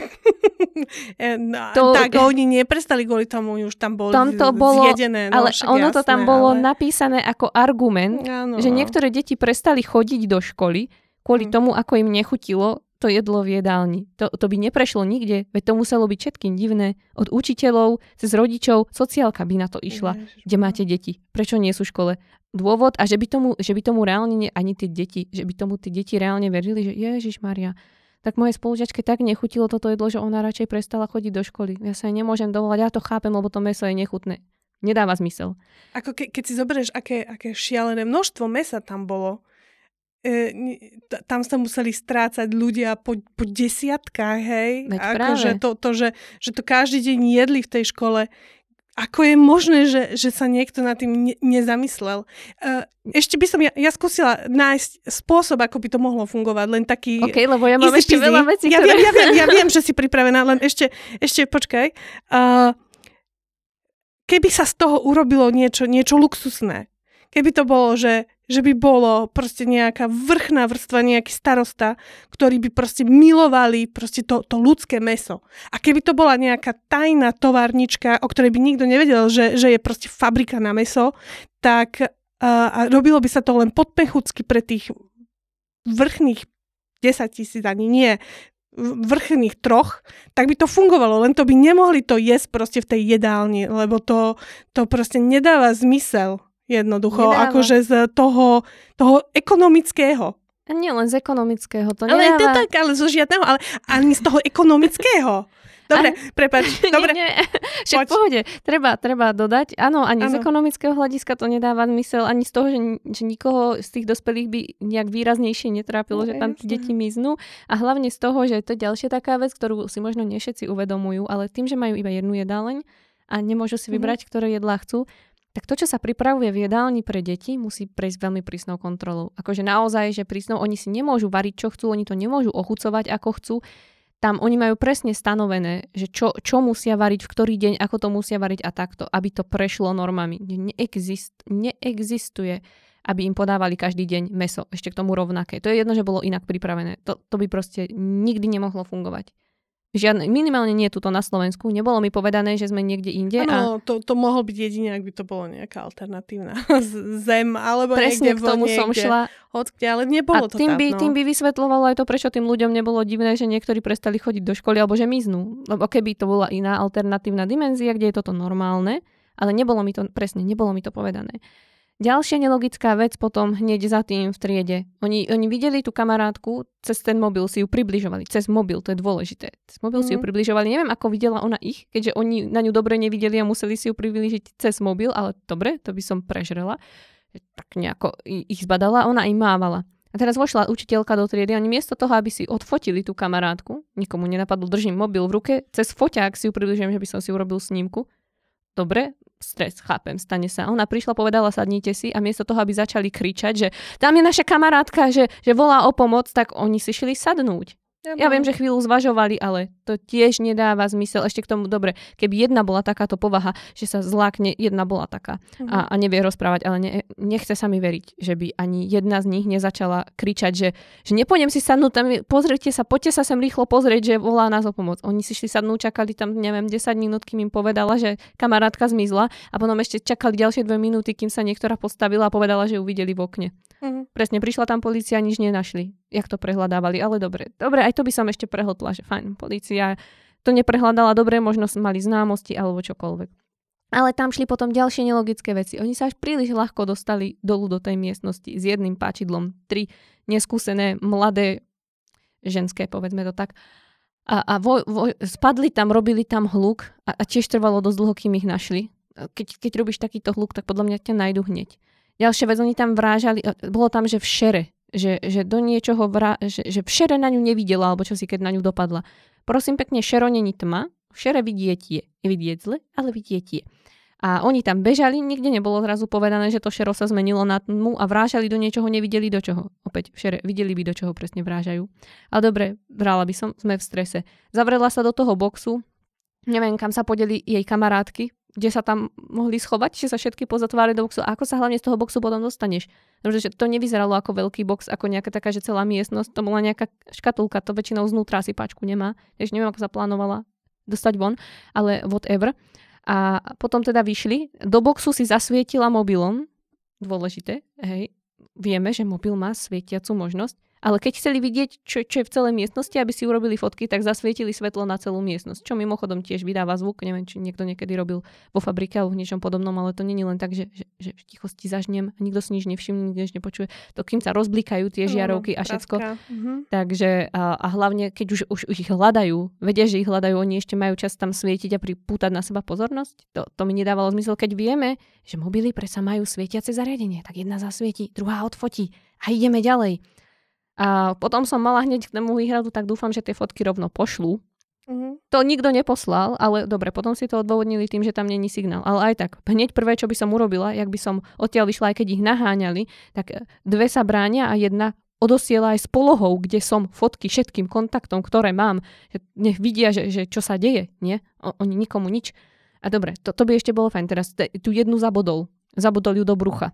Tak oni neprestali kvôli tomu, už tam bolo zjedené. No, ale ono to tam bolo napísané ako argument, že niektoré deti prestali chodiť do školy kvôli tomu, ako im nechutilo to jedlo v jedálni. To by neprešlo nikde, veď to muselo byť všetkým divné. Od učiteľov, cez rodičov, sociálka by na to išla, kde máte deti. Prečo nie sú v škole? Dôvod, a že by tomu reálne ani tie deti, že by tomu tie deti reálne verili, že Ježišmaria, tak mojej spolužiačke tak nechutilo toto jedlo, že ona radšej prestala chodiť do školy. Ja sa jej nemôžem dovolať, ja to chápem, lebo to mäso je nechutné. Nedáva zmysel. Ako keď si zoberieš, aké šialené množstvo mesa tam bolo, tam sa museli strácať ľudia po desiatkách, hej? Akože že to každý deň jedli v tej škole. Ako je možné, že sa niekto nad tým nezamyslel? Ešte by som ja skúsila nájsť spôsob, ako by to mohlo fungovať, len taký... OK, lebo ja mám ešte veľa vecí, ktoré... Ja viem, že si pripravená, len ešte počkaj. Keby sa z toho urobilo niečo luxusné, keby to bolo, že by bolo proste nejaká vrchná vrstva, nejaký starosta, ktorí by proste milovali proste to ľudské mäso. A keby to bola nejaká tajná továrnička, o ktorej by nikto nevedel, že je proste fabrika na mäso, tak a robilo by sa to len podpechucky pre tých vrchných 10 000, ani nie, vrchných 3, tak by to fungovalo, len to by nemohli to jesť proste v tej jedálni, lebo to proste nedáva zmysel. Jednoducho, akože z toho ekonomického. A nie len z ekonomického, to ale nedáva... Ale zo žiadneho, ale ani z toho ekonomického. Dobre, prepáč. Dobre. Nie. Však v pohode. Treba dodať. Áno, ani z ekonomického hľadiska to nedáva zmysel, ani z toho, že nikoho z tých dospelých by nejak výraznejšie netrápilo, že tam deti miznú. A hlavne z toho, že to je ďalšia taká vec, ktorú si možno nie všetci uvedomujú, ale tým, že majú iba jednu jedáleň a nemôžu si vybrať, ktoré jedlá chcú, tak to, čo sa pripravuje v jedálni pre deti, musí prejsť veľmi prísnou kontrolou. Akože naozaj, že prísnou, oni si nemôžu variť, čo chcú, oni to nemôžu ochucovať, ako chcú. Tam oni majú presne stanovené, že čo musia variť, v ktorý deň, ako to musia variť a takto, aby to prešlo normami. Neexistuje, aby im podávali každý deň mäso, ešte k tomu rovnaké. To je jedno, že bolo inak pripravené. To by proste nikdy nemohlo fungovať. Žiadne, minimálne nie tuto na Slovensku. Nebolo mi povedané, že sme niekde inde. Áno, to mohol byť jedine, ak by to bolo nejaká alternatívna zem, alebo presne niekde k tomu som šla. Ale nebolo to tým tam. Tým by vysvetľovalo aj to, prečo tým ľuďom nebolo divné, že niektorí prestali chodiť do školy, alebo že miznú. Lebo keby to bola iná alternatívna dimenzia, kde je toto normálne, ale nebolo mi to povedané. Ďalšia nelogická vec potom hneď za tým v triede. Oni videli tú kamarátku, cez ten mobil si ju približovali. Cez mobil, to je dôležité. Cez mobil si ju približovali. Neviem, ako videla ona ich, keďže oni na ňu dobre nevideli a museli si ju priblížiť cez mobil, ale dobre, to by som prežrela. Tak nejako ich zbadala, ona im mávala. A teraz vošla učiteľka do triedy a oni miesto toho, aby si odfotili tú kamarátku, nikomu nenapadlo, držím mobil v ruke, cez foťák si ju približujem, že by som si urobil snímku. Dobre, stres, chápem, stane sa. Ona prišla, povedala, sadnite si a miesto toho, aby začali kričať, že tam je naša kamarátka, že volá o pomoc, tak oni si šli sadnúť. Ja viem, že chvíľu zvažovali, ale to tiež nedáva zmysel. Ešte k tomu, dobre, keby jedna bola takáto povaha, že sa zlákne, jedna bola taká a nevie rozprávať, ale nechce sa mi veriť, že by ani jedna z nich nezačala kričať, že nepôjdem si sadnúť, tam pozrite sa, poďte sa sem rýchlo pozrieť, že volá nás o pomoc. Oni si šli sadnúť, čakali tam, neviem, 10 minút, kým im povedala, že kamarátka zmizla a potom ešte čakali ďalšie 2 minúty, kým sa niektorá postavila a povedala, že ju videli v okne. Presne, prišla tam polícia, nič nenašli. Jak to prehľadávali, ale dobre. Dobre, aj to by som ešte prehltla, že fajn, polícia to neprehľadala dobre, možno mali známosti alebo čokoľvek. Ale tam šli potom ďalšie nelogické veci. Oni sa až príliš ľahko dostali dolu do tej miestnosti s jedným páčidlom. 3 neskúsené, mladé, ženské, povedzme to tak. A spadli tam, robili tam hluk a tiež trvalo dosť dlho, kým ich našli. Keď robíš takýto hluk, tak podľa mňa ťa nájdu hneď. Ďalšia vec, oni tam vrážali, bolo tam, že v šere, že do niečoho, že v šere na ňu nevidela, alebo čo si, keď na ňu dopadla. Prosím pekne, šero není tma, v šere vidieť je. Vidieť zle, ale vidieť je. A oni tam bežali, nikde nebolo zrazu povedané, že to šero sa zmenilo na tmu a vrážali do niečoho, nevideli do čoho. Opäť v šere, videli by, do čoho presne vrážajú. Ale dobre, brala by som, sme v strese. Zavrela sa do toho boxu, neviem, kam sa podeli jej kamarátky, kde sa tam mohli schovať, že sa všetky pozatvárali do boxu. A ako sa hlavne z toho boxu potom dostaneš? Pretože to nevyzeralo ako veľký box, ako nejaká taká, že celá miestnosť, to bola nejaká škatulka, to väčšinou znútra si páčku nemá. Takže neviem, ako sa plánovala dostať von, ale whatever. A potom teda vyšli, do boxu si zasvietila mobilom, dôležité, hej, vieme, že mobil má svietiacu možnosť Ale keď chceli vidieť, čo je v celej miestnosti, aby si urobili fotky, tak zasvietili svetlo na celú miestnosť. Čo mimochodom tiež vydáva zvuk. Neviem, či niekto niekedy robil vo fabrike alebo v niečom podobnom, ale to nie je len tak, že v tichosti zažnem a nikto si nič nevšimne, nikto nič nepočuje. To kým sa rozblikajú tie žiarovky a všetko. Takže a hlavne, keď už ich hľadajú, vedia, že ich hľadajú, oni ešte majú čas tam svietiť a pripútať na seba pozornosť. To mi nedávalo zmysel, keď vieme, že mobily predsa majú svietiace zariadenie. Tak jedna zasvietí, druhá odfotí a ideme ďalej. A potom som mala hneď k tomu výhradu, tak dúfam, že tie fotky rovno pošlú. To nikto neposlal, ale dobre, potom si to odôvodnili tým, že tam není signál. Ale aj tak, hneď prvé, čo by som urobila, jak by som odtiaľ vyšla, aj keď ich naháňali, tak 2 sa bránia a 1 odosiela aj s polohou, kde som fotky všetkým kontaktom, ktoré mám. Nech vidia, že čo sa deje, nie? Oni nikomu nič. A dobre, to by ešte bolo fajn. Teraz tu jednu zabodol ju do brucha.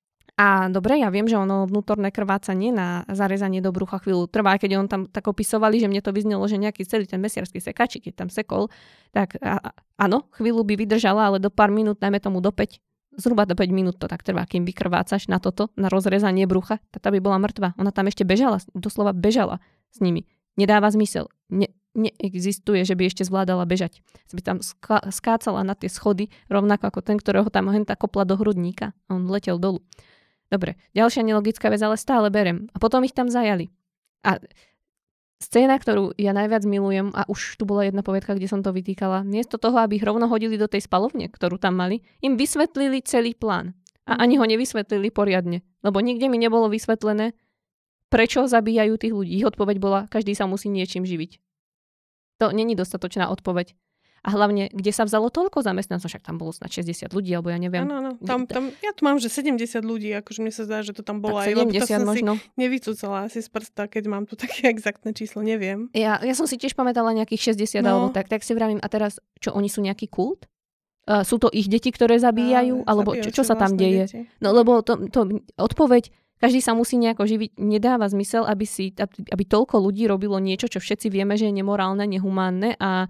A dobre, ja viem, že ono vnútorné krvácanie na zarezanie do brucha chvíľu trvá, keď on tam tak opisovali, že mne to vyznelo, že nejaký celý ten mesiarský sekačik, keď tam sekol, tak áno, chvíľu by vydržala, ale do pár minút, najmä tomu do 5, zhruba do 5 minút to tak trvá, kým vykrvácaš na toto, na rozrezanie brucha, tá by bola mŕtva. Ona tam ešte bežala, doslova bežala s nimi. Nedáva zmysel. Neexistuje, že by ešte zvládala bežať. By tam skácala na tie schody, rovnako ako ten, ktorého tam henta kopla do hrudníka. A on letel dolu. Dobre, ďalšia nelogická vec, ale stále berem. A potom ich tam zajali. A scéna, ktorú ja najviac milujem, a už tu bola jedna poviedka, kde som to vytýkala, miesto toho, aby ich rovno hodili do tej spalovne, ktorú tam mali, im vysvetlili celý plán. A ani ho nevysvetlili poriadne. Lebo nikde mi nebolo vysvetlené, prečo zabíjajú tých ľudí. Ich odpoveď bola, každý sa musí niečím živiť. To není dostatočná odpoveď. A hlavne, kde sa vzalo toľko zamestnancov, však tam bolo snad 60 ľudí, alebo ja neviem. Áno, ja tu mám, že 70 ľudí, akože mne sa zdá, že to tam bolo tak aj, lebo to som možno. Si nevycúcala asi z prsta, keď mám tu také exaktné číslo, neviem. Ja som si tiež pamätala nejakých 60 alebo tak si vravím, a teraz, čo oni sú nejaký kult? Sú to ich deti, ktoré zabíjajú? Alebo čo sa tam deje? Deti. No lebo to odpoveď, každý sa musí nejako živiť, nedáva zmysel, aby toľko ľudí robilo niečo, čo všetci vieme, že je nemorálne, nehumánne a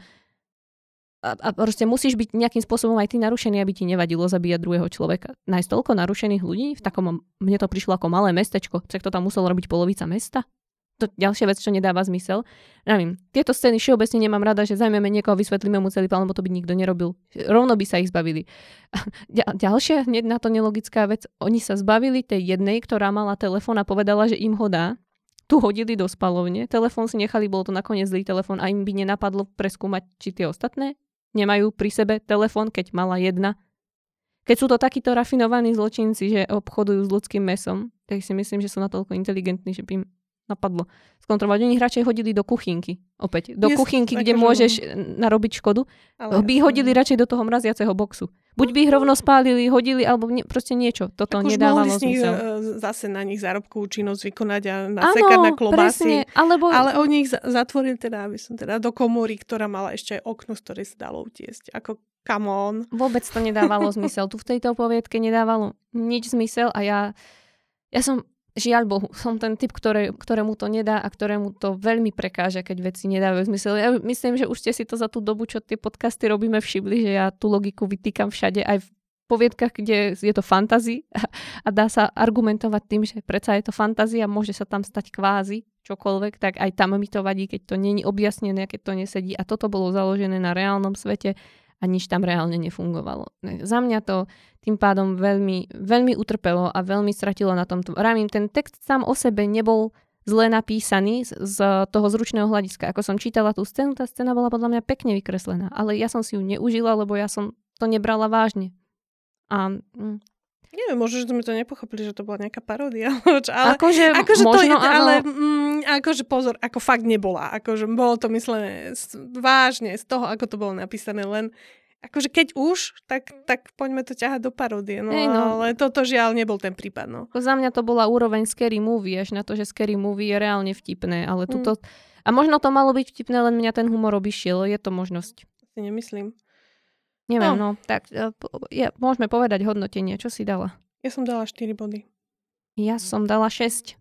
proste musíš byť nejakým spôsobom aj ty narušený, aby ti nevadilo zabíjať druhého človeka. Nájsť toľko narušených ľudí, mne to prišlo ako malé mestečko, tak to tam muselo robiť polovica mesta. To ďalšia vec, čo nedáva zmysel. Neviem, tieto scény všeobecne nemám rada, že zajmeme niekoho, vysvetlíme mu celý plán, lebo to by nikto nerobil. Rovno by sa ich zbavili. Ďalšia, hneď na to nelogická vec, oni sa zbavili tej jednej, ktorá mala telefón a povedala, že im ho dá. Tu hodili do spalovne, telefón si nechali, bol to nakoniec zlý telefón a im by nenapadlo preskúmať, či tie ostatné nemajú pri sebe telefón, keď mala jedna. Keď sú to takíto rafinovaní zločinci, že obchodujú s ľudským mesom, tak si myslím, že sú natoľko inteligentní, že by im napadlo skontrolovať. Oni ich radšej hodili do kuchynky. Opäť. Do kuchynky, kde môžeš narobiť škodu. By ich hodili radšej do toho mraziaceho boxu. Buď by ich rovno spálili, hodili, alebo proste niečo. Toto nedávalo zmysel. Zase na nich zárobkovú činnosť vykonať a nasekať na klobásy. Presne, ale oni ich zatvorili do komory, ktorá mala ešte aj okno, z ktorej sa dalo utiesť. Ako come on. Vôbec to nedávalo zmysel. Tu v tejto poviedke nedávalo nič zmysel a ja som žiaľ Bohu, som ten typ, ktorému to nedá a ktorému to veľmi prekáža, keď veci nedávajú zmysel. Ja myslím, že už ste si to za tú dobu, čo tie podcasty robíme, všimli, že ja tú logiku vytýkam všade, aj v poviedkach, kde je to fantasy a dá sa argumentovať tým, že predsa je to fantázia, môže sa tam stať kvázi čokoľvek, tak aj tam mi to vadí, keď to nie je objasnené, keď to nesedí. A toto bolo založené na reálnom svete a nič tam reálne nefungovalo. Za mňa to tým pádom veľmi, veľmi utrpelo a veľmi stratilo na tomto. Rámim, ten text sám o sebe nebol zle napísaný z toho zručného hľadiska. Ako som čítala tú scénu, tá scéna bola podľa mňa pekne vykreslená, ale ja som si ju neužila, lebo ja som to nebrala vážne. Neviem, možno, že sme to nepochopili, že to bola nejaká paródia. Akože možno, ale akože pozor, ako fakt nebola. Akože bolo to myslené vážne z toho, ako to bolo napísané, len akože keď už, tak poďme to ťahať do paródie. Ale toto žiaľ nebol ten prípad. No. Za mňa to bola úroveň Scary Movie, až na to, že Scary Movie je reálne vtipné, ale tuto... A možno to malo byť vtipné, len mňa ten humor obišiel. Je to možnosť. Si nemyslím. Neviem, tak môžeme povedať hodnotenie. Čo si dala? Ja som dala 4 body. Ja som dala 6.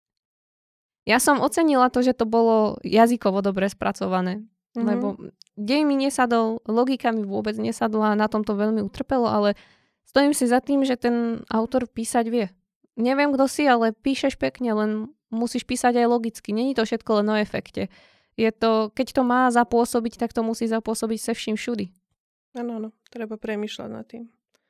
Ja som ocenila to, že to bolo jazykovo dobre spracované. Lebo dej mi nesadol, logika mi vôbec nesadla, na tom to veľmi utrpelo, ale stojím si za tým, že ten autor písať vie. Neviem, kto si, ale píšeš pekne, len musíš písať aj logicky. Není to všetko len o efekte. Keď to má zapôsobiť, tak to musí zapôsobiť se vším všudy. Áno, treba premýšľať nad tým.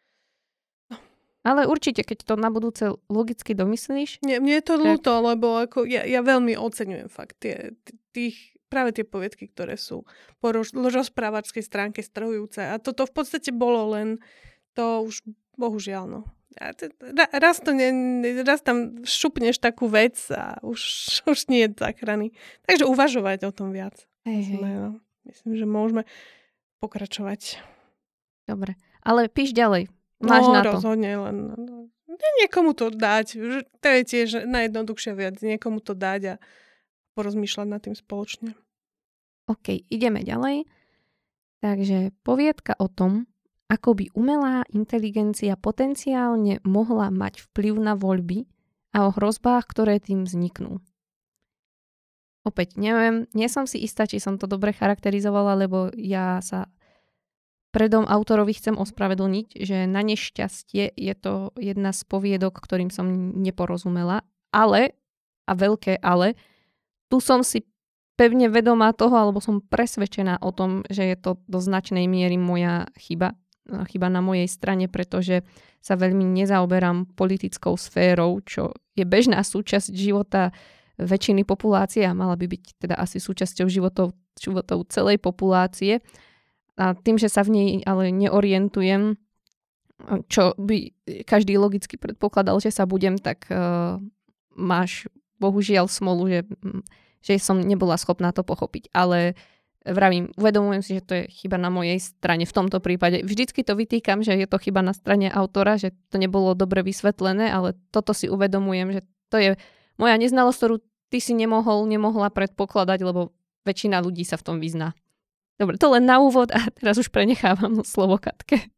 Ale určite, keď to na budúce logicky domyslíš. Mne je to ľúto, lebo ako ja veľmi oceňujem fakt práve tie poviedky, ktoré sú po rozprávačskej stránke strhujúce. A toto v podstate bolo len to už, bohužiaľ, no. Raz tam šupneš takú vec a už nie je záchrany. Takže uvažovať o tom viac. No, myslím, že môžeme pokračovať. Dobre, ale píš ďalej. Máš na to. Rozhodne, len niekomu to dať. To je tiež najjednoduchšia vec. Niekomu to dať a porozmýšľať nad tým spoločne. OK, ideme ďalej. Takže poviedka o tom, ako by umelá inteligencia potenciálne mohla mať vplyv na voľby a o hrozbách, ktoré tým vzniknú. Opäť neviem, nie som si istá, či som to dobre charakterizovala, lebo ja sa predom autorovi chcem ospravedlniť, že na nešťastie je to jedna z poviedok, ktorým som neporozumela, ale, a veľké ale, tu som si pevne vedomá toho, alebo som presvedčená o tom, že je to do značnej miery moja chyba na mojej strane, pretože sa veľmi nezaoberám politickou sférou, čo je bežná súčasť života väčšiny populácie a mala by byť teda asi súčasťou životov celej populácie. A tým, že sa v nej ale neorientujem, čo by každý logicky predpokladal, že sa budem, tak máš bohužiaľ smolu, že som nebola schopná to pochopiť. Ale vravím, uvedomujem si, že to je chyba na mojej strane. V tomto prípade vždycky to vytýkam, že je to chyba na strane autora, že to nebolo dobre vysvetlené, ale toto si uvedomujem, že to je moja neznalosť, ktorú ty si nemohla predpokladať, lebo väčšina ľudí sa v tom vyzná. Dobre, to len na úvod a teraz už prenechávam slovo Katke.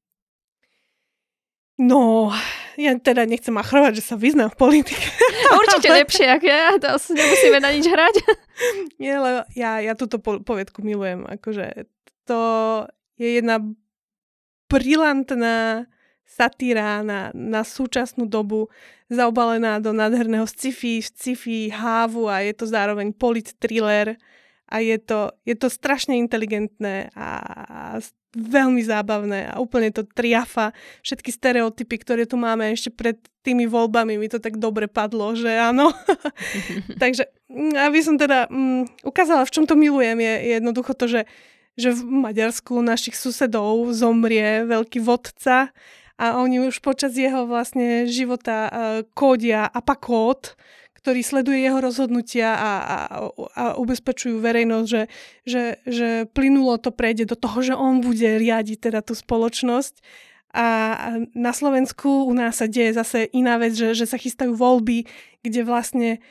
No, ja teda nechcem achrovať, že sa vyznám v politike. Určite lepšie, ako ja. To nemusíme na nič hrať. Nie, lebo ja túto poviedku milujem. Akože to je jedna brilantná satíra na súčasnú dobu, zaobalená do nádherného sci-fi hávu a je to zároveň polit-thriller. A je to strašne inteligentné a veľmi zábavné a úplne to triafa všetky stereotypy, ktoré tu máme ešte pred tými voľbami. Mi to tak dobre padlo, že áno. Takže aby som teda ukázala, v čom to milujem, je jednoducho to, že v Maďarsku našich susedov zomrie veľký vodca a oni už počas jeho vlastne života kódia apakód, ktorý sleduje jeho rozhodnutia a ubezpečujú verejnosť, že plynulo to prejde do toho, že on bude riadiť teda tú spoločnosť. A na Slovensku u nás sa deje zase iná vec, že sa chystajú voľby, kde vlastne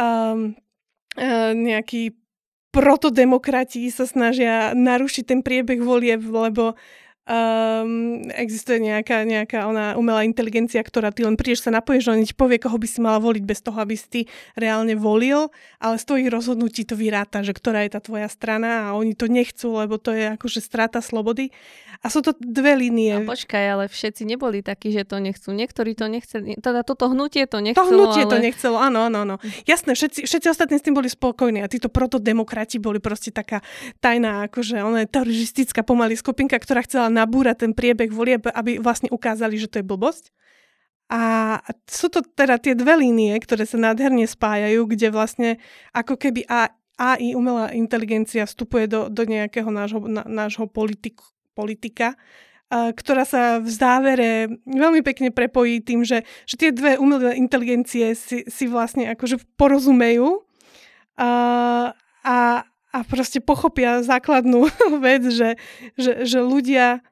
nejakí protodemokrati sa snažia narušiť ten priebeh volieb, lebo existuje nejaká umelá inteligencia, ktorá ty len prídeš sa napojíš, že on ti povie, koho by si mala voliť bez toho, aby si ty reálne volil, ale z tvojich rozhodnutí to vyráta, že ktorá je tá tvoja strana a oni to nechcú, lebo to je akože strata slobody. A sú to dve línie. A počkaj, ale všetci neboli takí, že to nechcú. Niektorí to nechceli. Teda toto hnutie to nechcelo. To hnutie to nechcelo, áno. Jasné, všetci ostatní s tým boli spokojní a títo protodemokrati boli proste taká tajná, akože ona je teroristická pomaly skupinka, ktorá chcela nabúrať ten priebeh volieb, aby vlastne ukázali, že to je blbosť. A sú to teda tie dve línie, ktoré sa nádherne spájajú, kde vlastne ako keby AI, umelá inteligencia, vstupuje do nejakého nášho politika, ktorá sa v závere veľmi pekne prepojí tým, že tie dve umelé inteligencie si vlastne akože porozumejú a proste pochopia základnú vec, že ľudia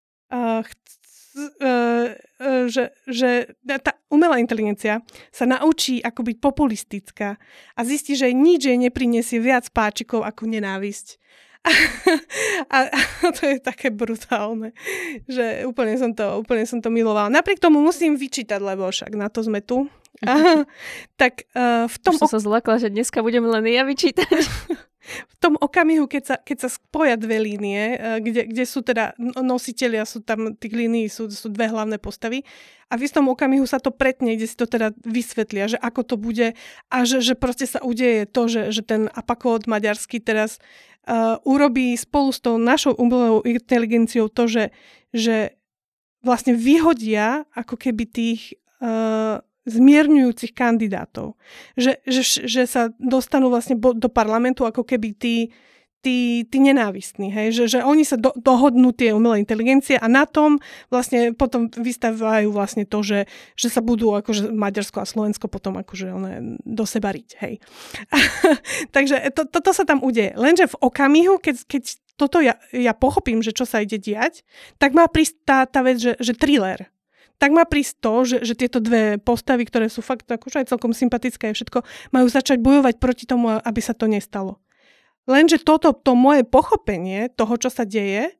že tá umelá inteligencia sa naučí ako byť populistická a zistí, že nič jej neprinesie viac páčikov ako nenávisť. A A to je také brutálne, že úplne som to milovala. Napriek tomu musím vyčítať, lebo však na to sme tu. Tak v tom... Už som sa zlakla, že dneska budem len ja vyčítať. V tom okamihu, keď sa spoja dve línie, kde sú teda nositelia, sú tam tých línií, sú dve hlavné postavy a v istom okamihu sa to pretne, kde si to teda vysvetlia, že ako to bude a že proste sa udeje to, že ten apakód maďarský teraz urobí spolu s tou našou umelou inteligenciou to, že vlastne vyhodia ako keby tých zmierňujúcich kandidátov. Že sa dostanú vlastne do parlamentu ako keby tí nenávistní. Hej? Že oni sa dohodnú tie umelé inteligencie a na tom vlastne potom vystávajú vlastne to, že sa budú akože Maďarsko a Slovensko potom akože do seba riť. Hej? Takže toto sa tam udeje. Lenže v okamihu, keď toto ja pochopím, že čo sa ide diať, tak má prísť tá vec, že thriller. Tak má prísť to, že tieto dve postavy, ktoré sú fakt akože aj celkom sympatické a všetko, majú začať bojovať proti tomu, aby sa to nestalo. Lenže to moje pochopenie toho, čo sa deje,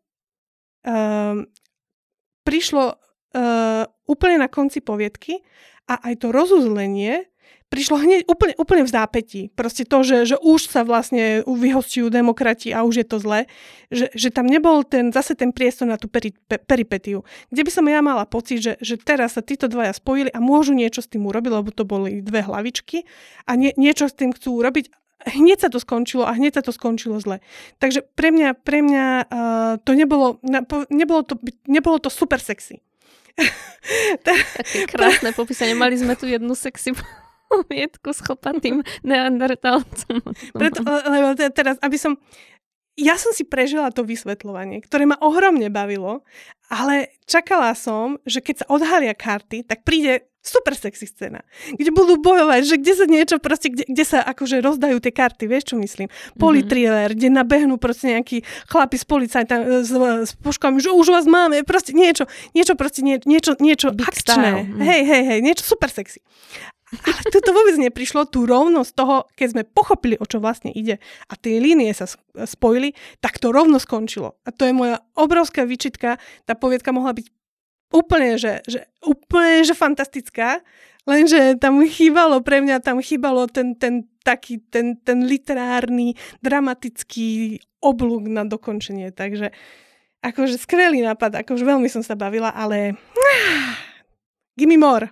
prišlo úplne na konci poviedky a aj to rozuzlenie prišlo hneď úplne v zápätí. Proste to, že už sa vlastne vyhosťujú demokrati a už je to zle, že tam nebol zase ten priestor na tú peripetiu. Kde by som ja mala pocit, že teraz sa títo dvaja spojili a môžu niečo s tým urobiť, lebo to boli dve hlavičky a niečo s tým chcú urobiť. Hneď sa to skončilo a hneď sa to skončilo zle. Takže pre mňa to nebolo to super sexy. Také krásne popísanie. Mali sme tu jednu sexy poviedku s chlpatým neandertálcom. Lebo teraz, ja som si prežila to vysvetľovanie, ktoré ma ohromne bavilo, ale čakala som, že keď sa odhalia karty, tak príde super sexy scéna, kde budú bojovať, že kde sa niečo proste, kde sa akože rozdajú tie karty, vieš čo myslím? Politriller, kde nabehnú proste nejakí chlapi z policajta s puškami, že už vás máme, proste niečo akčné. Hej, niečo super sexy. Ale to vôbec neprišlo, tú rovnosť toho, keď sme pochopili, o čo vlastne ide a tie línie sa spojili, tak to rovno skončilo. A to je moja obrovská výčitka. Tá poviedka mohla byť úplne, že fantastická, lenže tam chýbalo ten literárny, dramatický oblúk na dokončenie. Takže akože skvelý nápad, akože veľmi som sa bavila, ale give me more.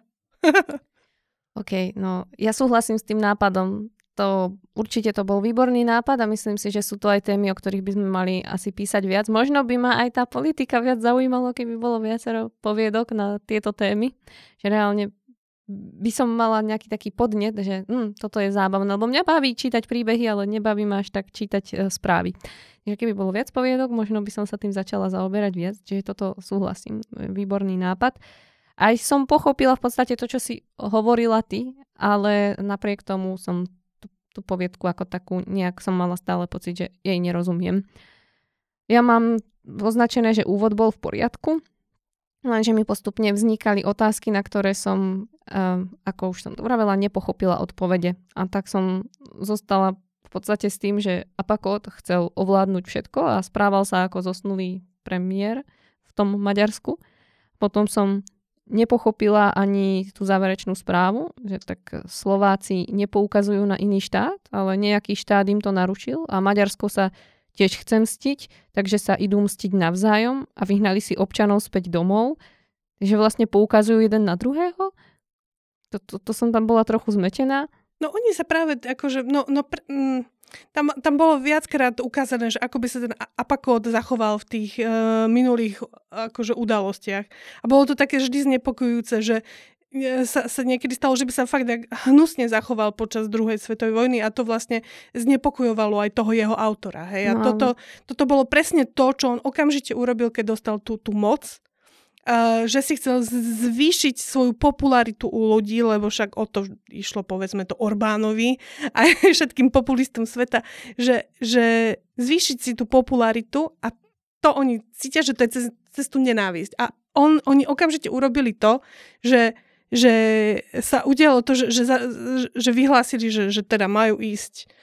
OK, no ja súhlasím s tým nápadom. Určite to bol výborný nápad a myslím si, že sú to aj témy, o ktorých by sme mali asi písať viac. Možno by ma aj tá politika viac zaujímalo, keby bolo viacero poviedok na tieto témy. Že reálne by som mala nejaký taký podnet, že toto je zábavné, lebo mňa baví čítať príbehy, ale nebaví ma až tak čítať správy. Takže keby bolo viac poviedok, možno by som sa tým začala zaoberať viac. Čiže toto súhlasím. Výborný nápad. Aj som pochopila v podstate to, čo si hovorila ty, ale napriek tomu som tú poviedku ako takú nejak som mala stále pocit, že jej nerozumiem. Ja mám označené, že úvod bol v poriadku, lenže mi postupne vznikali otázky, na ktoré som, ako už som to vravela, nepochopila odpovede. A tak som zostala v podstate s tým, že Apakód chcel ovládnuť všetko a správal sa ako zosnulý premiér v tom Maďarsku. Potom som nepochopila ani tú záverečnú správu, že tak Slováci nepoukazujú na iný štát, ale nejaký štát im to narušil a Maďarsko sa tiež chce mstiť, takže sa idú mstiť navzájom a vyhnali si občanov späť domov. Takže vlastne poukazujú jeden na druhého. To som tam bola trochu zmetená. No oni sa práve akože, tam bolo viackrát ukázané, že ako by sa ten Apakód zachoval v tých minulých akože udalostiach. A bolo to také vždy znepokojujúce, že sa niekedy stalo, že by sa fakt hnusne zachoval počas druhej svetovej vojny a to vlastne znepokojovalo aj toho jeho autora. Hej? A toto bolo presne to, čo on okamžite urobil, keď dostal tú moc. Že si chcel zvýšiť svoju popularitu u ľudí, lebo však o to išlo, povedzme to, Orbánovi a všetkým populistom sveta, že zvýšiť si tú popularitu a to oni cítia, že to je cez tú nenávisť. A oni okamžite urobili to, že sa udialo to, že vyhlásili, že teda majú ísť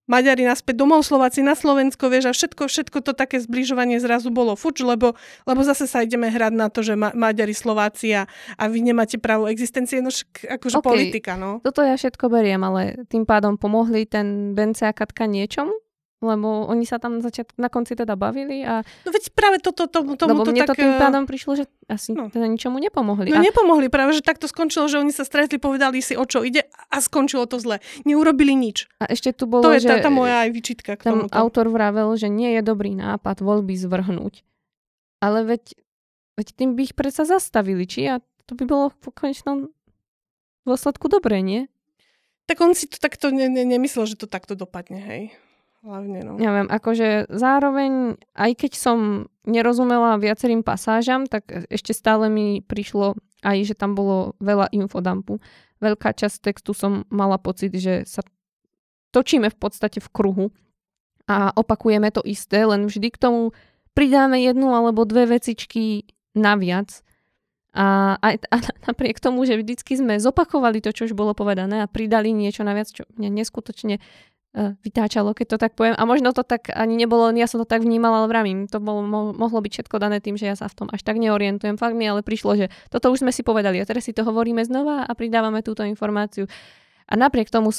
Maďari naspäť domov, Slováci na Slovensko, vieš, a všetko to také zbližovanie zrazu bolo fuč, lebo zase sa ideme hrať na to, že Maďari, Slováci a vy nemáte právo existencie, no akože politika, no. Toto ja všetko beriem, ale tým pádom pomohli ten Bence a Katka niečomu? Lebo oni sa tam na konci teda bavili a... No veď práve tomu lebo to mne tak... to tým pádom prišlo, že asi teda ničomu nepomohli. No nepomohli, práve že takto skončilo, že oni sa stretli, povedali si, o čo ide a skončilo to zle. Neurobili nič. A ešte tu bolo, to je že... tá moja aj výčitka k tomuto. Tam autor vravel, že nie je dobrý nápad voľby zvrhnúť. Ale veď tým by ich predsa zastavili, či? A to by bolo v konečnom dôsledku dobré, nie? Tak on si to takto nemyslel, že to takto dopadne, hej. Hlavne, no. Neviem, akože zároveň, aj keď som nerozumela viacerým pasážam, tak ešte stále mi prišlo aj, že tam bolo veľa infodumpu. Veľká časť textu som mala pocit, že sa točíme v podstate v kruhu a opakujeme to isté, len vždy k tomu pridáme jednu alebo dve vecičky naviac. A napriek tomu, že vždycky sme zopakovali to, čo už bolo povedané a pridali niečo naviac, čo mňa neskutočne vytáčalo, keď to tak poviem. A možno to tak ani nebolo, ja som to tak vnímala, ale vravím, to mohlo byť všetko dané tým, že ja sa v tom až tak neorientujem. Fakt mi ale prišlo, že toto už sme si povedali a teraz si to hovoríme znova a pridávame túto informáciu. A napriek tomu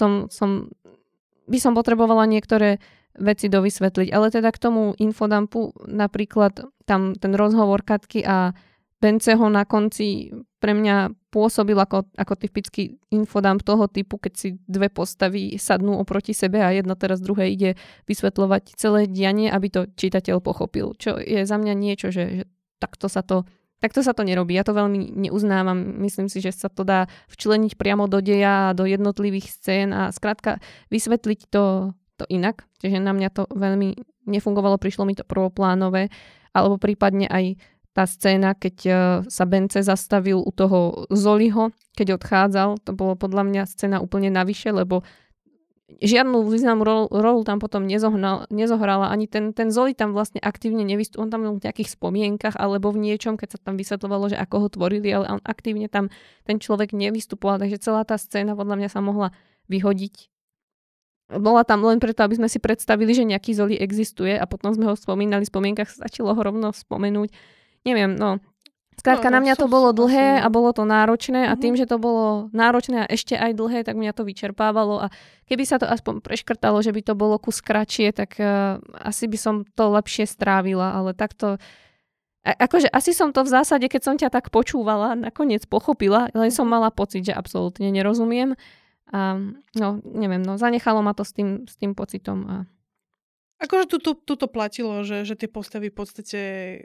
by som potrebovala niektoré veci dovysvetliť. Ale teda k tomu infodumpu, napríklad tam ten rozhovor Katky a Benceho na konci pre mňa pôsobil ako typický infodump toho typu, keď si dve postavy sadnú oproti sebe a jedna teraz druhé ide vysvetľovať celé dianie, aby to čitateľ pochopil. Čo je za mňa niečo, že takto sa to nerobí. Ja to veľmi neuznávam. Myslím si, že sa to dá včleniť priamo do deja a do jednotlivých scén a skrátka vysvetliť to inak. Čiže na mňa to veľmi nefungovalo, prišlo mi to prvoplánové, alebo prípadne aj tá scéna, keď sa Bence zastavil u toho Zoliho, keď odchádzal, to bolo podľa mňa scéna úplne navyše, lebo žiadnu významnú rolu tam potom nezohrala. Ani ten Zoli tam vlastne aktívne nevystúpil. On tam v nejakých spomienkach alebo v niečom, keď sa tam vysvetľovalo, že ako ho tvorili, ale on aktívne tam ten človek nevystupoval. Takže celá tá scéna podľa mňa sa mohla vyhodiť. Bola tam len preto, aby sme si predstavili, že nejaký Zoli existuje a potom sme ho spomínali v spomienkach, stačilo ho rovno spomenúť. Neviem, no. Skrátka, na mňa to bolo dlhé a bolo to náročné a tým, že to bolo náročné a ešte aj dlhé, tak mňa to vyčerpávalo a keby sa to aspoň preškrtalo, že by to bolo kus kratšie, tak asi by som to lepšie strávila, ale takto akože asi som to v zásade, keď som ťa tak počúvala, nakoniec pochopila, len som mala pocit, že absolútne nerozumiem a no, neviem, no, zanechalo ma to s tým pocitom a... Akože tuto platilo, že tie postavy v podstate...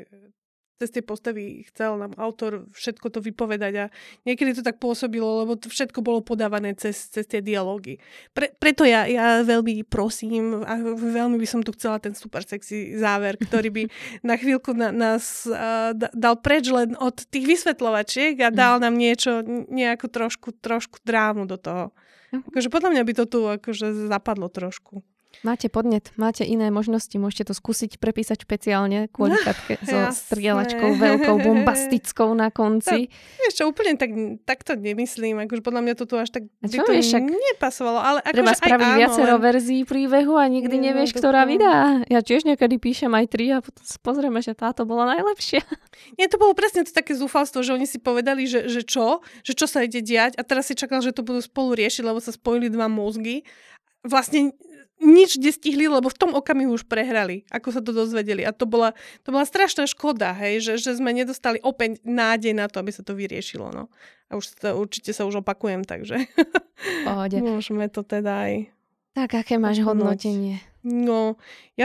cez tie postavy chcel nám autor všetko to vypovedať a niekedy to tak pôsobilo, lebo to všetko bolo podávané cez tie dialógy. Preto ja veľmi prosím a veľmi by som tu chcela ten super sexy záver, ktorý by na chvíľku nás dal preč len od tých vysvetľovačiek a dal nám nejakú trošku drámu do toho. Akože podľa mňa by to tu akože zapadlo trošku. Máte podnet, máte iné možnosti, môžete to skúsiť prepísať špeciálne kvôli Katke so strieľačkou veľkou, bombastickou na konci. Ešte úplne takto nemyslím, akože podľa mňa to tu až tak by to nepasovalo. Ale akože treba spraviť viacero verzií príbehu a nikdy nevieš, ktorá vydá. Ja tiež niekedy píšem aj 3 a potom pozrieme, že táto bola najlepšia. Nie, to bolo presne to také zúfalstvo, že oni si povedali, že čo sa ide diať a teraz si čakal, že to budú spolu riešiť, lebo sa spojili dva mozgy. Vlastne nič nestihli, lebo v tom okamihu už prehrali, ako sa to dozvedeli. A to bola strašná škoda, hej, že sme nedostali opäť nádej na to, aby sa to vyriešilo. No. A určite sa už opakujem, takže Pohode. Môžeme to teda aj... Tak, aké máš hodnotenie? No,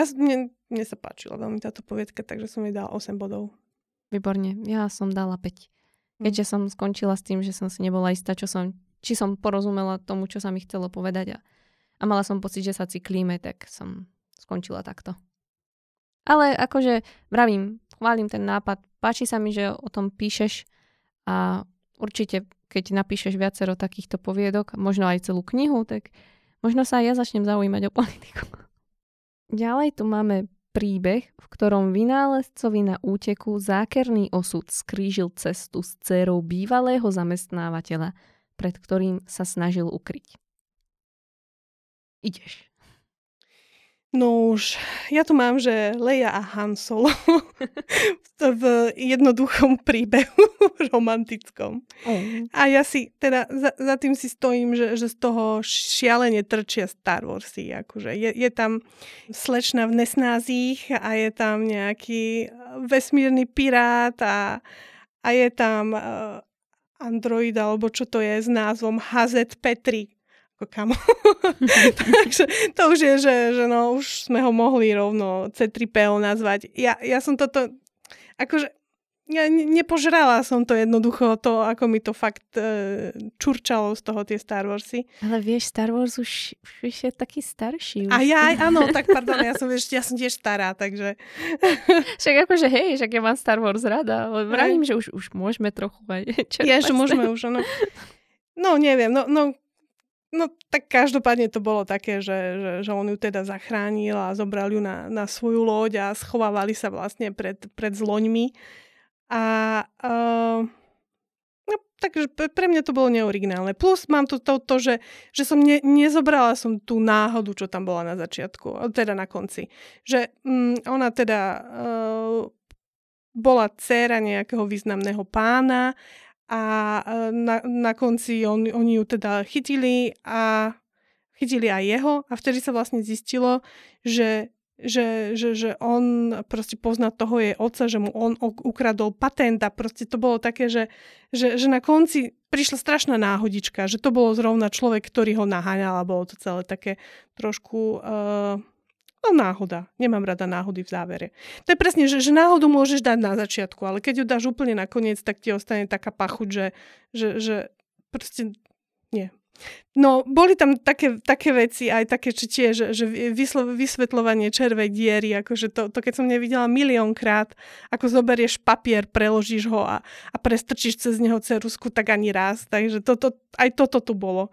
mne sa páčila veľmi táto poviedka, takže som jej dala 8 bodov. Výborne, ja som dala 5. Keďže som skončila s tým, že som si nebola istá, či som porozumela tomu, čo sa mi chcelo povedať a mala som pocit, že sa cyklíme, tak som skončila takto. Ale akože vravím, chválim ten nápad. Páči sa mi, že o tom píšeš a určite, keď napíšeš viacero takýchto poviedok, možno aj celú knihu, tak možno sa aj ja začnem zaujímať o politiku. Ďalej tu máme príbeh, v ktorom vynálezcovi na úteku zákerný osud skrížil cestu s dcérou bývalého zamestnávateľa, pred ktorým sa snažil ukryť. Ideš. No už, ja tu mám, že Leia a Han Solo v jednoduchom príbehu romantickom. A ja si, teda za tým si stojím, že z toho šialene trčia Star Warsy. Akože je tam slečna v nesnázích a je tam nejaký vesmírny pirát a je tam android, alebo čo to je, s názvom HZ-P3. Kamo. Takže to už je, že no, už sme ho mohli rovno C3PO nazvať. Ja som toto, akože, ja nepožrala som to jednoducho, to, ako mi to fakt čurčalo z toho tie Star Warsy. Ale vieš, Star Wars už je taký starší. Už. A ja, áno, tak pardon, ja som tiež stará, takže... Však akože, hej, však ja mám Star Wars rada, ale vravím, že už môžeme trochu aj čerpať. Ja, že môžeme už, áno. No, neviem, No tak každopádne to bolo také, že on ju teda zachránil a zobral ju na svoju loď a schovávali sa vlastne pred zloňmi. A no, takže pre mňa to bolo neoriginálne. Plus mám tu to že som nezobrala som tú náhodu, čo tam bola na začiatku, teda na konci. Že ona teda bola dcéra nejakého významného pána a na konci oni ju teda chytili aj jeho a vtedy sa vlastne zistilo, že on proste pozná toho jej otca, že mu on ukradol patent a proste to bolo také, že na konci prišla strašná náhodička, že to bolo zrovna človek, ktorý ho naháňal a bolo to celé také trošku... náhoda. Nemám rada náhody v závere. To je presne, že náhodu môžeš dať na začiatku, ale keď ju dáš úplne na koniec, tak ti ostane taká pachuť, že proste nie. No, boli tam také veci, aj také, či tiež, že vysvetľovanie červej diery, akože to keď som nevidela miliónkrát, ako zoberieš papier, preložíš ho a prestrčíš cez neho ceruzku, tak ani raz. Takže aj toto tu bolo.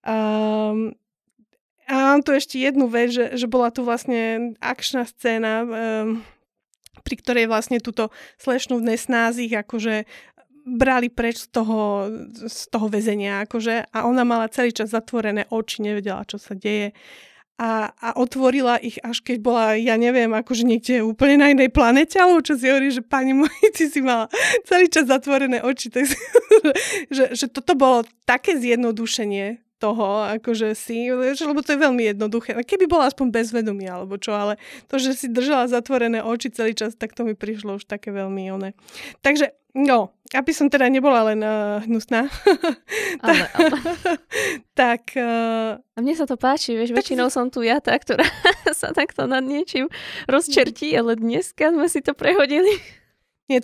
A mám tu ešte jednu vec, že bola tu vlastne akčná scéna, pri ktorej vlastne túto slečnu v nesnázích akože brali preč z toho väzenia akože, a ona mala celý čas zatvorené oči, nevedela, čo sa deje. A otvorila ich, až keď bola, ja neviem, akože niekde úplne na inej planete, alebo čo si hovorí, že pani môj, ty si mala celý čas zatvorené oči. Tak že toto bolo také zjednodušenie toho, akože lebo to je veľmi jednoduché. Keby bola aspoň bezvedomia, alebo čo, ale to, že si držala zatvorené oči celý čas, tak to mi prišlo už také veľmi oné. Takže, no, aby som teda nebola len hnusná. Ale. Tak... A mne sa to páči, vieš, väčšinou som tu ja tá, ktorá sa takto nad niečím rozčertí, ale dneska sme si to prehodili. Nie,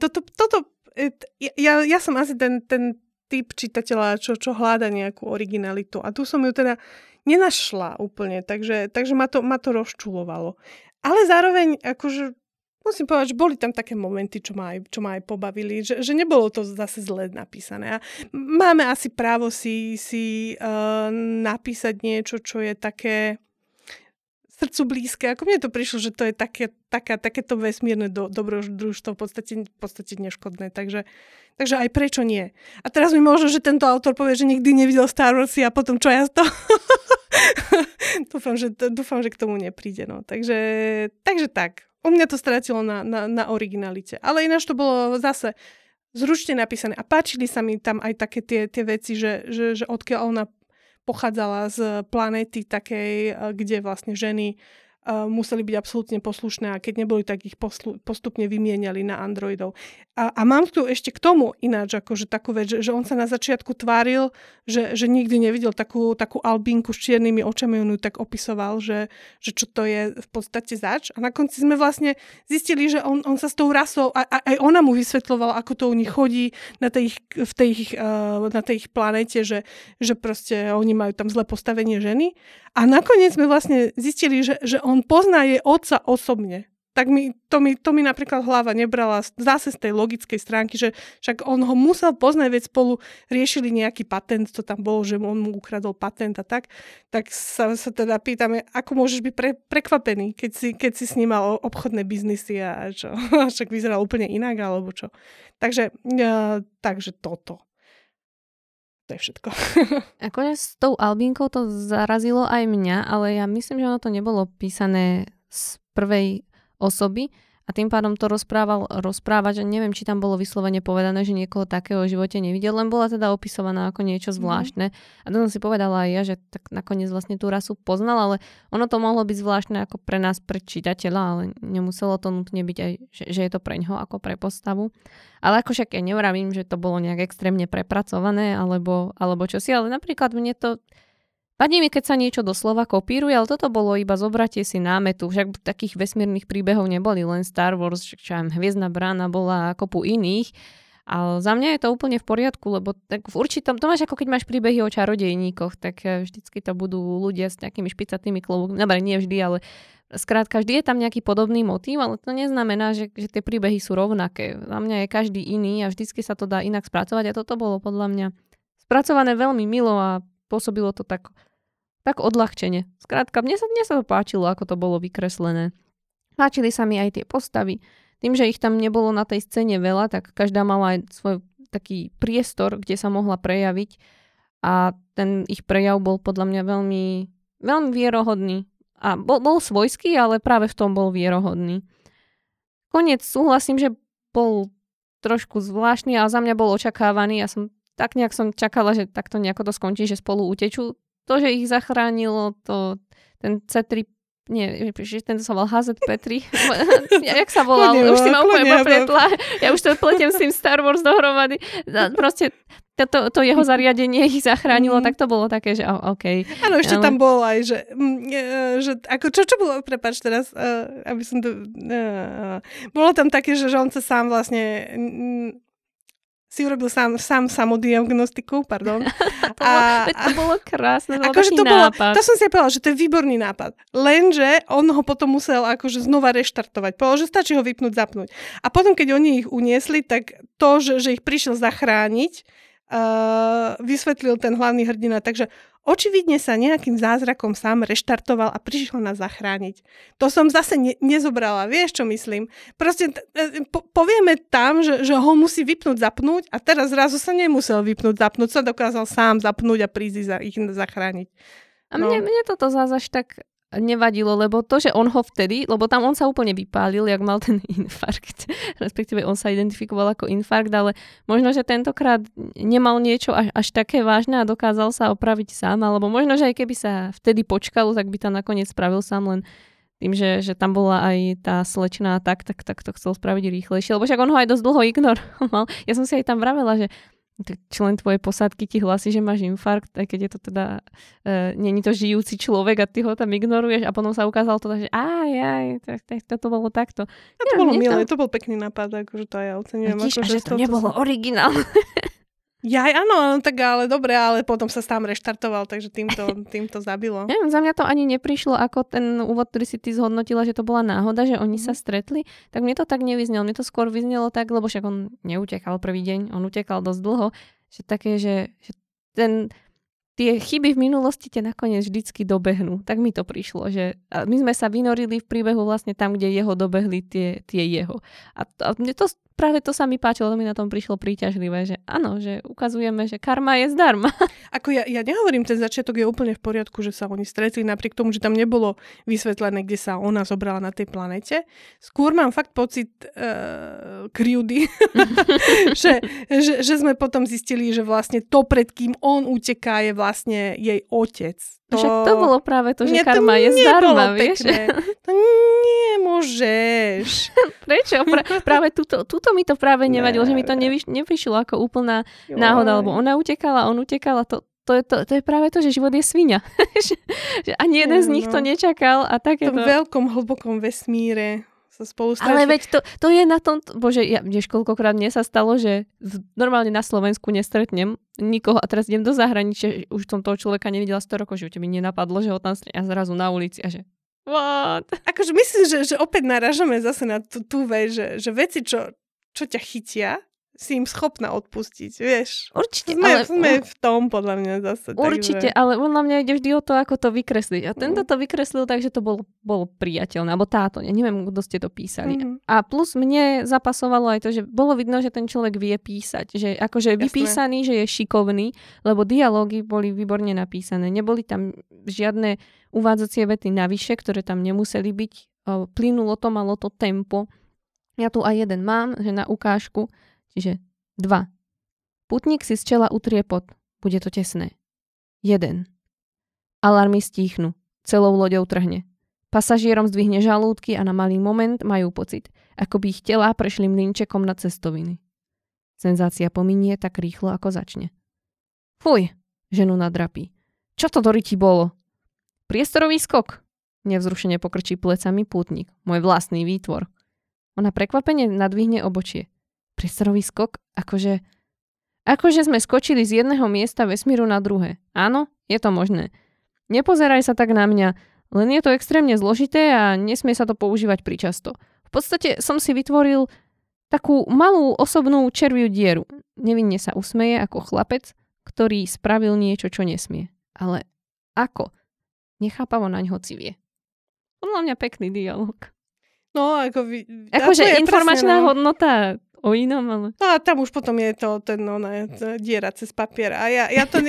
ja som asi ten typ čitateľa, čo hľada nejakú originalitu. A tu som ju teda nenašla úplne, takže ma to rozčulovalo. Ale zároveň, akože musím povedať, že boli tam také momenty, čo ma aj pobavili, že nebolo to zase zle napísané. A máme asi právo si napísať niečo, čo je také srdcu blízke. Ako mne to prišlo, že to je takéto vesmírne dobrodružstvo v podstate neškodné. Takže aj prečo nie? A teraz mi možno, že tento autor povie, že nikdy nevidel Star Wars a potom čo ja z toho... dúfam, že k tomu nepríde. No. Takže tak. U mňa to stratilo na originalite. Ale ináč to bolo zase zručne napísané. A páčili sa mi tam aj také tie veci, že odkiaľ ona pochádzala z planéty takej, kde vlastne ženy museli byť absolútne poslušné a keď neboli, tak ich postupne vymieniali na androidov. A mám tu ešte k tomu ináč akože takú vec, že on sa na začiatku tváril, že nikdy nevidel takú albínku s čiernymi očami, on ju tak opisoval, že čo to je v podstate zač. A na konci sme vlastne zistili, že on sa s tou rasou, aj ona mu vysvetľovala, ako to u nich chodí na tej ich planéte, že proste oni majú tam zlé postavenie ženy. A nakoniec sme vlastne zistili, že on pozná jej otca osobne. Tak to mi napríklad hlava nebrala zase z tej logickej stránky, že však on ho musel poznať, veď spolu riešili nejaký patent, to tam bolo, že on mu ukradol patent a tak sa teda pýtame, ako môžeš byť prekvapený, keď si s ním mal obchodné biznisy a čo, však vyzeral úplne inak, alebo čo. Takže toto. To je všetko. Akože s tou Albínkou to zarazilo aj mňa, ale ja myslím, že ono to nebolo písané z prvej osoby a tým pádom to rozprávať, že neviem, či tam bolo vyslovene povedané, že niekoho takého v živote nevidel, len bola teda opisovaná ako niečo zvláštne. A to som si povedala aj ja, že tak nakoniec vlastne tú rasu poznal, ale ono to mohlo byť zvláštne ako pre nás, pre čitateľa, ale nemuselo to nutne byť aj, že je to pre ňoho ako pre postavu. Ale ako však ja nevravím, že to bolo nejak extrémne prepracované alebo čosi, ale napríklad mne to vadí mi, keď sa niečo doslova kopíruje, ale toto bolo iba zobratie si námetu. Však takých vesmírnych príbehov neboli, len Star Wars, Hviezdna brána bola a kopu iných. Ale za mňa je to úplne v poriadku, lebo tak v určitom, to máš ako keď máš príbehy o čarodejníkoch, tak vždycky to budú ľudia s nejakými špicatými klobúkmi. Dobre, nie vždy, ale skrátka vždy je tam nejaký podobný motív, ale to neznamená, že tie príbehy sú rovnaké. Za mňa je každý iný a vždycky sa to dá inak spracovať a toto bolo podľa mňa spracované veľmi milo a pôsobilo to tak odľahčene. Skrátka, mne sa to páčilo, ako to bolo vykreslené. Páčili sa mi aj tie postavy. Tým, že ich tam nebolo na tej scéne veľa, tak každá mala aj svoj taký priestor, kde sa mohla prejaviť a ten ich prejav bol podľa mňa veľmi, veľmi vierohodný. A bol svojský, ale práve v tom bol vierohodný. Koniec súhlasím, že bol trošku zvláštny a za mňa bol očakávaný. Ja som tak nejak čakala, že takto nejako to skončí, že spolu utečú. To, že ich zachránilo, ten C3, nie, ten sa volal HZ-P3. Jak sa volal? Už si ma úplne popletla. Ja už to pletiem s tým Star Wars dohromady. Proste to jeho zariadenie ich zachránilo, tak to bolo také, že OK. Áno, ešte tam bolo aj, že ako, čo bolo, prepáč teraz, aby som to... bolo tam také, že on sa sám vlastne... si urobil sám samodiagnostiku, pardon. To bolo krásne, to bol akože taký nápad. To som si aj povedala, že to je výborný nápad. Lenže on ho potom musel akože znova reštartovať. Povedal, že stačí ho vypnúť, zapnúť. A potom, keď oni ich uniesli, tak to, že ich prišiel zachrániť, vysvetlil ten hlavný hrdina. Takže očividne sa nejakým zázrakom sám reštartoval a prišiel nás zachrániť. To som zase nezobrala. Vieš, čo myslím? Proste povieme tam, že ho musí vypnúť, zapnúť a teraz zrazu sa nemusel vypnúť, zapnúť. Sa dokázal sám zapnúť a prísť ich zachrániť. A mne toto zase až tak nevadilo, lebo to, že on ho vtedy, lebo tam on sa úplne vypálil, jak mal ten infarkt, respektíve on sa identifikoval ako infarkt, ale možno, že tentokrát nemal niečo až také vážne a dokázal sa opraviť sám, alebo možno, že aj keby sa vtedy počkalo, tak by to nakoniec spravil sám, len tým, že tam bola aj tá slečná tak to chcel spraviť rýchlejšie, lebo však on ho aj dosť dlho ignoroval. Ja som si aj tam vravela, že člen tvojej posádky ti hlási, že máš infarkt, aj keď je to teda není to žijúci človek a ty ho tam ignoruješ a potom sa ukázalo to, že to bolo takto. To bolo milé, to bol pekný nápad, akože to aj ja oceňujem. Vidíš, že to nebolo originál. Áno, tak ale dobre, ale potom sa tam reštartoval, takže týmto zabilo. Neviem, za mňa to ani neprišlo ako ten úvod, ktorý si ty zhodnotila, že to bola náhoda, že oni sa stretli, tak mne to tak nevyznelo. Mne to skôr vyznelo tak, lebo však on neutekal prvý deň, on utekal dosť dlho, že také, že tie chyby v minulosti te nakoniec vždycky dobehnú. Tak mi to prišlo, že my sme sa vynorili v príbehu vlastne tam, kde jeho dobehli tie jeho. A mne to práve to sa mi páčilo, to mi na tom prišlo príťažlivé, že áno, že ukazujeme, že karma je zdarma. Ako ja nehovorím, ten začiatok je úplne v poriadku, že sa oni stretli, napriek tomu, že tam nebolo vysvetlené, kde sa ona zobrala na tej planete. Skôr mám fakt pocit krivdy, že sme potom zistili, že vlastne to, pred kým on uteká, je vlastne jej otec. Však to bolo práve to, že karma je zdarma, vieš? To nemôžeš. Prečo? Práve tuto mi to práve nevadilo, že mi to neprišlo ako úplná náhoda, lebo ona utekala, on utekal a to je práve to, že život je sviňa. Že ani jeden z nich to nečakal a takéto. V veľkom, hlbokom vesmíre sa spolu stretli. Ale veď to je na tom, bože, vieš, koľkokrát mne sa stalo, že normálne na Slovensku nestretnem nikoho a teraz idem do zahraničia, už som toho človeka nevidela 100 rokov, že mi nenapadlo, že ho tam stretnem a zrazu na ulici a že what? Akože myslím, že opäť narážame zase na tú vec, že veci, čo ťa chytia, si im schopná odpustiť, vieš. Určite, sme v tom, podľa mňa zase. Určite, takže... ale podľa mňa ide vždy o to, ako to vykresliť. A tento to vykreslil tak, že to bolo priateľné, alebo táto, neviem, kto ste to písali. A plus mne zapasovalo aj to, že bolo vidno, že ten človek vie písať, že akože vypísaný, že je šikovný, lebo dialógy boli výborne napísané. Neboli tam žiadne uvádzacie vety navyše, ktoré tam nemuseli byť. Plynulo to, malo to tempo. Ja tu aj jeden mám, že na ukážku. Čiže 2. Putník si z čela utrie pot. Bude to tesné. 1. Alarmy stíchnu. Celou loďou trhne. Pasažierom zdvihne žalúdky a na malý moment majú pocit, ako by ich telá prešli mlynčekom na cestoviny. Senzácia pominie tak rýchlo, ako začne. Fuj, ženu nadrapí. Čo to do ryti bolo? Priestorový skok. Nevzrušene pokrčí plecami pútnik. Môj vlastný výtvor. Ona prekvapene nadvihne obočie. Priestorový skok? Akože sme skočili z jedného miesta vesmíru na druhé. Áno, je to možné. Nepozeraj sa tak na mňa, len je to extrémne zložité a nesmie sa to používať pričasto. V podstate som si vytvoril takú malú osobnú červiu dieru. Nevinne sa usmeje ako chlapec, ktorý spravil niečo, čo nesmie. Ale ako? Nechápavo naň civie. Podľa mňa pekný dialog. No, akože informačná hodnota o inom, ale... No a tam už potom je to diera cez papier. A je to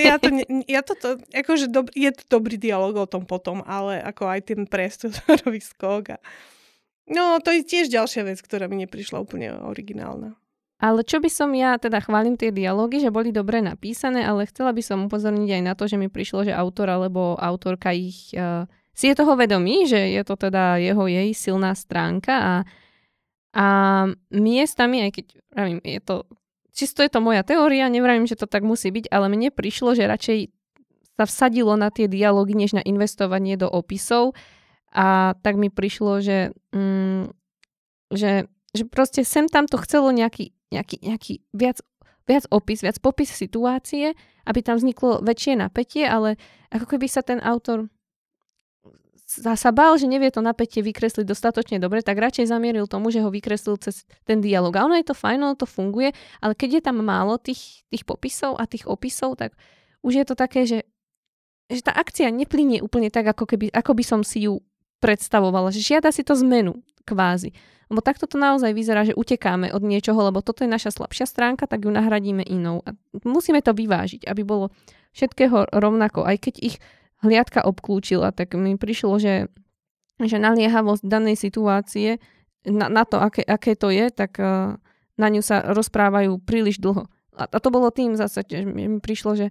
dobrý dialog o tom potom, ale ako aj ten priestorový skok. No, to je tiež ďalšia vec, ktorá mi neprišla úplne originálna. Ale čo by som ja, teda chválim tie dialógy, že boli dobre napísané, ale chcela by som upozorniť aj na to, že mi prišlo, že autor alebo autorka ich si je toho vedomý, že je to teda jej silná stránka a miestami, aj keď pravím, čisto je to moja teória, nevravím, že to tak musí byť, ale mne prišlo, že radšej sa vsadilo na tie dialógy, než na investovanie do opisov a tak mi prišlo, že proste sem tam to chcelo nejaký viac opis, viac popis situácie, aby tam vzniklo väčšie napätie, ale ako keby sa ten autor sa bál, že nevie to napätie vykresliť dostatočne dobre, tak radšej zamieril tomu, že ho vykreslil cez ten dialog. A ono je to fajn, ono to funguje, ale keď je tam málo tých popisov a tých opisov, tak už je to také, že tá akcia neplynie úplne tak, ako by som si ju predstavovala. Že žiada si to zmenu, kvázi. Lebo takto to naozaj vyzerá, že utekáme od niečoho, lebo toto je naša slabšia stránka, tak ju nahradíme inou. A musíme to vyvážiť, aby bolo všetkého rovnako. Aj keď ich hliadka obklúčila, tak mi prišlo, že naliehavosť danej situácie na to, aké to je, tak na ňu sa rozprávajú príliš dlho. A to bolo tým zase, že mi prišlo, že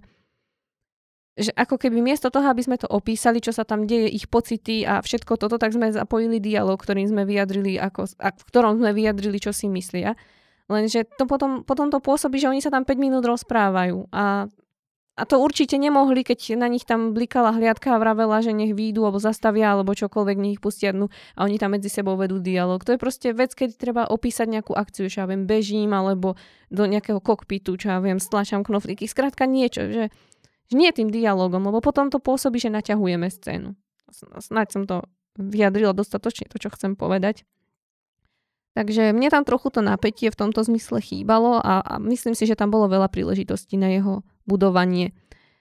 ako keby miesto toho, aby sme to opísali, čo sa tam deje, ich pocity a všetko toto, tak sme zapojili dialog, v ktorom sme vyjadrili, čo si myslia. Lenže to potom to pôsobí, že oni sa tam 5 minút rozprávajú a to určite nemohli, keď na nich tam blikala hliadka a vravela, že nech výjdu alebo zastavia alebo čokoľvek, nech ich pustia dnu a oni tam medzi sebou vedú dialog. To je proste vec, keď treba opísať nejakú akciu, čo ja viem, bežím alebo do nejakého kokpitu, čo ja viem, stlačam knoflíky. Skrátka niečo, že nie tým dialogom, lebo potom to pôsobí, že naťahujeme scénu. Snáď som to vyjadrila dostatočne, to, čo chcem povedať. Takže mne tam trochu to napätie v tomto zmysle chýbalo a myslím si, že tam bolo veľa príležitostí na jeho budovanie.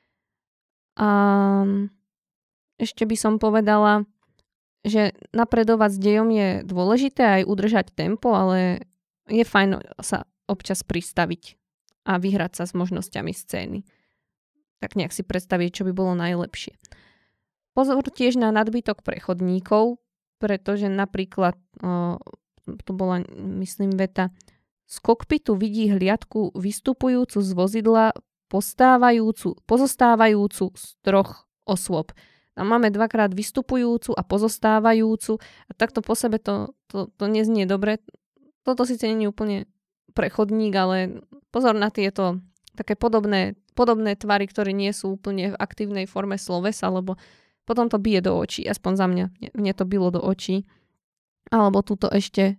A ešte by som povedala, že napredovať s dejom je dôležité aj udržať tempo, ale je fajn sa občas pristaviť a vyhrať sa s možnosťami scény. Tak nejak si predstaviť, čo by bolo najlepšie. Pozor tiež na nadbytok prechodníkov, pretože napríklad to bola, myslím, veta. Z kokpitu vidí hliadku vystupujúcu z vozidla pozostávajúcu z 3 osôb. Tam máme 2-krát vystupujúcu a pozostávajúcu a takto po sebe to neznie dobre. Toto síce nie je úplne prechodník, ale pozor na tieto také podobné tvary, ktoré nie sú úplne v aktívnej forme slovesa, lebo potom to bije do očí. Aspoň za mňa. Mne to bilo do očí. Alebo tuto ešte,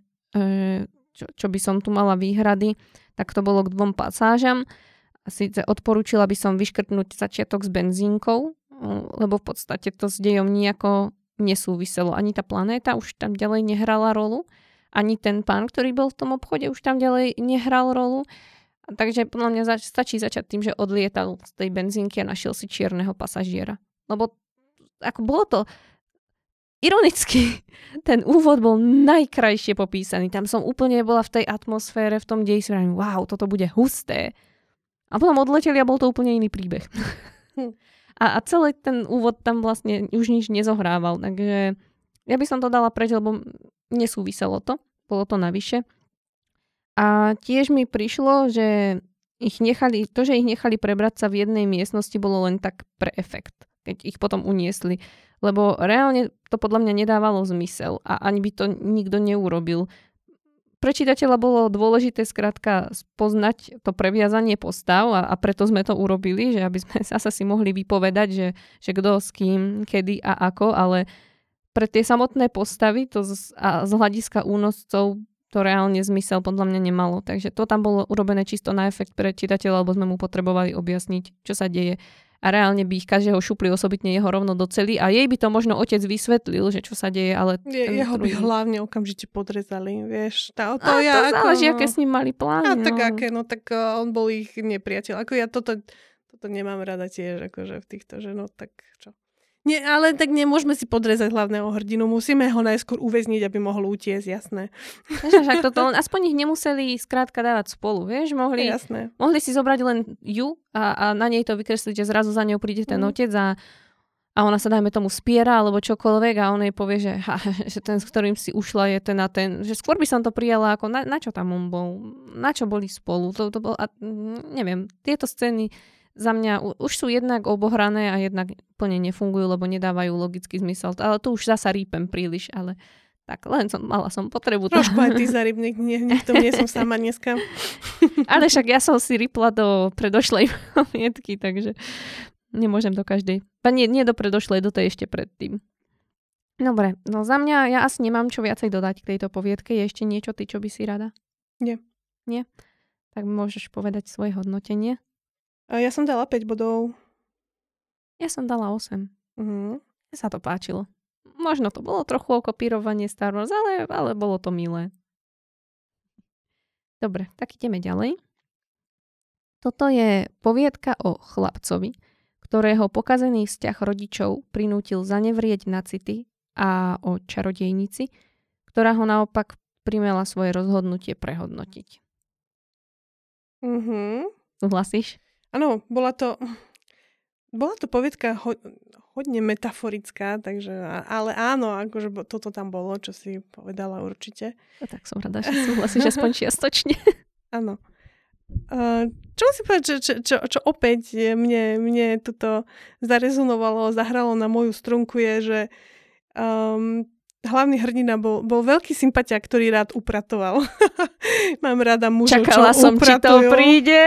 čo by som tu mala výhrady, tak to bolo k 2 pasážam. Sice odporúčila by som vyškrtnúť začiatok s benzínkou, lebo v podstate to s dejom nejako nesúviselo. Ani tá planéta už tam ďalej nehrala rolu, ani ten pán, ktorý bol v tom obchode, už tam ďalej nehral rolu. Takže podľa mňa stačí začať tým, že odlietal z tej benzínky a našiel si čierneho pasažiera. Lebo ako bolo to ironicky, ten úvod bol najkrajšie popísaný. Tam som úplne bola v tej atmosfére, v tom deji si vrajím, wow, toto bude husté. A potom odleteli a bol to úplne iný príbeh. A celý ten úvod tam vlastne už nič nezohrával. Takže ja by som to dala preč, lebo nesúviselo to. Bolo to navyše. A tiež mi prišlo, že ich nechali prebrať sa v jednej miestnosti, bolo len tak pre efekt, keď ich potom uniesli. Lebo reálne to podľa mňa nedávalo zmysel a ani by to nikto neurobil. Pre čitateľa bolo dôležité skrátka spoznať to previazanie postav a preto sme to urobili, že aby sme zasa si mohli vypovedať, že kto s kým, kedy a ako, ale pre tie samotné postavy a z hľadiska únoscov to reálne zmysel podľa mňa nemalo. Takže to tam bolo urobené čisto na efekt pre čitateľa, lebo sme mu potrebovali objasniť, čo sa deje. A reálne by ich každého šupli osobitne jeho rovno doceli a jej by to možno otec vysvetlil, že čo sa deje, ale... Jeho by hlavne okamžite podrezali, vieš. To záleží, aké s ním mali plány. Tak on bol ich nepriateľ. Ako ja toto nemám rada tiež, akože v týchto, že no tak čo. Nie, ale tak nemôžeme si podrezať hlavného hrdinu. Musíme ho najskôr uväzniť, aby mohol utiecť, jasné. Aspoň ich nemuseli skrátka dávať spolu, vieš? Mohli si zobrať len ju a na nej to vykresliť, že zrazu za ňou príde ten otec a ona sa dajme tomu spiera alebo čokoľvek a on jej povie, že ten, s ktorým si ušla, je ten a ten. Že skôr by som to prijala ako na čo tam on bol, na čo boli spolu. To bol, neviem, tieto scény za mňa už sú jednak obohrané a jednak plne nefungujú, lebo nedávajú logický zmysel. Ale tu už zasa rýpem príliš, ale tak len mala som potrebu. Trošku aj ty zarýpnik, nikto nie som sama dneska. Ale však ja som si rýpla do predošlej pamätky, takže nemôžem do každej. Nie do predošlej, do tej ešte predtým. Dobre, no za mňa ja asi nemám čo viacej dodať k tejto poviedke. Je ešte niečo ty, čo by si rada? Nie. Nie? Tak môžeš povedať svoje hodnotenie. Ja som dala 5 bodov. Ja som dala 8. Mne sa to páčilo. Možno to bolo trochu okopírovanie Star Wars, ale bolo to milé. Dobre, tak ideme ďalej. Toto je poviedka o chlapcovi, ktorého pokazený vzťah rodičov prinútil zanevrieť na city a o čarodejnici, ktorá ho naopak primela svoje rozhodnutie prehodnotiť. Súhlasíš? Áno, bola to poviedka hodne metaforická, takže, ale áno, akože toto tam bolo, čo si povedala určite. No tak som rada, že súhlasíš aspoň čiastočne. Áno. Čo musím povedať, čo opäť mne toto zarezonovalo, zahralo na moju strunku je, že hlavný hrdina bol veľký sympatiák, ktorý rád upratoval. Mám rada mužov, čakala čo som, upratujú. Či to príde.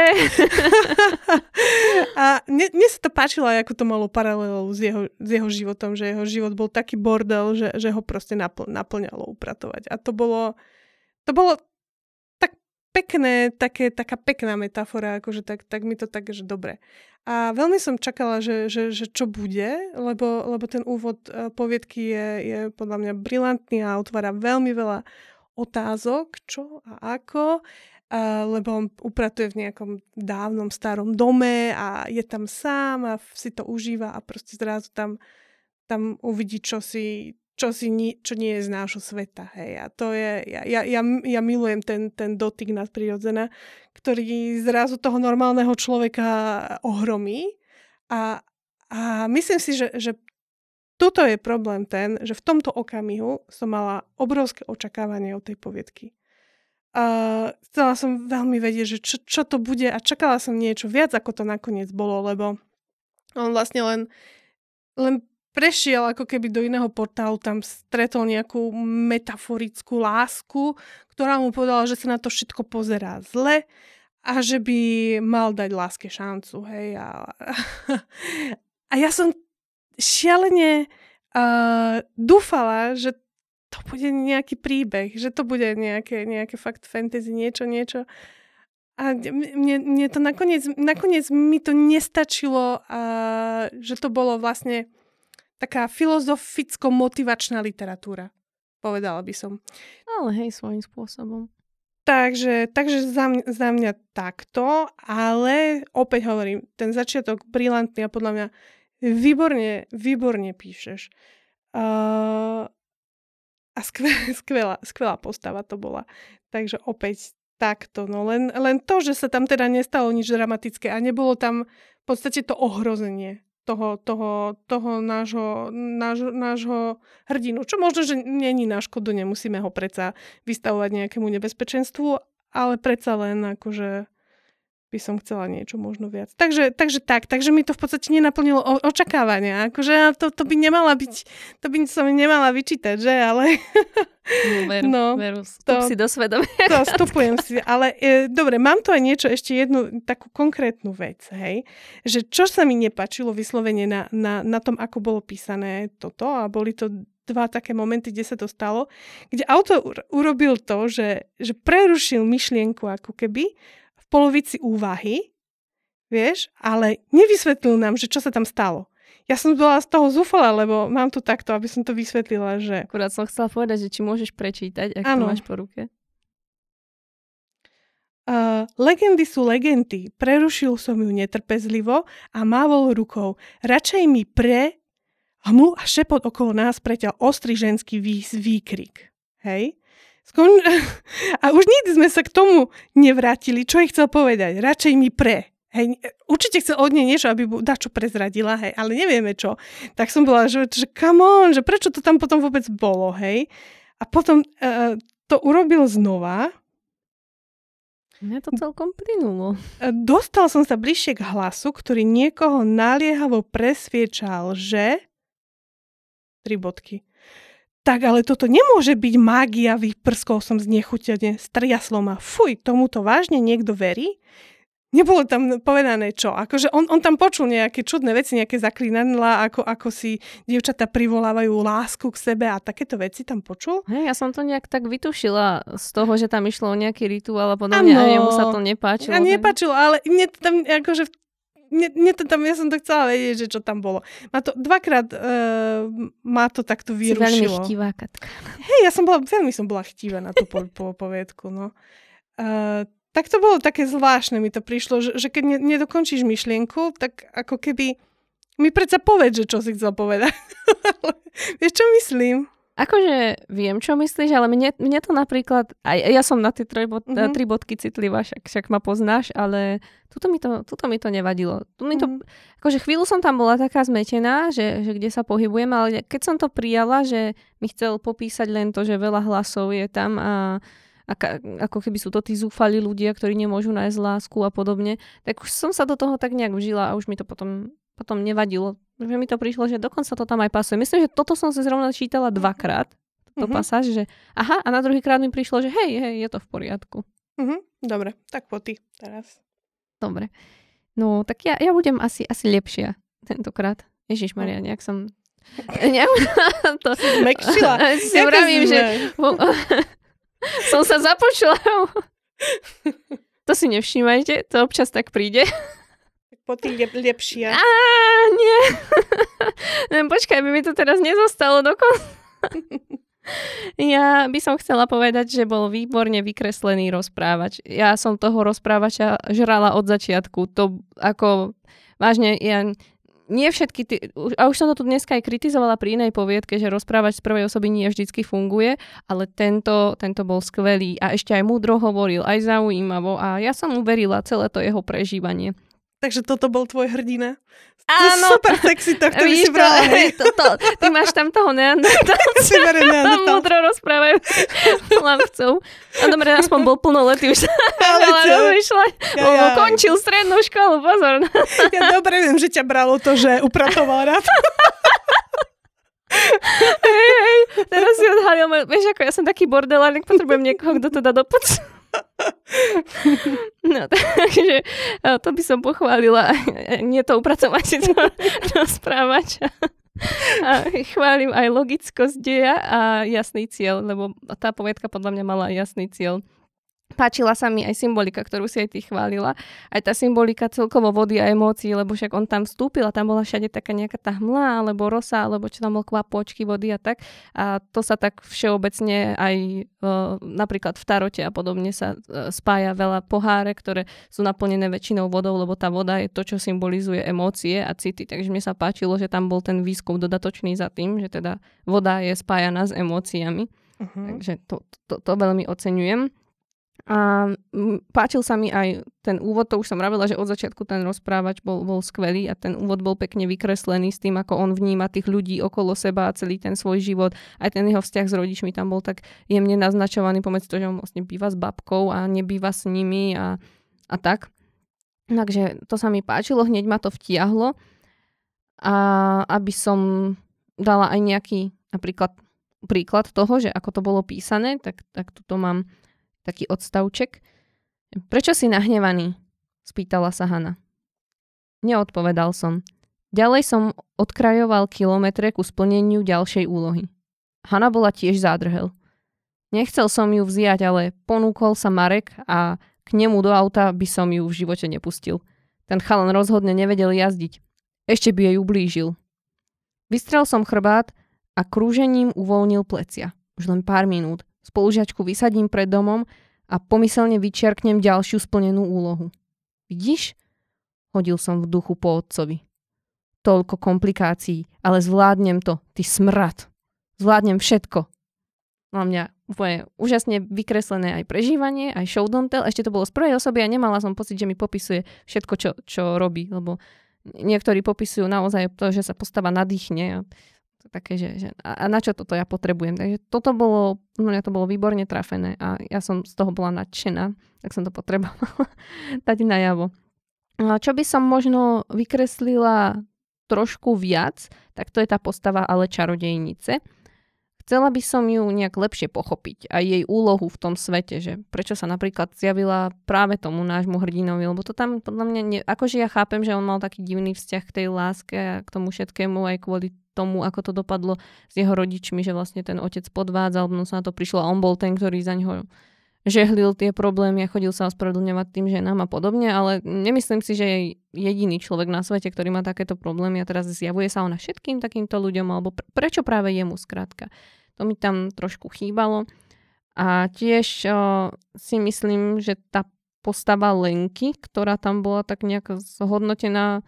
A mne sa to páčilo, ako to malo paralelu s jeho životom, že jeho život bol taký bordel, že ho proste naplňalo upratovať. A to bolo tak pekné, taká pekná metafora, akože tak mi to tak, že dobre. A veľmi som čakala, že čo bude, lebo ten úvod poviedky je podľa mňa brilantný a otvára veľmi veľa otázok, čo a ako, lebo on upratuje v nejakom dávnom starom dome a je tam sám a si to užíva a proste zrazu tam uvidí čo nie je z nášho sveta. Hej. A to je, ja milujem ten dotyk nadprirodzená, ktorý zrazu toho normálneho človeka ohromí a myslím si, že tuto je problém ten, že v tomto okamihu som mala obrovské očakávanie od tej poviedky. Chcela som veľmi vedieť, že čo to bude a čakala som niečo viac, ako to nakoniec bolo, lebo on vlastne len prešiel ako keby do iného portálu, tam stretol nejakú metaforickú lásku, ktorá mu povedala, že sa na to všetko pozerá zle a že by mal dať láske šancu. Hej. A ja som šialene dúfala, že to bude nejaký príbeh, že to bude nejaké fakt fantasy, niečo. A mne to nakoniec mi to nestačilo, že to bolo vlastne taká filozoficko-motivačná literatúra, povedala by som. Ale hej, svojím spôsobom. Takže za mňa takto, ale opäť hovorím, ten začiatok brilantný a podľa mňa výborne píšeš. A skvelá postava to bola. Takže opäť takto. No len to, že sa tam teda nestalo nič dramatické a nebolo tam v podstate to ohrozenie toho nášho hrdinu. Čo možno, že není na škodu, nemusíme ho predsa vystavovať nejakému nebezpečenstvu, ale predsa len akože by som chcela niečo možno viac. Takže mi to v podstate nenaplnilo očakávania. Akože to by nemala byť, to by som nemala vyčítať, že? Ale... Veru, vstup si do svedomia. To vstupujem si. Ale dobre, mám tu aj niečo, ešte jednu takú konkrétnu vec, hej? Že čo sa mi nepáčilo vyslovene na tom, ako bolo písané toto, a boli to dva také momenty, kde sa to stalo, kde autor urobil to, že prerušil myšlienku ako keby polovici úvahy, vieš, ale nevysvetlil nám, že čo sa tam stalo. Ja som bola z toho zúfala, lebo mám tu takto, aby som to vysvetlila, že... Akurát som chcela povedať, že či môžeš prečítať, ak to máš po ruke. Legendy sú legendy. Prerušil som ju netrpezlivo a mávol rukou. Radšej mi hmlu a šepot okolo nás preťal ostrý ženský výkrik. Hej? A už nikdy sme sa k tomu nevrátili, čo jej chcel povedať. Radšej mi Hej, určite chcel od nej niečo, aby dačo prezradila, hej, ale nevieme čo. Tak som bola, že come on, že prečo to tam potom vôbec bolo, hej. A potom to urobil znova. Mne to celkom plynulo. Dostal som sa bližšie k hlasu, ktorý niekoho naliehavo presviečal, že... 3 bodky. Tak, ale toto nemôže byť mágia, vyprskol som znechutene, striaslo ma. Fuj, tomuto vážne niekto verí? Nebolo tam povedané čo. Akože on tam počul nejaké čudné veci, nejaké zaklínadlá, ako si dievčatá privolávajú lásku k sebe a takéto veci tam počul. Hej, ja som to nejak tak vytušila z toho, že tam išlo o nejaký rituál a podobne a jemu sa to nepáčilo. A nepáčilo, ale mne to tam akože... ja som to chcela vedieť, že čo tam bolo. Má to dvakrát má to takto vyrušilo. Si veľmi chtivá, Katka. Hej, veľmi som bola chtivá na tú poviedku, no. Tak to bolo také zvláštne, mi to prišlo, že keď nedokončíš myšlienku, tak ako keby mi predsa povedz, že čo si chcel povedať. Vieš, čo myslím? Akože viem, čo myslíš, ale mne to napríklad, aj ja som na tie 3 bodky citlivá, však ma poznáš, ale tuto mi to nevadilo. Akože chvíľu som tam bola taká zmetená, že kde sa pohybujem, ale keď som to prijala, že mi chcel popísať len to, že veľa hlasov je tam a ako keby sú to tí zúfali ľudia, ktorí nemôžu nájsť lásku a podobne, tak už som sa do toho tak nejak vžila a už mi to potom nevadilo. Že mi to prišlo, že dokonca to tam aj pasuje. Myslím, že toto som si zrovna čítala 2-krát, toto pasáž, že aha, a na druhý krát mi prišlo, že hej, je to v poriadku. Dobre, tak po ty teraz. Dobre. No, tak ja budem asi lepšia tentokrát. Ježišmaria, nejak som... To si zmekšila. Si vravím, že... som sa započula. To si nevšímajte, to občas tak príde. Po tým lepšia. Nie. Počkaj, by mi to teraz nezostalo dokonca. Ja by som chcela povedať, že bol výborne vykreslený rozprávač. Ja som toho rozprávača žrala od začiatku. To ako vážne, nie všetky a už som to tu dneska aj kritizovala pri inej poviedke, že rozprávač z prvej osoby nie vždycky funguje, ale tento bol skvelý a ešte aj múdro hovoril, aj zaujímavo a ja som mu verila celé to jeho prežívanie. Takže toto bol tvoj hrdina? Áno. Super sexy to, ktorý si brala. Ty máš tam toho neandertálca. Múdro rozprávajú hlavcov. A dobre, aspoň bol plnoletý už. Končil strednú školu, pozor. Ja dobre viem, že ťa bralo to, že upratoval rád. Hej, teraz si odhalil, vieš ako, ja som taký bordelárnik, potrebujem niekoho, kto to dá do pocu. No, takže to by som pochválila. Nie to upracovať si to rozprávača. A chválim aj logickosť deja a jasný cieľ, lebo tá poviedka podľa mňa mala jasný cieľ. Páčila sa mi aj symbolika, ktorú si aj ty chválila. Aj tá symbolika celkovo vody a emócií, lebo však on tam vstúpil a tam bola všade taká nejaká tá hmla, alebo rosa, alebo čo tam bol kvapôčky vody a tak. A to sa tak všeobecne aj napríklad v tarote a podobne sa spája veľa poháre, ktoré sú naplnené väčšinou vodou, lebo tá voda je to, čo symbolizuje emócie a city. Takže mne sa páčilo, že tam bol ten výskum dodatočný za tým, že teda voda je spájaná s emóciami. Takže to veľmi oceňujem. A páčil sa mi aj ten úvod, to už som vravila, že od začiatku ten rozprávač bol skvelý a ten úvod bol pekne vykreslený s tým, ako on vníma tých ľudí okolo seba a celý ten svoj život. Aj ten jeho vzťah s rodičmi tam bol tak jemne naznačovaný pomedzi to, že on vlastne býva s babkou a nebýva s nimi a tak. Takže to sa mi páčilo, hneď ma to vtiahlo. A aby som dala aj nejaký napríklad príklad toho, že ako to bolo písané, tak tuto mám taký odstavček. Prečo si nahnevaný? Spýtala sa Hana. Neodpovedal som. Ďalej som odkrajoval kilometre ku splneniu ďalšej úlohy. Hana bola tiež zádrhel. Nechcel som ju vziať, ale ponúkol sa Marek a k nemu do auta by som ju v živote nepustil. Ten chalan rozhodne nevedel jazdiť. Ešte by jej ublížil. Vystrel som chrbát a krúžením uvoľnil plecia. Už len pár minút. Spolužiačku vysadím pred domom a pomyselne vyčiarknem ďalšiu splnenú úlohu. Vidíš? Hodil som v duchu po otcovi. Toľko komplikácií, ale zvládnem to, ty smrad. Zvládnem všetko. Na mňa úplne úžasne vykreslené aj prežívanie, aj show don't tell. Ešte to bolo z prvej osoby a nemala som pocit, že mi popisuje všetko, čo robí, lebo niektorí popisujú naozaj to, že sa postava nadýchne a také, že a na čo toto ja potrebujem. Takže toto bolo, mňa to bolo výborne trafené a ja som z toho bola nadšená, tak som to potrebovala dať najavo. A čo by som možno vykreslila trošku viac, tak to je tá postava ale čarodejnice. Chcela by som ju nejak lepšie pochopiť aj jej úlohu v tom svete, že prečo sa napríklad zjavila práve tomu nášmu hrdinovi, lebo to tam podľa mňa, akože ja chápem, že on mal taký divný vzťah k tej láske a k tomu všetkému aj kvôli tomu, ako to dopadlo s jeho rodičmi, že vlastne ten otec podvádzal, no sa na to prišlo a on bol ten, ktorý za ňoho žehlil tie problémy a chodil sa ospravedlňovať tým ženám a podobne, ale nemyslím si, že je jediný človek na svete, ktorý má takéto problémy a teraz zjavuje sa ona všetkým takýmto ľuďom, alebo prečo práve jemu skrátka. To mi tam trošku chýbalo. A tiež si myslím, že tá postava Lenky, ktorá tam bola tak nejak zhodnotená,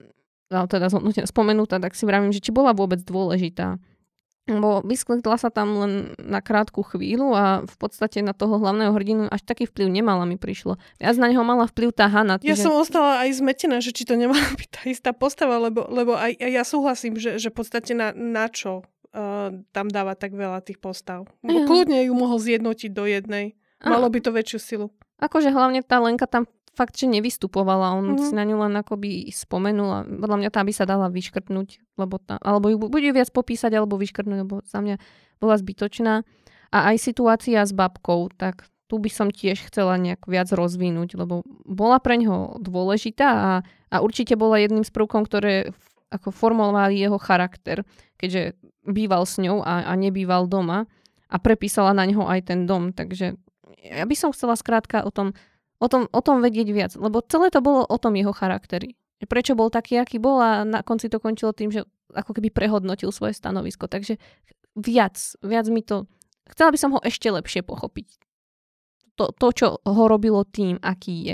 spomenutá, tak si vravím, že či bola vôbec dôležitá. Bo vyskytla sa tam len na krátku chvíľu a v podstate na toho hlavného hrdinu až taký vplyv nemala, mi prišlo. Viac na neho mala vplyv tá Hana. Ja som ostala aj zmetená, že či to nemala byť tá istá postava, lebo aj ja súhlasím, že v podstate na čo tam dáva tak veľa tých postav. Kľudne ju mohol zjednotiť do jednej. Malo by to väčšiu silu. Akože hlavne tá Lenka tam fakt, že nevystupovala. On si na ňu len akoby spomenul a podľa mňa tá by sa dala vyškrtnúť, lebo alebo ju bude viac popísať, alebo vyškrtnúť, lebo za mňa bola zbytočná. A aj situácia s babkou, tak tu by som tiež chcela nejak viac rozvinúť, lebo bola pre ňoho dôležitá a určite bola jedným z prvkov, ktoré ako formovali jeho charakter, keďže býval s ňou a nebýval doma a prepísala na neho aj ten dom. Takže ja by som chcela skrátka o tom vedieť viac, lebo celé to bolo o tom jeho charakteri. Prečo bol taký, aký bol a na konci to končilo tým, že ako keby prehodnotil svoje stanovisko. Takže viac mi to... Chcela by som ho ešte lepšie pochopiť. To, čo ho robilo tým, aký je.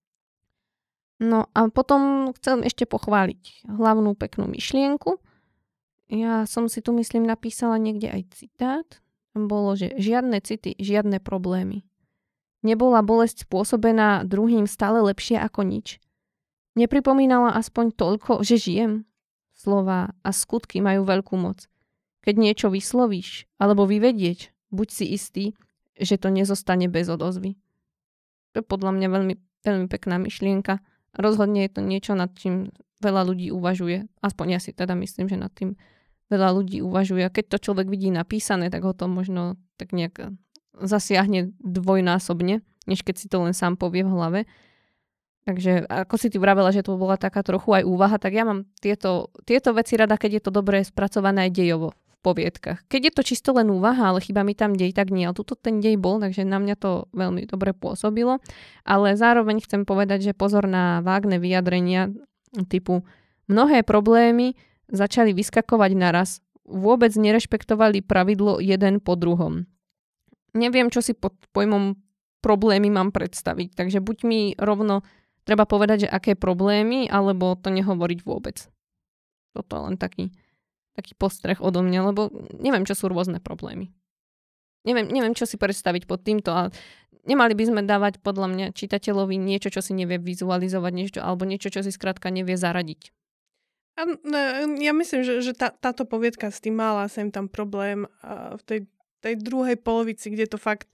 No a potom chcem ešte pochváliť hlavnú peknú myšlienku. Ja som si tu, myslím, napísala niekde aj citát. Tam bolo, že žiadne city, žiadne problémy. Nebola bolesť spôsobená druhým stále lepšie ako nič. Nepripomínala aspoň toľko, že žijem. Slová a skutky majú veľkú moc. Keď niečo vyslovíš alebo vyvedieť, buď si istý, že to nezostane bez odozvy. To je podľa mňa veľmi, veľmi pekná myšlienka. Rozhodne je to niečo, nad čím veľa ľudí uvažuje. Aspoň ja si teda myslím, že nad tým veľa ľudí uvažuje. A keď to človek vidí napísané, tak ho to možno tak nejak zasiahne dvojnásobne, než keď si to len sám povie v hlave. Takže ako si ty vravela, že to bola taká trochu aj úvaha, tak ja mám tieto veci rada, keď je to dobre spracované aj dejovo. poviedkach. Keď je to čisto len úvaha, ale chýba mi tam dej, tak nie. Ale tuto ten dej bol, takže na mňa to veľmi dobre pôsobilo. Ale zároveň chcem povedať, že pozor na vágne vyjadrenia typu mnohé problémy začali vyskakovať naraz. Vôbec nerešpektovali pravidlo jeden po druhom. Neviem, čo si pod pojmom problémy mám predstaviť. Takže buď mi rovno treba povedať, že aké problémy, alebo to nehovoriť vôbec. Toto je len taký postreh odo mňa, lebo neviem, čo sú rôzne problémy. Neviem, čo si predstaviť pod týmto, ale nemali by sme dávať podľa mňa čitateľovi niečo, čo si nevie vizualizovať, niečo, alebo niečo, čo si skrátka nevie zaradiť. Ja myslím, že táto poviedka s tým mala sem tam problém v tej druhej polovici, kde to fakt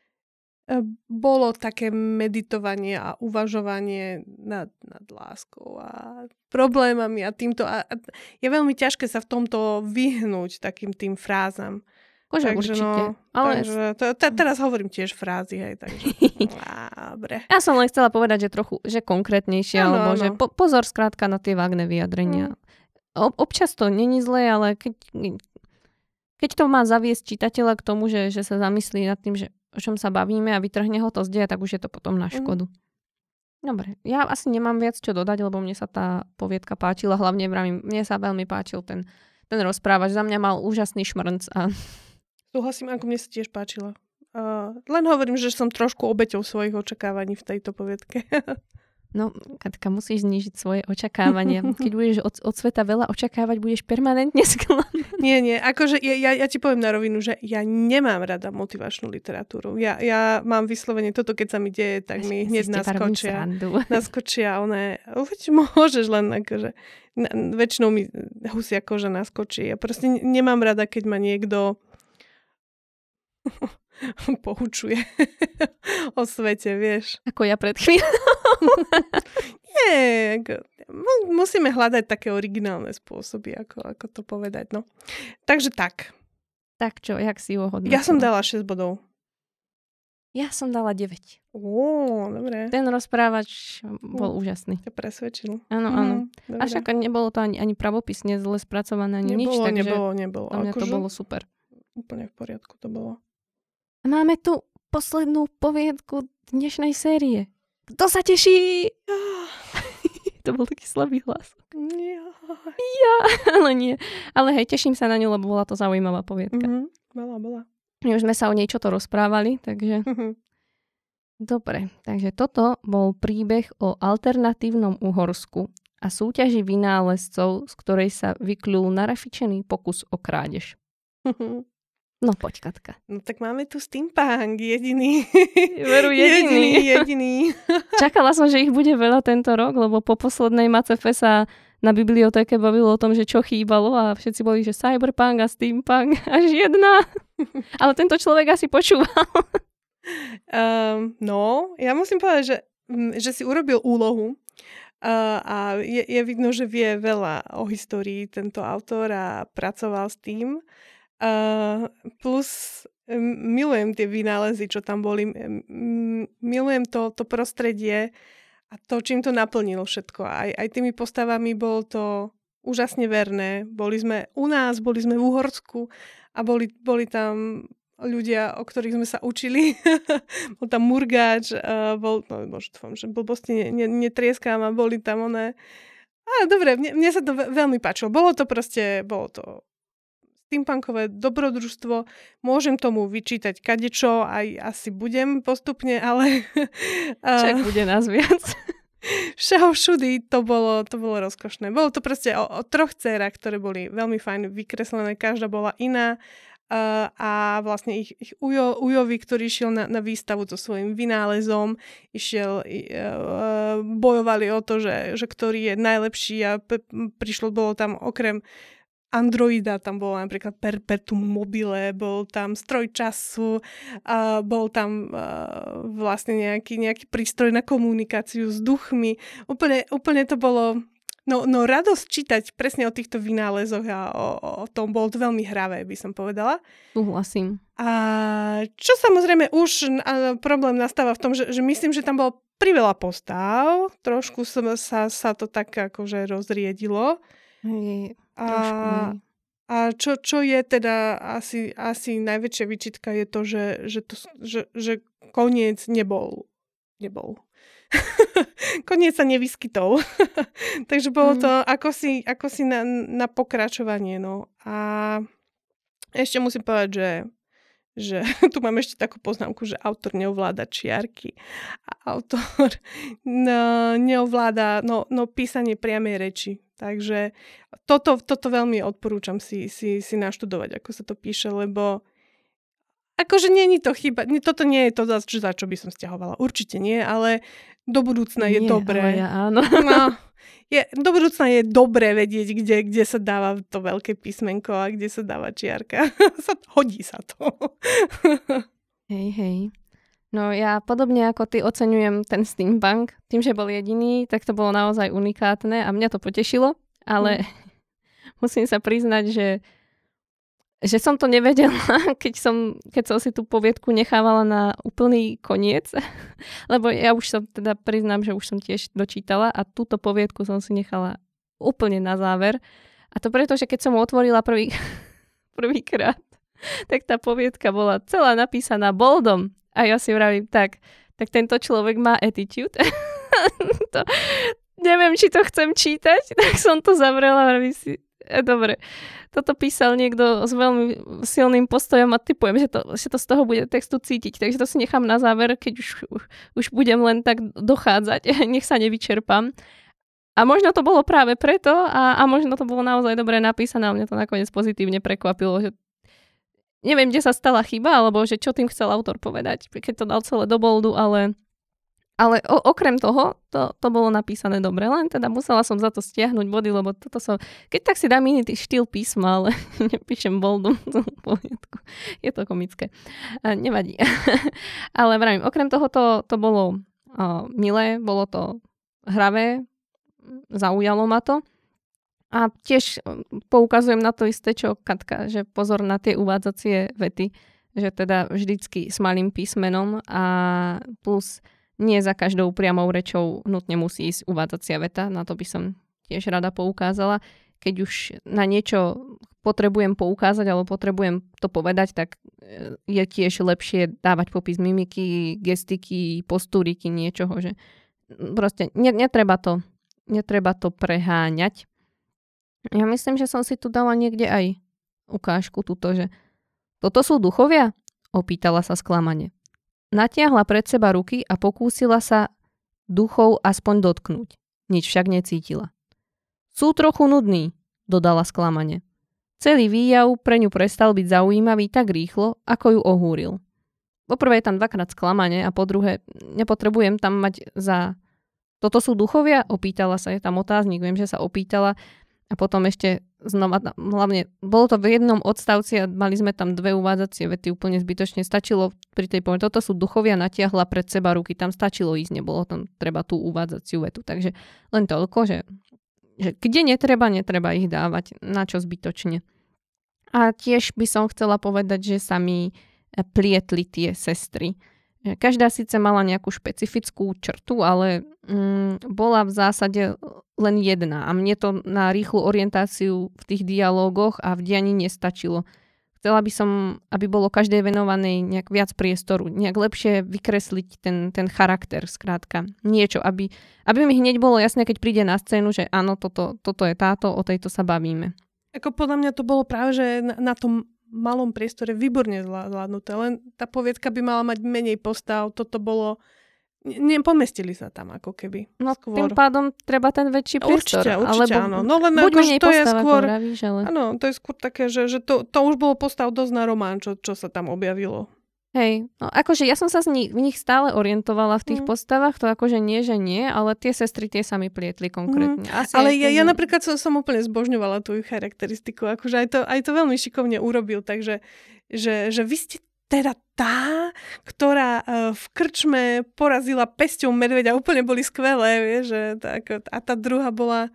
bolo také meditovanie a uvažovanie nad láskou a problémami a týmto. A je veľmi ťažké sa v tomto vyhnúť takým tým frázam. Takže určite. Takže teraz hovorím tiež frázy, hej, takže dobre. Ja som len chcela povedať, že konkrétnejšie, alebo že pozor skrátka na tie vágne vyjadrenia. Občas to není zlé, ale keď to má zaviesť čitateľa k tomu, že sa zamyslí nad tým, že o čom sa bavíme a vytrhne ho to z deja, tak už je to potom na škodu. Dobre, ja asi nemám viac čo dodať, lebo mne sa tá poviedka páčila, hlavne mne sa veľmi páčil ten rozprávač, za mňa mal úžasný šmrnc. Súhlasím, ako mne sa tiež páčila. Len hovorím, že som trošku obeťou svojich očakávaní v tejto poviedke. No, Katka, musíš znížiť svoje očakávania. Keď budeš od sveta veľa očakávať, budeš permanentne sklamaný. Nie, akože ja ti poviem na rovinu, že ja nemám rada motivačnú literatúru. Ja mám vyslovene toto, keď sa mi deje, tak mi hneď naskočia one. Môžeš len akože, väčšinou mi husia koža naskočí. Ja proste nemám rada, keď ma niekto poučuje o svete, vieš. Ako ja pred chvíľou. Nie, musíme hľadať také originálne spôsoby, ako to povedať, no. Takže tak. Tak čo, jak si ho hodnotila? Ja som dala 6 bodov. Ja som dala 9. Dobre. Ten rozprávač bol úžasný. Ťa presvedčil. Áno. A však nebolo to ani pravopisne zle spracované, ani nič, takže nebolo. Za mňa to bolo super. Úplne v poriadku to bolo. Máme tu poslednú poviedku dnešnej série. Kto sa teší? To bol taký slabý hlas. Ja, ale nie. Ale hej, teším sa na ňu, lebo bola to zaujímavá poviedka. Bola. My už sme sa o nej čo to rozprávali, takže... Dobre, takže toto bol príbeh o alternatívnom Uhorsku a súťaži vynálezcov, z ktorej sa vykľul narafičený pokus o krádež. No poď, Katka. No tak máme tu steampunk, jediný. Veru jediný. Čakala som, že ich bude veľa tento rok, lebo po poslednej Macefe sa na bibliotéke bavilo o tom, že čo chýbalo a všetci boli, že cyberpunk a steampunk až jedna. Ale tento človek asi počúval. No, ja musím povedať, že si urobil úlohu a je vidno, že vie veľa o histórii tento autor a pracoval s tým. Plus milujem tie vynálezy, čo tam boli. Milujem to prostredie a to, čím to naplnilo všetko. Aj tými postavami bolo to úžasne verné. Boli sme u nás, boli sme v Uhorsku a boli tam ľudia, o ktorých sme sa učili. Bol tam Murgáč, že blbosti netrieskám a boli tam oné. Dobre, mne sa to veľmi páčilo. Bolo to steampunkové dobrodružstvo. Môžem tomu vyčítať kadečo, aj asi budem postupne, ale... Čak bude nás viac. Všudy to bolo rozkošné. Bolo to proste o 3 dcérach, ktoré boli veľmi fajn vykreslené. Každá bola iná. A vlastne ich ujovi, ktorý išiel na výstavu so svojím vynálezom, bojovali o to, že ktorý je najlepší a bolo tam okrem Androida, tam bol napríklad Perpetuum mobile, bol tam stroj času, bol tam vlastne nejaký prístroj na komunikáciu s duchmi. Úplne to bolo radosť čítať presne o týchto vynálezoch a o tom, bolo to veľmi hravé, by som povedala. Súhlasím. A čo samozrejme už problém nastáva v tom, že myslím, že tam bolo priveľa postav, trošku sa to tak akože rozriedilo. Hej. A A čo je teda asi najväčšia výčitka je to, že koniec nebol. Koniec sa nevyskytol. Takže bolo to ako si na pokračovanie. No. A ešte musím povedať, že tu mám ešte takú poznámku, že autor neovláda čiarky. A autor neovláda písanie priamej reči. Takže toto veľmi odporúčam si naštudovať, ako sa to píše, lebo akože nie je to chyba. Toto nie je to, za čo by som sťahovala. Určite nie, ale do budúcna je dobré. Ale ja áno. No, do budúcna je dobré vedieť, kde sa dáva to veľké písmenko a kde sa dáva čiarka. Hodí sa to. Hej. No ja podobne ako ty oceňujem ten steampunk. Tým, že bol jediný, tak to bolo naozaj unikátne a mňa to potešilo, ale musím sa priznať, že som to nevedela, keď som si tú poviedku nechávala na úplný koniec, lebo ja už som teda priznám, že už som tiež dočítala a túto poviedku som si nechala úplne na záver. A to preto, že keď som otvorila prvýkrát, tak tá poviedka bola celá napísaná boldom. A ja si vravím, tak tento človek má attitude. Neviem, či to chcem čítať, tak som to zavrela a vravím si, dobre, toto písal niekto s veľmi silným postojom a typujem, že to z toho bude textu cítiť. Takže to si nechám na záver, keď už budem len tak dochádzať, nech sa nevyčerpám. A možno to bolo práve preto a možno to bolo naozaj dobre napísané a mňa to nakoniec pozitívne prekvapilo, že neviem, kde sa stala chyba, alebo že čo tým chcel autor povedať, keď to dal celé do boldu, ale okrem toho, to bolo napísané dobre, len teda musela som za to stiahnuť body, lebo toto som, keď tak si dám iný štýl písma, ale nepíšem boldom celú poviedku. Je to komické. Nevadí. Ale vravím, okrem toho to bolo milé, bolo to hravé, zaujalo ma to. A tiež poukazujem na to isté, čo Katka, že pozor na tie uvádzacie vety, že teda vždycky s malým písmenom a plus nie za každou priamou rečou nutne musí ísť uvádzacia veta, na to by som tiež rada poukázala. Keď už na niečo potrebujem poukázať alebo potrebujem to povedať, tak je tiež lepšie dávať popis mimiky, gestiky, postúriky, niečoho, že proste netreba to preháňať. Ja myslím, že som si tu dala niekde aj ukážku tuto, že toto sú duchovia? Opýtala sa sklamane. Natiahla pred seba ruky a pokúsila sa duchov aspoň dotknúť. Nič však necítila. Sú trochu nudní, dodala sklamane. Celý výjav pre ňu prestal byť zaujímavý tak rýchlo, ako ju ohúril. Po prvé je tam dvakrát sklamane a po druhé nepotrebujem tam mať za... Toto sú duchovia? Opýtala sa, je tam otáznik, viem, že sa opýtala. A potom ešte znova, hlavne, bolo to v jednom odstavci a mali sme tam dve uvádzacie vety úplne zbytočne. Stačilo pri tej povedať, toto sú duchovia, natiahla pred seba ruky, tam stačilo ísť, nebolo tam treba tú uvádzaciu vetu. Takže len toľko, že kde netreba ich dávať, na čo zbytočne. A tiež by som chcela povedať, že sa mi plietli tie sestry. Každá síce mala nejakú špecifickú črtu, ale bola v zásade len jedna. A mne to na rýchlu orientáciu v tých dialógoch a v dianí nestačilo. Chcela by som, aby bolo každej venovanej nejak viac priestoru, nejak lepšie vykresliť ten charakter, skrátka. Niečo, aby mi hneď bolo jasné, keď príde na scénu, že áno, toto je táto, o tejto sa bavíme. Ako podľa mňa to bolo práve, že na tom malom priestore výborne zvládnuté, len tá poviedka by mala mať menej postav, toto bolo, nepomestili sa tam ako keby. No skôr. Tým pádom treba ten väčší priestor. Určite, áno. No len buď menej to postav, je skôr, ako vravíš, ale... Áno, to je skôr také, že to už bolo postav dosť na román, čo sa tam objavilo. Hej, no akože ja som sa v nich stále orientovala v tých postavách, to akože nie, že nie, ale tie sestry, tie sa mi plietli konkrétne. Ale ja napríklad som úplne zbožňovala tú ich charakteristiku, akože aj to veľmi šikovne urobil, takže že vy ste teda tá, ktorá v krčme porazila pesťou medveďa, úplne boli skvelé, vieš, že a tá druhá bola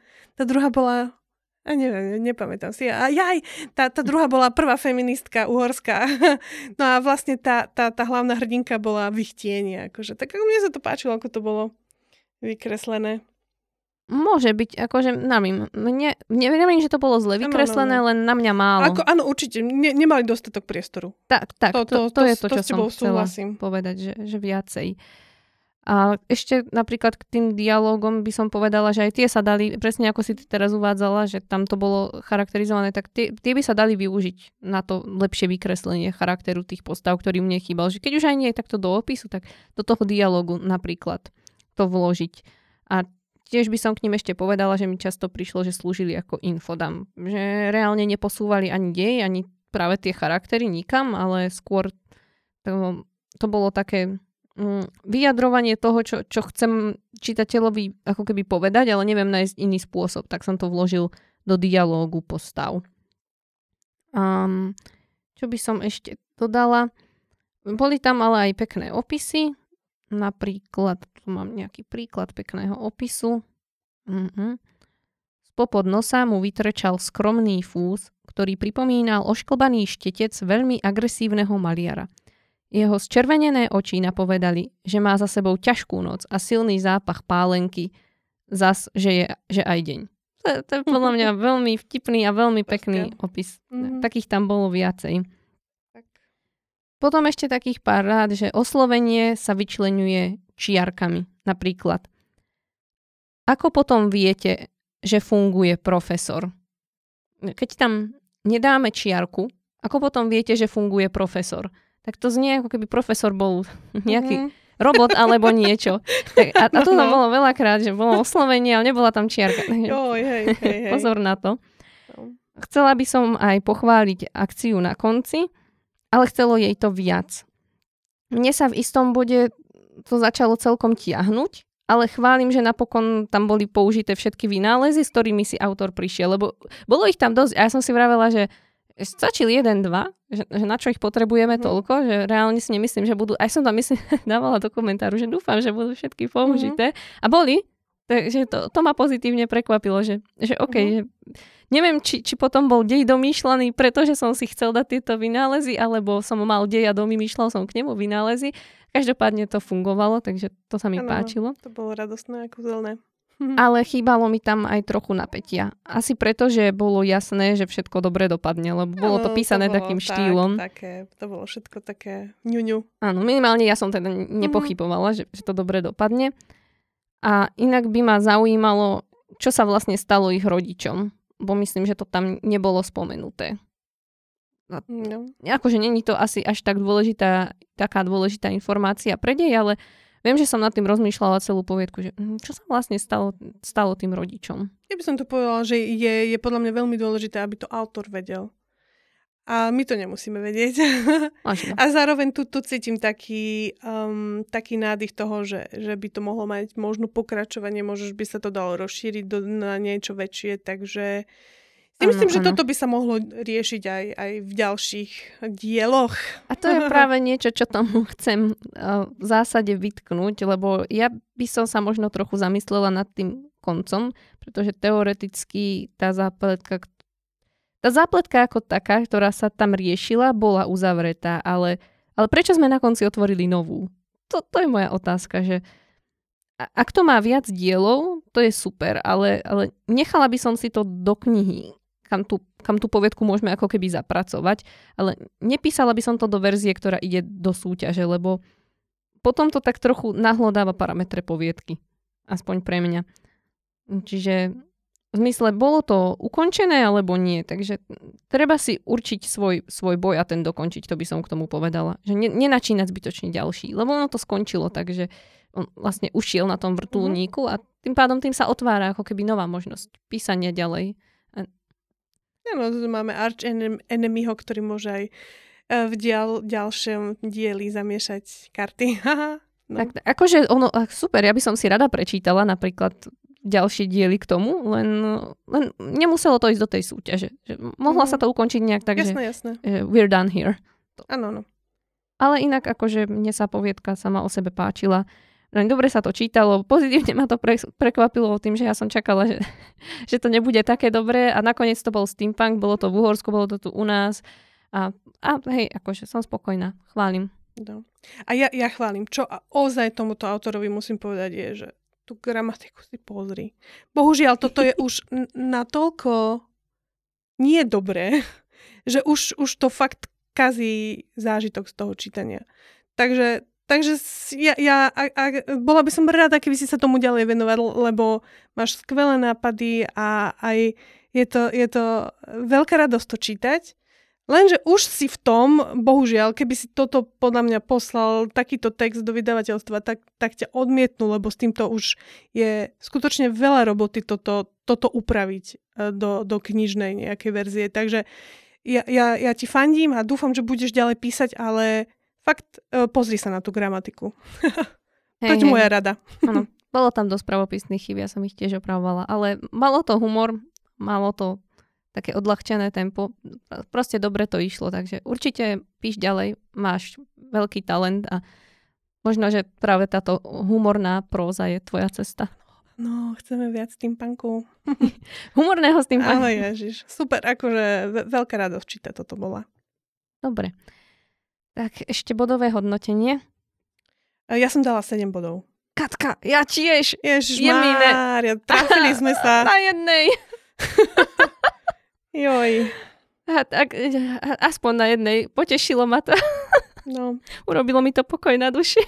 a neviem, nepamätám si. A tá druhá bola prvá feministka uhorská. No a vlastne tá hlavná hrdinka bola v ich tieni. Akože. Tak mne sa to páčilo, ako to bolo vykreslené. Môže byť, akože, neviem, že to bolo zle vykreslené, len na mňa málo. Áno, určite, nemali dostatok priestoru. Tak, to je to, čo som chcela súhlasím. povedať, že viacej. A ešte napríklad k tým dialógom by som povedala, že aj tie sa dali, presne ako si ty teraz uvádzala, že tam to bolo charakterizované, tak tie by sa dali využiť na to lepšie vykreslenie charakteru tých postav, ktorý mne chýbal. Že keď už aj nie je takto do opisu, tak do toho dialógu napríklad to vložiť. A tiež by som k nim ešte povedala, že mi často prišlo, že slúžili ako infodam. Že reálne neposúvali ani dej, ani práve tie charaktery nikam, ale skôr to bolo také vyjadrovanie toho, čo chcem čitateľovi ako keby povedať, ale neviem nájsť iný spôsob, tak som to vložil do dialógu postav. Čo by som ešte dodala? Boli tam ale aj pekné opisy. Napríklad, tu mám nejaký príklad pekného opisu. Spopod nosa mu vytrčal skromný fús, ktorý pripomínal ošklbaný štetec veľmi agresívneho maliara. Jeho zčervenené oči napovedali, že má za sebou ťažkú noc a silný zápach pálenky, zas, že aj deň. To je podľa mňa veľmi vtipný a veľmi pekný opis. Takých tam bolo viacej. Potom ešte takých pár rád, že oslovenie sa vyčleňuje čiarkami. Napríklad, ako potom viete, že funguje profesor? Keď tam nedáme čiarku, ako potom viete, že funguje profesor? Tak to znie, ako keby profesor bol nejaký robot alebo niečo. A to tam bolo veľakrát, že bolo oslovenie, ale nebola tam čiarka. Hej. Pozor na to. Chcela by som aj pochváliť akciu na konci, ale chcelo jej to viac. Mne sa v istom bode to začalo celkom tiahnuť, ale chválim, že napokon tam boli použité všetky vynálezy, s ktorými si autor prišiel, lebo bolo ich tam dosť a ja som si vravela, že stačil 1-2, že na čo ich potrebujeme toľko, že reálne si nemyslím, že budú, aj som tam dávala do komentáru, že dúfam, že budú všetky použité. A boli, takže to ma pozitívne prekvapilo, že OK, že neviem, či potom bol dej domýšľaný, pretože som si chcel dať tieto vynálezy, alebo som mal dej a domýšľal som k nemu vynálezy. Každopádne to fungovalo, takže to sa mi páčilo. To bolo radostné a kúzelné. Ale chýbalo mi tam aj trochu napätia. Asi preto, že bolo jasné, že všetko dobre dopadne, lebo bolo to písané takým štýlom. To bolo všetko také ňuňu. Áno, minimálne ja som teda nepochybovala, že to dobre dopadne. A inak by ma zaujímalo, čo sa vlastne stalo ich rodičom, bo myslím, že to tam nebolo spomenuté. No. Akože není to asi až taká dôležitá informácia pre dej, ale viem, že som nad tým rozmýšľala celú poviedku, že čo sa vlastne stalo tým rodičom. Ja by som to povedala, že je podľa mňa veľmi dôležité, aby to autor vedel. A my to nemusíme vedieť. A zároveň tu cítim taký nádych toho, že by to mohlo mať možno pokračovanie, možno by sa to dalo rozšíriť na niečo väčšie, takže si myslím, že toto by sa mohlo riešiť aj v ďalších dieloch. A to je práve niečo, čo tomu chcem v zásade vytknúť, lebo ja by som sa možno trochu zamyslela nad tým koncom, pretože teoreticky tá zápletka ako taká, ktorá sa tam riešila, bola uzavretá, ale prečo sme na konci otvorili novú? To je moja otázka, že ak to má viac dielov, to je super, ale nechala by som si to do knihy, kam tú poviedku môžeme ako keby zapracovať, ale nepísala by som to do verzie, ktorá ide do súťaže, lebo potom to tak trochu nahlodáva parametre poviedky. Aspoň pre mňa. Čiže v zmysle, bolo to ukončené alebo nie, takže treba si určiť svoj boj a ten dokončiť, to by som k tomu povedala. Že nenačínať zbytočne ďalší, lebo ono to skončilo, takže on vlastne ušiel na tom vrtuľníku a tým pádom tým sa otvára ako keby nová možnosť písania ďalej. No, máme arch enemyho, ktorý môže aj v ďalšom dieli zamiešať karty. No. Tak akože ono, super, ja by som si rada prečítala napríklad ďalšie diely k tomu, len nemuselo to ísť do tej súťaže. Mohla sa to ukončiť nejak tak, jasné. Že we're done here. Áno. Ale inak akože mne sa poviedka sama o sebe páčila. Dobre sa to čítalo, pozitívne ma to prekvapilo tým, že ja som čakala, že to nebude také dobré a nakoniec to bol steampunk, bolo to v Uhorsku, bolo to tu u nás a hej, akože som spokojná, chválim. No. A ja chválim, čo ozaj tomuto autorovi musím povedať je, že tú gramatiku si pozri. Bohužiaľ, toto je už natoľko nie dobré, že už to fakt kazí zážitok z toho čítania. Takže ja bola by som rada, keby si sa tomu ďalej venoval, lebo máš skvelé nápady a aj je to veľká radosť to čítať. Lenže už si v tom, bohužiaľ, keby si toto podľa mňa poslal takýto text do vydavateľstva, tak ťa odmietnú, lebo s týmto už je skutočne veľa roboty toto upraviť do knižnej nejakej verzie. Takže ja ti fandím a dúfam, že budeš ďalej písať, ale fakt pozri sa na tú gramatiku. To je moja rada. Áno, bolo tam dosť pravopisných chýb, ja som ich tiež opravovala, ale malo to humor, malo to také odľahčené tempo. Proste dobre to išlo, takže určite píš ďalej, máš veľký talent a možno, že práve táto humorná próza je tvoja cesta. No, chceme viac steampunku. Humorného steampunku. Ale ježiš, super, akože veľká radosť čítať toto bola. Dobre. Tak ešte bodové hodnotenie. Ja som dala 7 bodov. Katka, ja tiež. Ježišmária, trafili sme sa. Na jednej. Joj. Tak, aspoň na jednej. Potešilo ma to. No. Urobilo mi to pokoj na duši.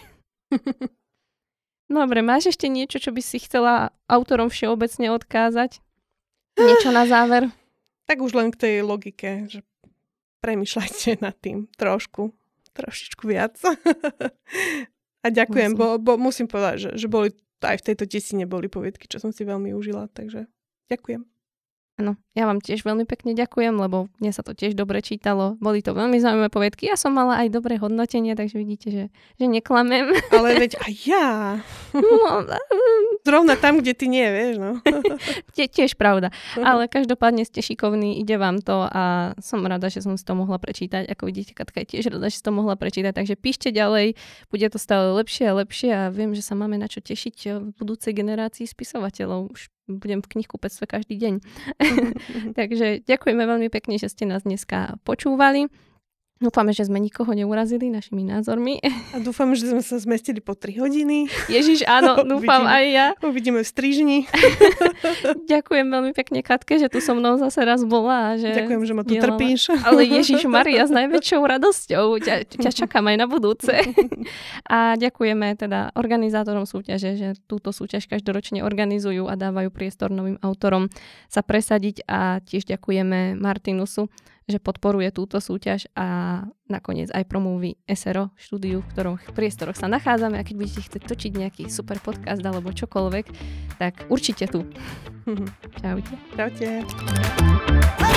Dobre, máš ešte niečo, čo by si chcela autorom všeobecne odkázať? Niečo na záver? Tak už len k tej logike, že premýšľajte nad tým trošičku viac. A ďakujem, bo musím povedať, že boli aj v tejto desine boli poviedky, čo som si veľmi užila, takže ďakujem. Áno, ja vám tiež veľmi pekne ďakujem, lebo mne sa to tiež dobre čítalo. Boli to veľmi zaujímavé poviedky. Ja som mala aj dobré hodnotenie, takže vidíte, že neklamem. Ale veď aj ja. No, zrovna tam, kde ty nie, vieš, no. Tiež pravda. Ale každopádne ste šikovní, ide vám to a som rada, že som si to mohla prečítať. Ako vidíte, Katka je tiež rada, že si to mohla prečítať. Takže píšte ďalej, bude to stále lepšie a lepšie a viem, že sa máme na čo tešiť v budúcej generácii spisovateľov. Už budem v knihkupectve každý deň. Takže ďakujeme veľmi pekne, že ste nás dneska počúvali. Dúfame, že sme nikoho neurazili našimi názormi. A dúfam, že sme sa zmestili po 3 hodiny. Ježiš, áno, dúfam aj ja. Uvidíme v strižni. Ďakujem veľmi pekne, Katke, že tu so mnou zase raz bola. Že ďakujem, že ma tu trpíš. Ale Ježiš Maria, s najväčšou radosťou. Ťa čakám aj na budúce. A ďakujeme teda organizátorom súťaže, že túto súťaž každoročne organizujú a dávajú priestor novým autorom sa presadiť. A tiež ďakujeme Martinusu, že podporuje túto súťaž a nakoniec aj promluví SRO štúdiu, v ktorom priestoroch sa nachádzame a keď budete chcieť točiť nejaký super podcast alebo čokoľvek, tak určite tu. Čaute. Čaute.